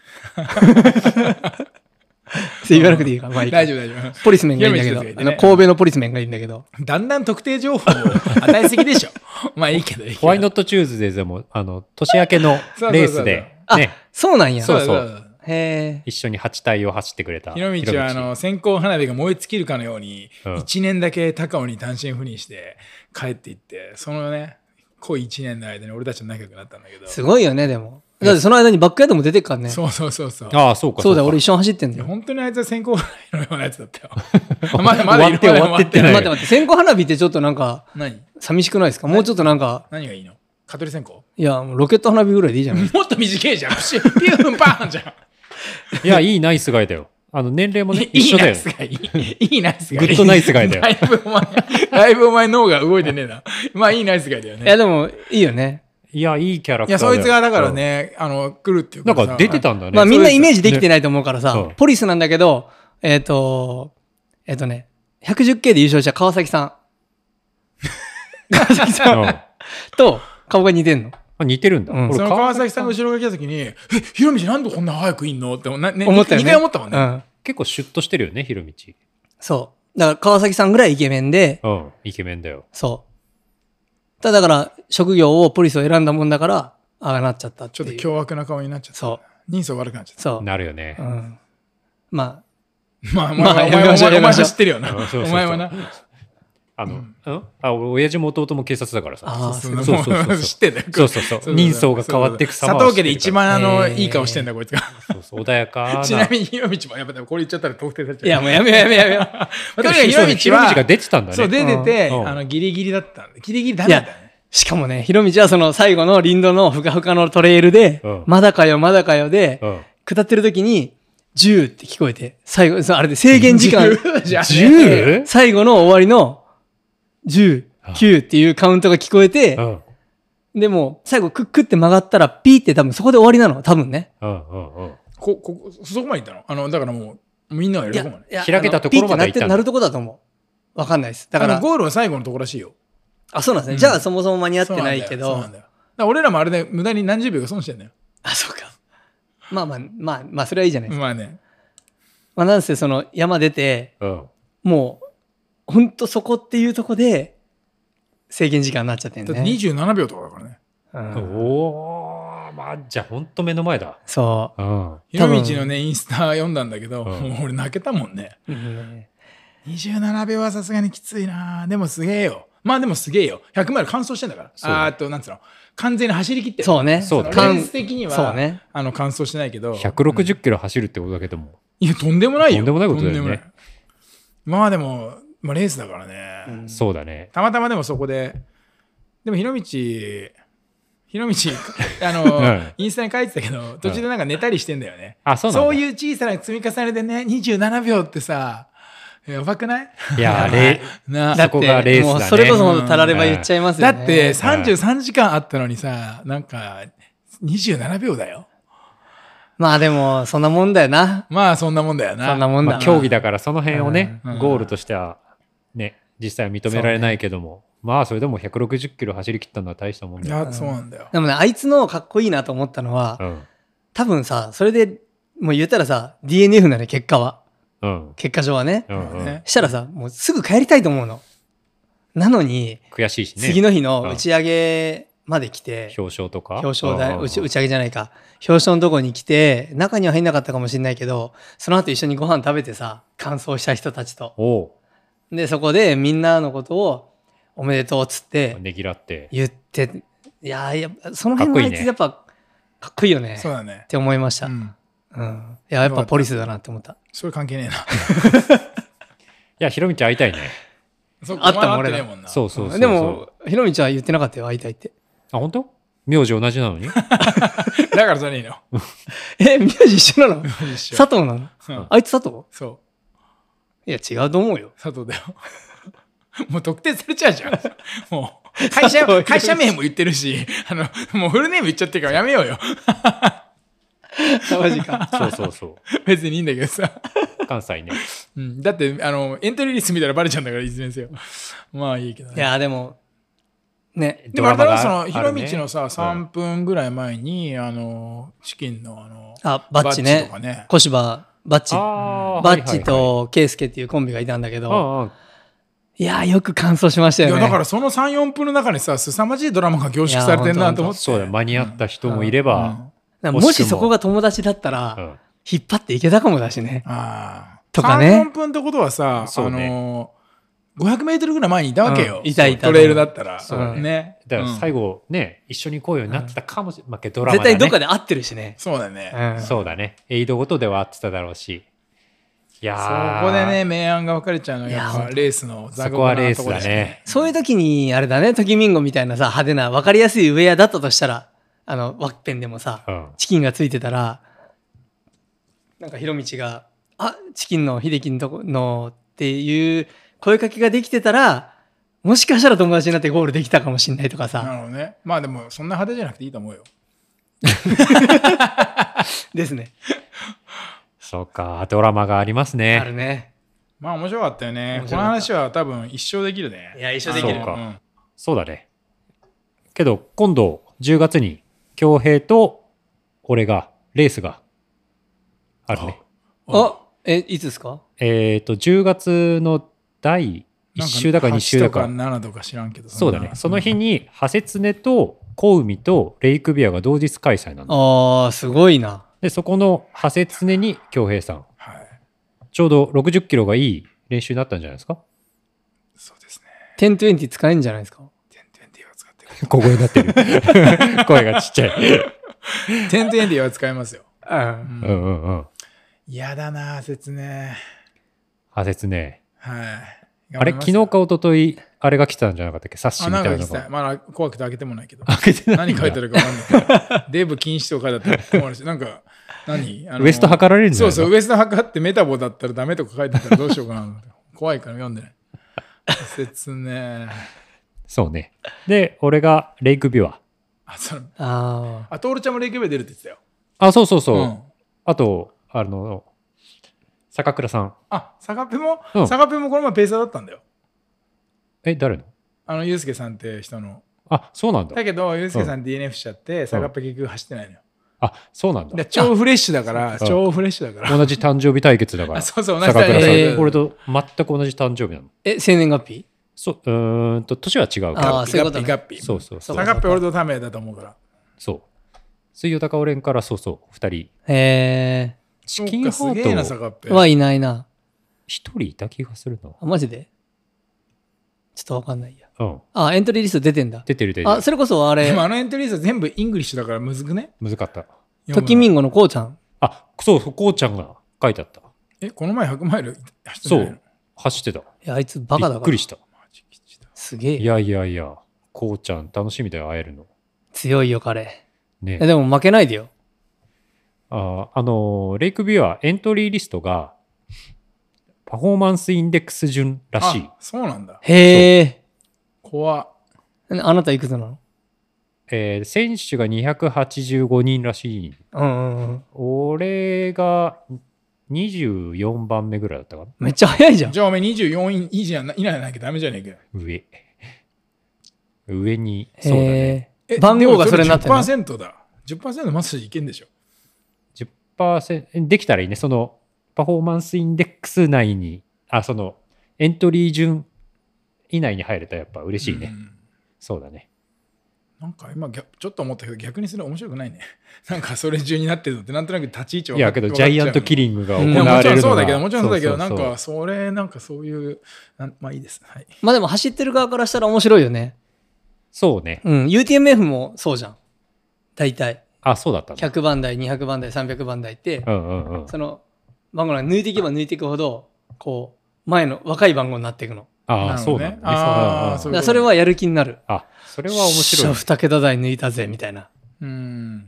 言わなくていいか、まあいいか。 大丈夫大丈夫。 ポリスメンがいいんだけど、ね、あの神戸のポリスメンがいいんだけど。 だんだん特定情報を与えすぎでしょ。まあいいけどいいけど。 ホワイノットチューズデーでもあの年明けのレースでね、 そうなんや。 そうそう。 へ一緒にはち体を走ってくれたひろみちはあの線香花火が燃え尽きるかのようにいちねんだけ高尾に単身赴任して帰っていって、そのね濃いいちねんの間に俺たちと仲良くなったんだけど、 すごいよね。でもだってその間にバックヤードも出てっからね。 そうそうそうそう。 ああそうかそうだ、俺一緒に走ってんだよ。 本当にあいつは線香花火のようなやつだったよ。まだまだ終わって終わってってない。 待って待って、線香花火ってちょっとなんか何寂しくないですか？もうちょっとなんか何がいいの？蚊取り線香？ いやロケット花火ぐらいでいいじゃん。 もっと短いじゃん。ピューンパーンじゃん。 いや、いいナイスガイだよ。あの、年齢もね、一緒だよ。 いいナイスガイ。いいナイスガイ。 グッドナイスガイだよ。 だいぶお前、だいぶお前脳が動いてねえな。まあ、いいナイスガイだよね。 いや、でも、いいよね。 いや、いいキャラクターだよ。いや、そいつがだからね、あの、来るっていうかなんか出てたんだね。 まあ、みんなイメージできてないと思うからさ、ポリスなんだけど、えっと、えっとね、ひゃくじゅっケー で優勝した川崎さん。川崎さんと顔が似てんの。 あ、似てるんだ。 うん、その川崎さんが後ろが来た時に、え、ひろみちなんでこんな早くいんのってな、ね、 思ったよね。 にかい思ったもんね。うん、 結構シュッとしてるよね、ひろみち。 そう。だから川崎さんぐらいイケメンで。 うん、イケメンだよ。 そう。ただだから、職業をポリスを選んだもんだから、ああなっちゃったっていう。 ちょっと凶悪な顔になっちゃった。そう。人相悪くなっちゃった。 そう。 なるよね。 うん。まあ。 まあ、まあ、お前は知ってるよな。お前はな。 あの、うん、あ、親父も弟も警察だからさ。 ああ、そうそうそう。知ってんだよ。 そうそうそう。人相が変わっていく様佐藤家で一番あの、いい顔してんだ、こいつが。 そうそう、穏やか。 ちなみに、ひろみちも、やっぱこれ言っちゃったら特定されちゃう。 いや、もうやめようやめようやめよう。 とにかくひろみちが出てたんだね。 そう、出てて、あの、ギリギリだったんで。ギリギリダメだったね。 しかもね、ひろみちはその最後の林道のふかふかのトレイルで、まだかよ、まだかよで、下ってる時に、じゅうって聞こえて、最後、あれで制限時間、 じゅう? 最後の終わりの、じゅう、きゅうっていうカウントが聞こえて、うん、でも、最後クックって曲がったら、ピーって多分そこで終わりなの、多分ね。 うんうんうん。こ、こ、そこまで行ったの？あの、だからもう、みんながやるとこまで。 開けたところまで行ったの。 ピーってなるとこだと思う。わかんないです。だから。 ゴールは最後のところらしいよ。 あ、そうなんですね。うん、じゃあそもそも間に合ってないけど。 そうなんだよ。だから俺らもあれで無駄に何十秒か損してんだよ。 あ、そうか。まあまあ、まあ、まあ、それはいいじゃないですか。 まあね。 まあなんせその山出て、 うん、 もう、ほんとそこっていうとこで、制限時間になっちゃってんね。 だってにじゅうななびょうとかだからね。 うん、おー、まあ、じゃあほんと目の前だ。 そう。 うん、 ひろみちのね、インスタ読んだんだけど、うん、もう俺泣けたもんね。うん、にじゅうななびょうはさすがにきついな。でもすげえよ。まあでもすげえよ。ひゃくマイル完走してんだから。あーっと、なんつうの。完全に走り切ってる。 そうね。 そう。レース的には、 そうね。 あの、完走してないけど。 ひゃくろくじゅっキロ走るってことだけども。 いや、とんでもないよ。 とんでもないことだよね。 まあでも、まあレースだからね。 うん、そうだね。 たまたまでもそこで、でもひろみち、ひろみち、あの、うん、インスタに書いてたけど、途中でなんか寝たりしてんだよね。 うん、あ、そうなんだ。 そういう小さな積み重ねでね、にじゅうななびょうってさ、やばくない？ いやー、レース。そこがレースだね。 もうそれこそほんとたられば言っちゃいますよね。 だってさんじゅうさんじかんあったのにさ、なんかにじゅうななびょうだよ。 まあでも、そんなもんだよな。 まあそんなもんだよな。 そんなもんだな。 まあ、競技だからその辺をね、うん、ゴールとしてはね、実際は認められないけども、ね、まあそれでもひゃくろくじゅっキロ走り切ったのは大したもんだよ。 いや、そうなんだよ。 でもね、あいつのかっこいいなと思ったのは、うん、多分さ、それでもう言ったらさ、ディーエヌエフ なの結果は。うん、結果上はね、うんうん、したらさもうすぐ帰りたいと思うの。なのに悔しいしね。 次の日の打ち上げまで来て、 うん、表彰とか表彰台、打ち、打ち上げじゃないか表彰のとこに来て中には入んなかったかもしれないけど、その後一緒にご飯食べてさ完走した人たちとおでそこでみんなのことをおめでとうっつってねぎらって言って、いやいやその辺のあいつやっぱかっこいいよね。 そうだねって思いました。 ううんん。いや、やっぱポリスだなって思った。 それ関係ねえないや、ひろみちゃん会いたいね。 そあったもんお前会ってねえもんなそうそうそうそう。 でも、ひろみちゃんは言ってなかったよ、会いたいって。 あ、本当？名字同じなのにだからじゃねえのえ、名字一緒なの？ 一緒佐藤なの？ うんあいつ佐藤？ そういや、違うと思うよ。 佐藤だよもう特定されちゃうじゃんもう会社会社名も言ってるしあのもうフルネーム言っちゃってるからやめようよマジか。 そうそうそう。 別にいいんだけどさ、 関西ね。 うん、だってあのエントリーリスト見たらバレちゃうんだからいずれにせよまあいいけどね。 いや、でも、ね。 でもあれだろ、その、 あるねひろみちのさ、さんぷんぐらい前に、あの、チキンのあの、 あ、バッチね。 とかね。 小芝、バッチ。 あーバッチとケイスケっていうコンビがいたんだけど、 ああいやー、よく完走しましたよね。 いや、だからそのさん、よんぷんの中にさ、凄まじいドラマが凝縮されてんなと思って。 そうだよ、間に合った人もいれば、 だからもしそこが友達だったら、 うん引っ張っていけたかもだしね。 ああ。 とかねさん、よんぷんってことはさ、 そうねあの、ごひゃくメートルぐらい前にいたわけよ。 うんいたいたトレイルだったら。 そうだねね。 だから最後。 後ね、一緒に行こうようになってたかもしれない。まあ、けどドラマ絶だね。 対どっかで会ってるしね。 そうだね。 うんそうだね。エイドごとでは会ってただろうし。いやそーこでね、明暗が分かれちゃうのは、やっぱいやレースのそこはレースだね。 そういう時に、あれだね、トキミンゴみたいなさ、派手な、分かりやすいウェアだったとしたら、あの、ワッペンでもさ、 うんチキンがついてたら、なんかヒロミチが、あ、チキンの秀樹のとこのっていう声かけができてたら、もしかしたら友達になってゴールできたかもしれないとかなさ。 るほどね。まあでも、そんな派手じゃなくていいと思うよ。 ですね。 そうか、ドラマがありますね。 あるね。 まあ面白かったよね。こ面白かったの話は多分一生できるね。 いや、一緒できるそう。かんそうだね。けど、今度、じゅうがつに、恭平と俺が、レースがあるね。 あ、え、いつですか？ えっと、じゅうがつのだいいっ週だかに週だかはちとか。ななとか知らんけど。 そうだね。 んなその日に、ハセツネとコウミとレイクビアが同日開催なの。 あー、すごいな。 で、そこのハセツネに恭平さん。 はい。 ちょうどろくじゅっキロがいい練習になったんじゃないですか？ そうですね。 じゅうにじゅう使えるんじゃないですか？ テントエンディは使ってる。 小声になってる。声がちっちゃい。 テントエンディは使えますよ。 うん。 うんうんうん。 嫌だな、説明。 ハセツネ。 はい。 あれ、昨日か一昨日あれが来たんじゃなかったっけ？サッシあ、 みなんか来た。 たいなのが。 まだ怖くて開けてもないけど。 開けてないんだ何書いてあるかわかんないけど。デブ禁止とかだったら困るし、なんか、何あのウエスト測られるんじゃないの？ そうそう、ウエスト測ってメタボだったらダメとか書いてたらどうしようかな。怖いから読んでない。説明。 そうね。で、俺がレイクビュア。 あ、その、 ああ、トールちゃんもレイクベ出るって言ってたよ。 あ、そうそうそう。 んあと、あの、坂倉さん。 あ、サガペも、 うんサガペもこの前ペーサーだったんだよ。 え、誰の？ あの、ユースケさんって人の。 あ、そうなんだ。 だけど、ユースケさん ディーエヌエフ しちゃって、サガペ結局走ってないのよ。 あ、そうなんだで。超フレッシュだから、 そう超フレッシュだから。 同じ誕生日対決だから。 あ、そうそう、同じ坂倉さん。 えー俺と全く同じ誕生日なの。 ー。え、生年月日？ そう、うーんと、年は違うけあど。 ーそういうことねガッピーガッピー。 そうそうそう。 サガペ俺とタメだと思うから。 そう。水曜高尾連からそうそう、二人。 へチキンハそっかすげえな、サート、 ガペ。 ー。はいないな。 一人いた気がするな。 あ、マジで？ちょっとわかんないや。 うん。 あ、エントリーリスト出てんだ。 出てる出てあ、 る。 それこそあれでも、あのエントリー数全部イングリッシュだからむずくね。 難かった。 トキミンゴのこうちゃん。 あ、そうそう、こうちゃんが書いてあった。 え、この前ひゃくマイル走ってないのそう。走ってた。 いや、あいつバカだから。 びっくりした。 マジ吉だすげえ。 いやいやいや、こうちゃん楽しみだよ、会えるの。 強いよ、彼。 ねえ。でも負けないでよ。 ああの、レイクビュアエントリーリストがパフォーマンスインデックス順らしいあ。そうなんだ。 へえ。 怖っ。 あなたいくつなの？ えー選手がにひゃくはちじゅうごにんらしい。 うんうんうん。 俺がにじゅうよんばんめぐらいだったかな。 めっちゃ早いじゃん。 じゃあお前にじゅうよんい以上以内なきゃダメじゃねえかよ。 上。上に、そうだね。 へえー番号がそれになってるの？ じゅっパーセントだ。じゅっパーセントマスでいけんでしょ。 じゅっパーセント、できたらいいね。その、パフォーマンスインデックス内に、あ、その、エントリー順以内に入れたらやっぱ嬉しいね。 うんそうだね。 なんか今逆ちょっと思ったけど逆にそれ面白くないね。なんかそれ中になってるのってなんとなく立ち位置いや、けど、ジャイアントキリリングがうん行いやもちろんわれるのがそうだけど、もちろんそうだけど、 そそそなんかそれ、なんかそういう、なんまあいいです。はい。 まあでも走ってる側からしたら面白いよね。 そうね。 うん。ユーティーエムエフ もそうじゃん。大体。 あ、そうだったんだ。 ひゃくばん台、にひゃくばん台、さんびゃくばん台って、 うんうんうん、 その番号が抜いていけば抜いていくほど、こう、前の若い番号になっていくの。 ああ、そうなんだね。 ああ、 そう。だからそれはやる気になる。 あ、それは面白い。 に桁台抜いたぜ、みたいな。 うん。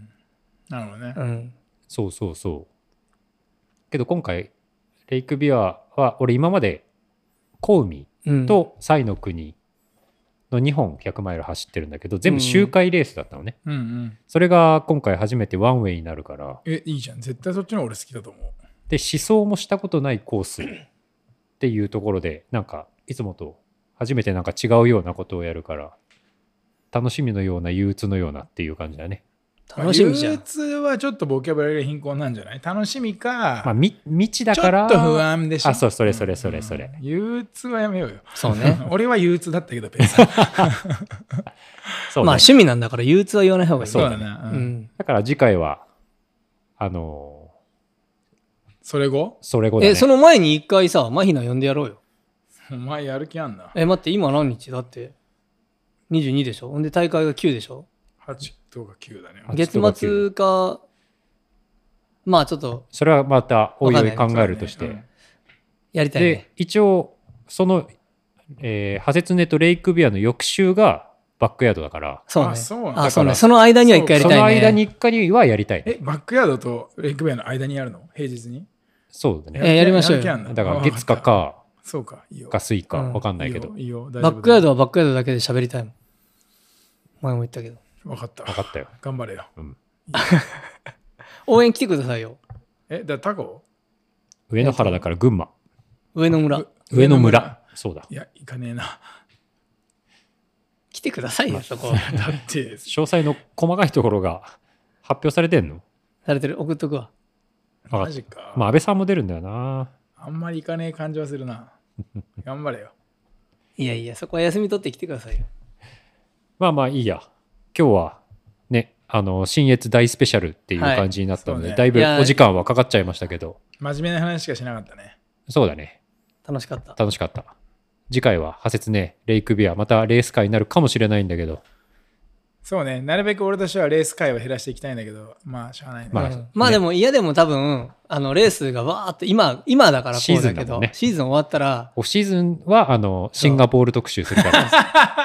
なるほどね。 うん。 そうそうそう。けど今回、レイクビアは、俺今まで、小海と西の国のにほんひゃくマイル走ってるんだけど、全部周回レースだったのね。 うんうん。 それが今回初めてワンウェイになるから。 え、いいじゃん。絶対そっちの方が俺好きだと思う。 で、思想もしたことないコースっていうところで、なんか、いつもと初めてなんか違うようなことをやるから、楽しみのような憂鬱のようなっていう感じだね。 楽しみじゃん。 憂鬱はちょっとボキャブラリーが貧困なんじゃない？楽しみか、 まあ、み未知だから。 ちょっと不安でしょ。 あ、そう、それそれそれそれ。 うん、憂鬱はやめようよ。 そうね。 俺は憂鬱だったけど、ペーサー。 そうね。 まあ趣味なんだから憂鬱は言わない方がいい。 そうだね。 うんうん、だから次回は、あのー、 それ後それ後だね。 え、その前に一回さ、マヒナ呼んでやろうよ。 お前やる気あんな。 え、待って、今何日だって、にじゅうにでしょ？ほんで大会がきゅうでしょ？ はちとかきゅうだね。 月末か、まあちょっと。 それはまたおいおい考えるとして。ね、 やりたいね。 で、一応、その、えー、ハセツネとレイクビアの翌週がバックヤードだから。 そうね。 あ、そうなんだ。あ、そうね。その間には一回やりたいね。 その間に一回はやりたい、ね。 え、バックヤードとレイクビアの間にやるの？平日に？ そうだね。 えー、やりましょうよ。 だから月かか、 そうか、いいよ。 か水か、わかんないけど。 いいよ、いいよ、 バックヤードはバックヤードだけで喋りたいもん。前も言ったけど。 分かった。 分かったよ。 頑張れよ。 うん、 応援来てくださいよ。 え、だタコ？ 上野原だから群馬。 上野村。 上野村。そうだ。 いや、行かねえな。 来てくださいよ、そこ。 だって。 詳細の細かいところが発表されてんの？ されてる。送っとくわ。 マジか。 まあ、安倍さんも出るんだよな。 あんまり行かねえ感じはするな。頑張れよ。 いやいや、そこは休み取ってきてくださいよ。 まあまあいいや。今日はね、あの、新越大スペシャルっていう感じになったので、はいね、だいぶお時間はかかっちゃいましたけど。 真面目な話しかしなかったね。 そうだね。 楽しかった。 楽しかった。次回は、ハセツネ、レイクビア、またレース会になるかもしれないんだけど。 そうね、なるべく俺としてはレース回を減らしていきたいんだけど、まあ、しゃあないね。 まあ、うん、まあでも、嫌でも多分、あの、レースがわーって、今、今だからこうだけど、シーズンだもんね、シーズン終わったら、 オフシーズンは、あの、シンガポール特集するから。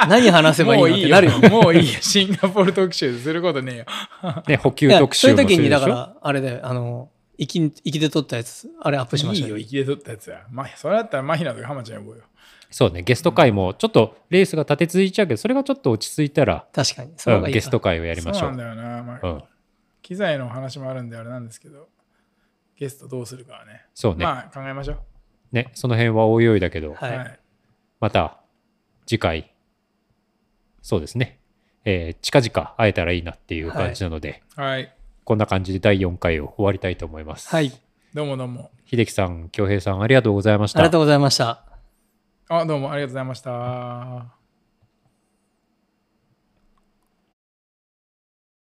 何話せばいいのってなるよ。 もういいよ。シンガポール特集することねえよ。 ね、補給特集もするでしょ。 そういう時に、だから、あれだよ、あの、生き、生きで撮ったやつ、あれアップしましたよ。いいよ、生きで撮ったやつや。まあ、それだったら、マヒナとか浜ちゃん呼ぼうよ。 そうね、ゲスト会もちょっとレースが立て続いちゃうけど、それがちょっと落ち着いたら、 確かにそのうん、ゲスト会をやりましょう。 そうなんだよな、まあうん、 機材の話もあるんであれなんですけど、ゲストどうするかはね。 そうね。 まあ考えましょう。 ね、その辺はおいおいだけど、 はい、 また次回、そうですね、えー、近々会えたらいいなっていう感じなので、 はいはい、 こんな感じでだいよんかいを終わりたいと思います。 はい。 どうもどうも。 秀樹さん、恭平さん、ありがとうございました。 ありがとうございました。 あ、どうもありがとうございました。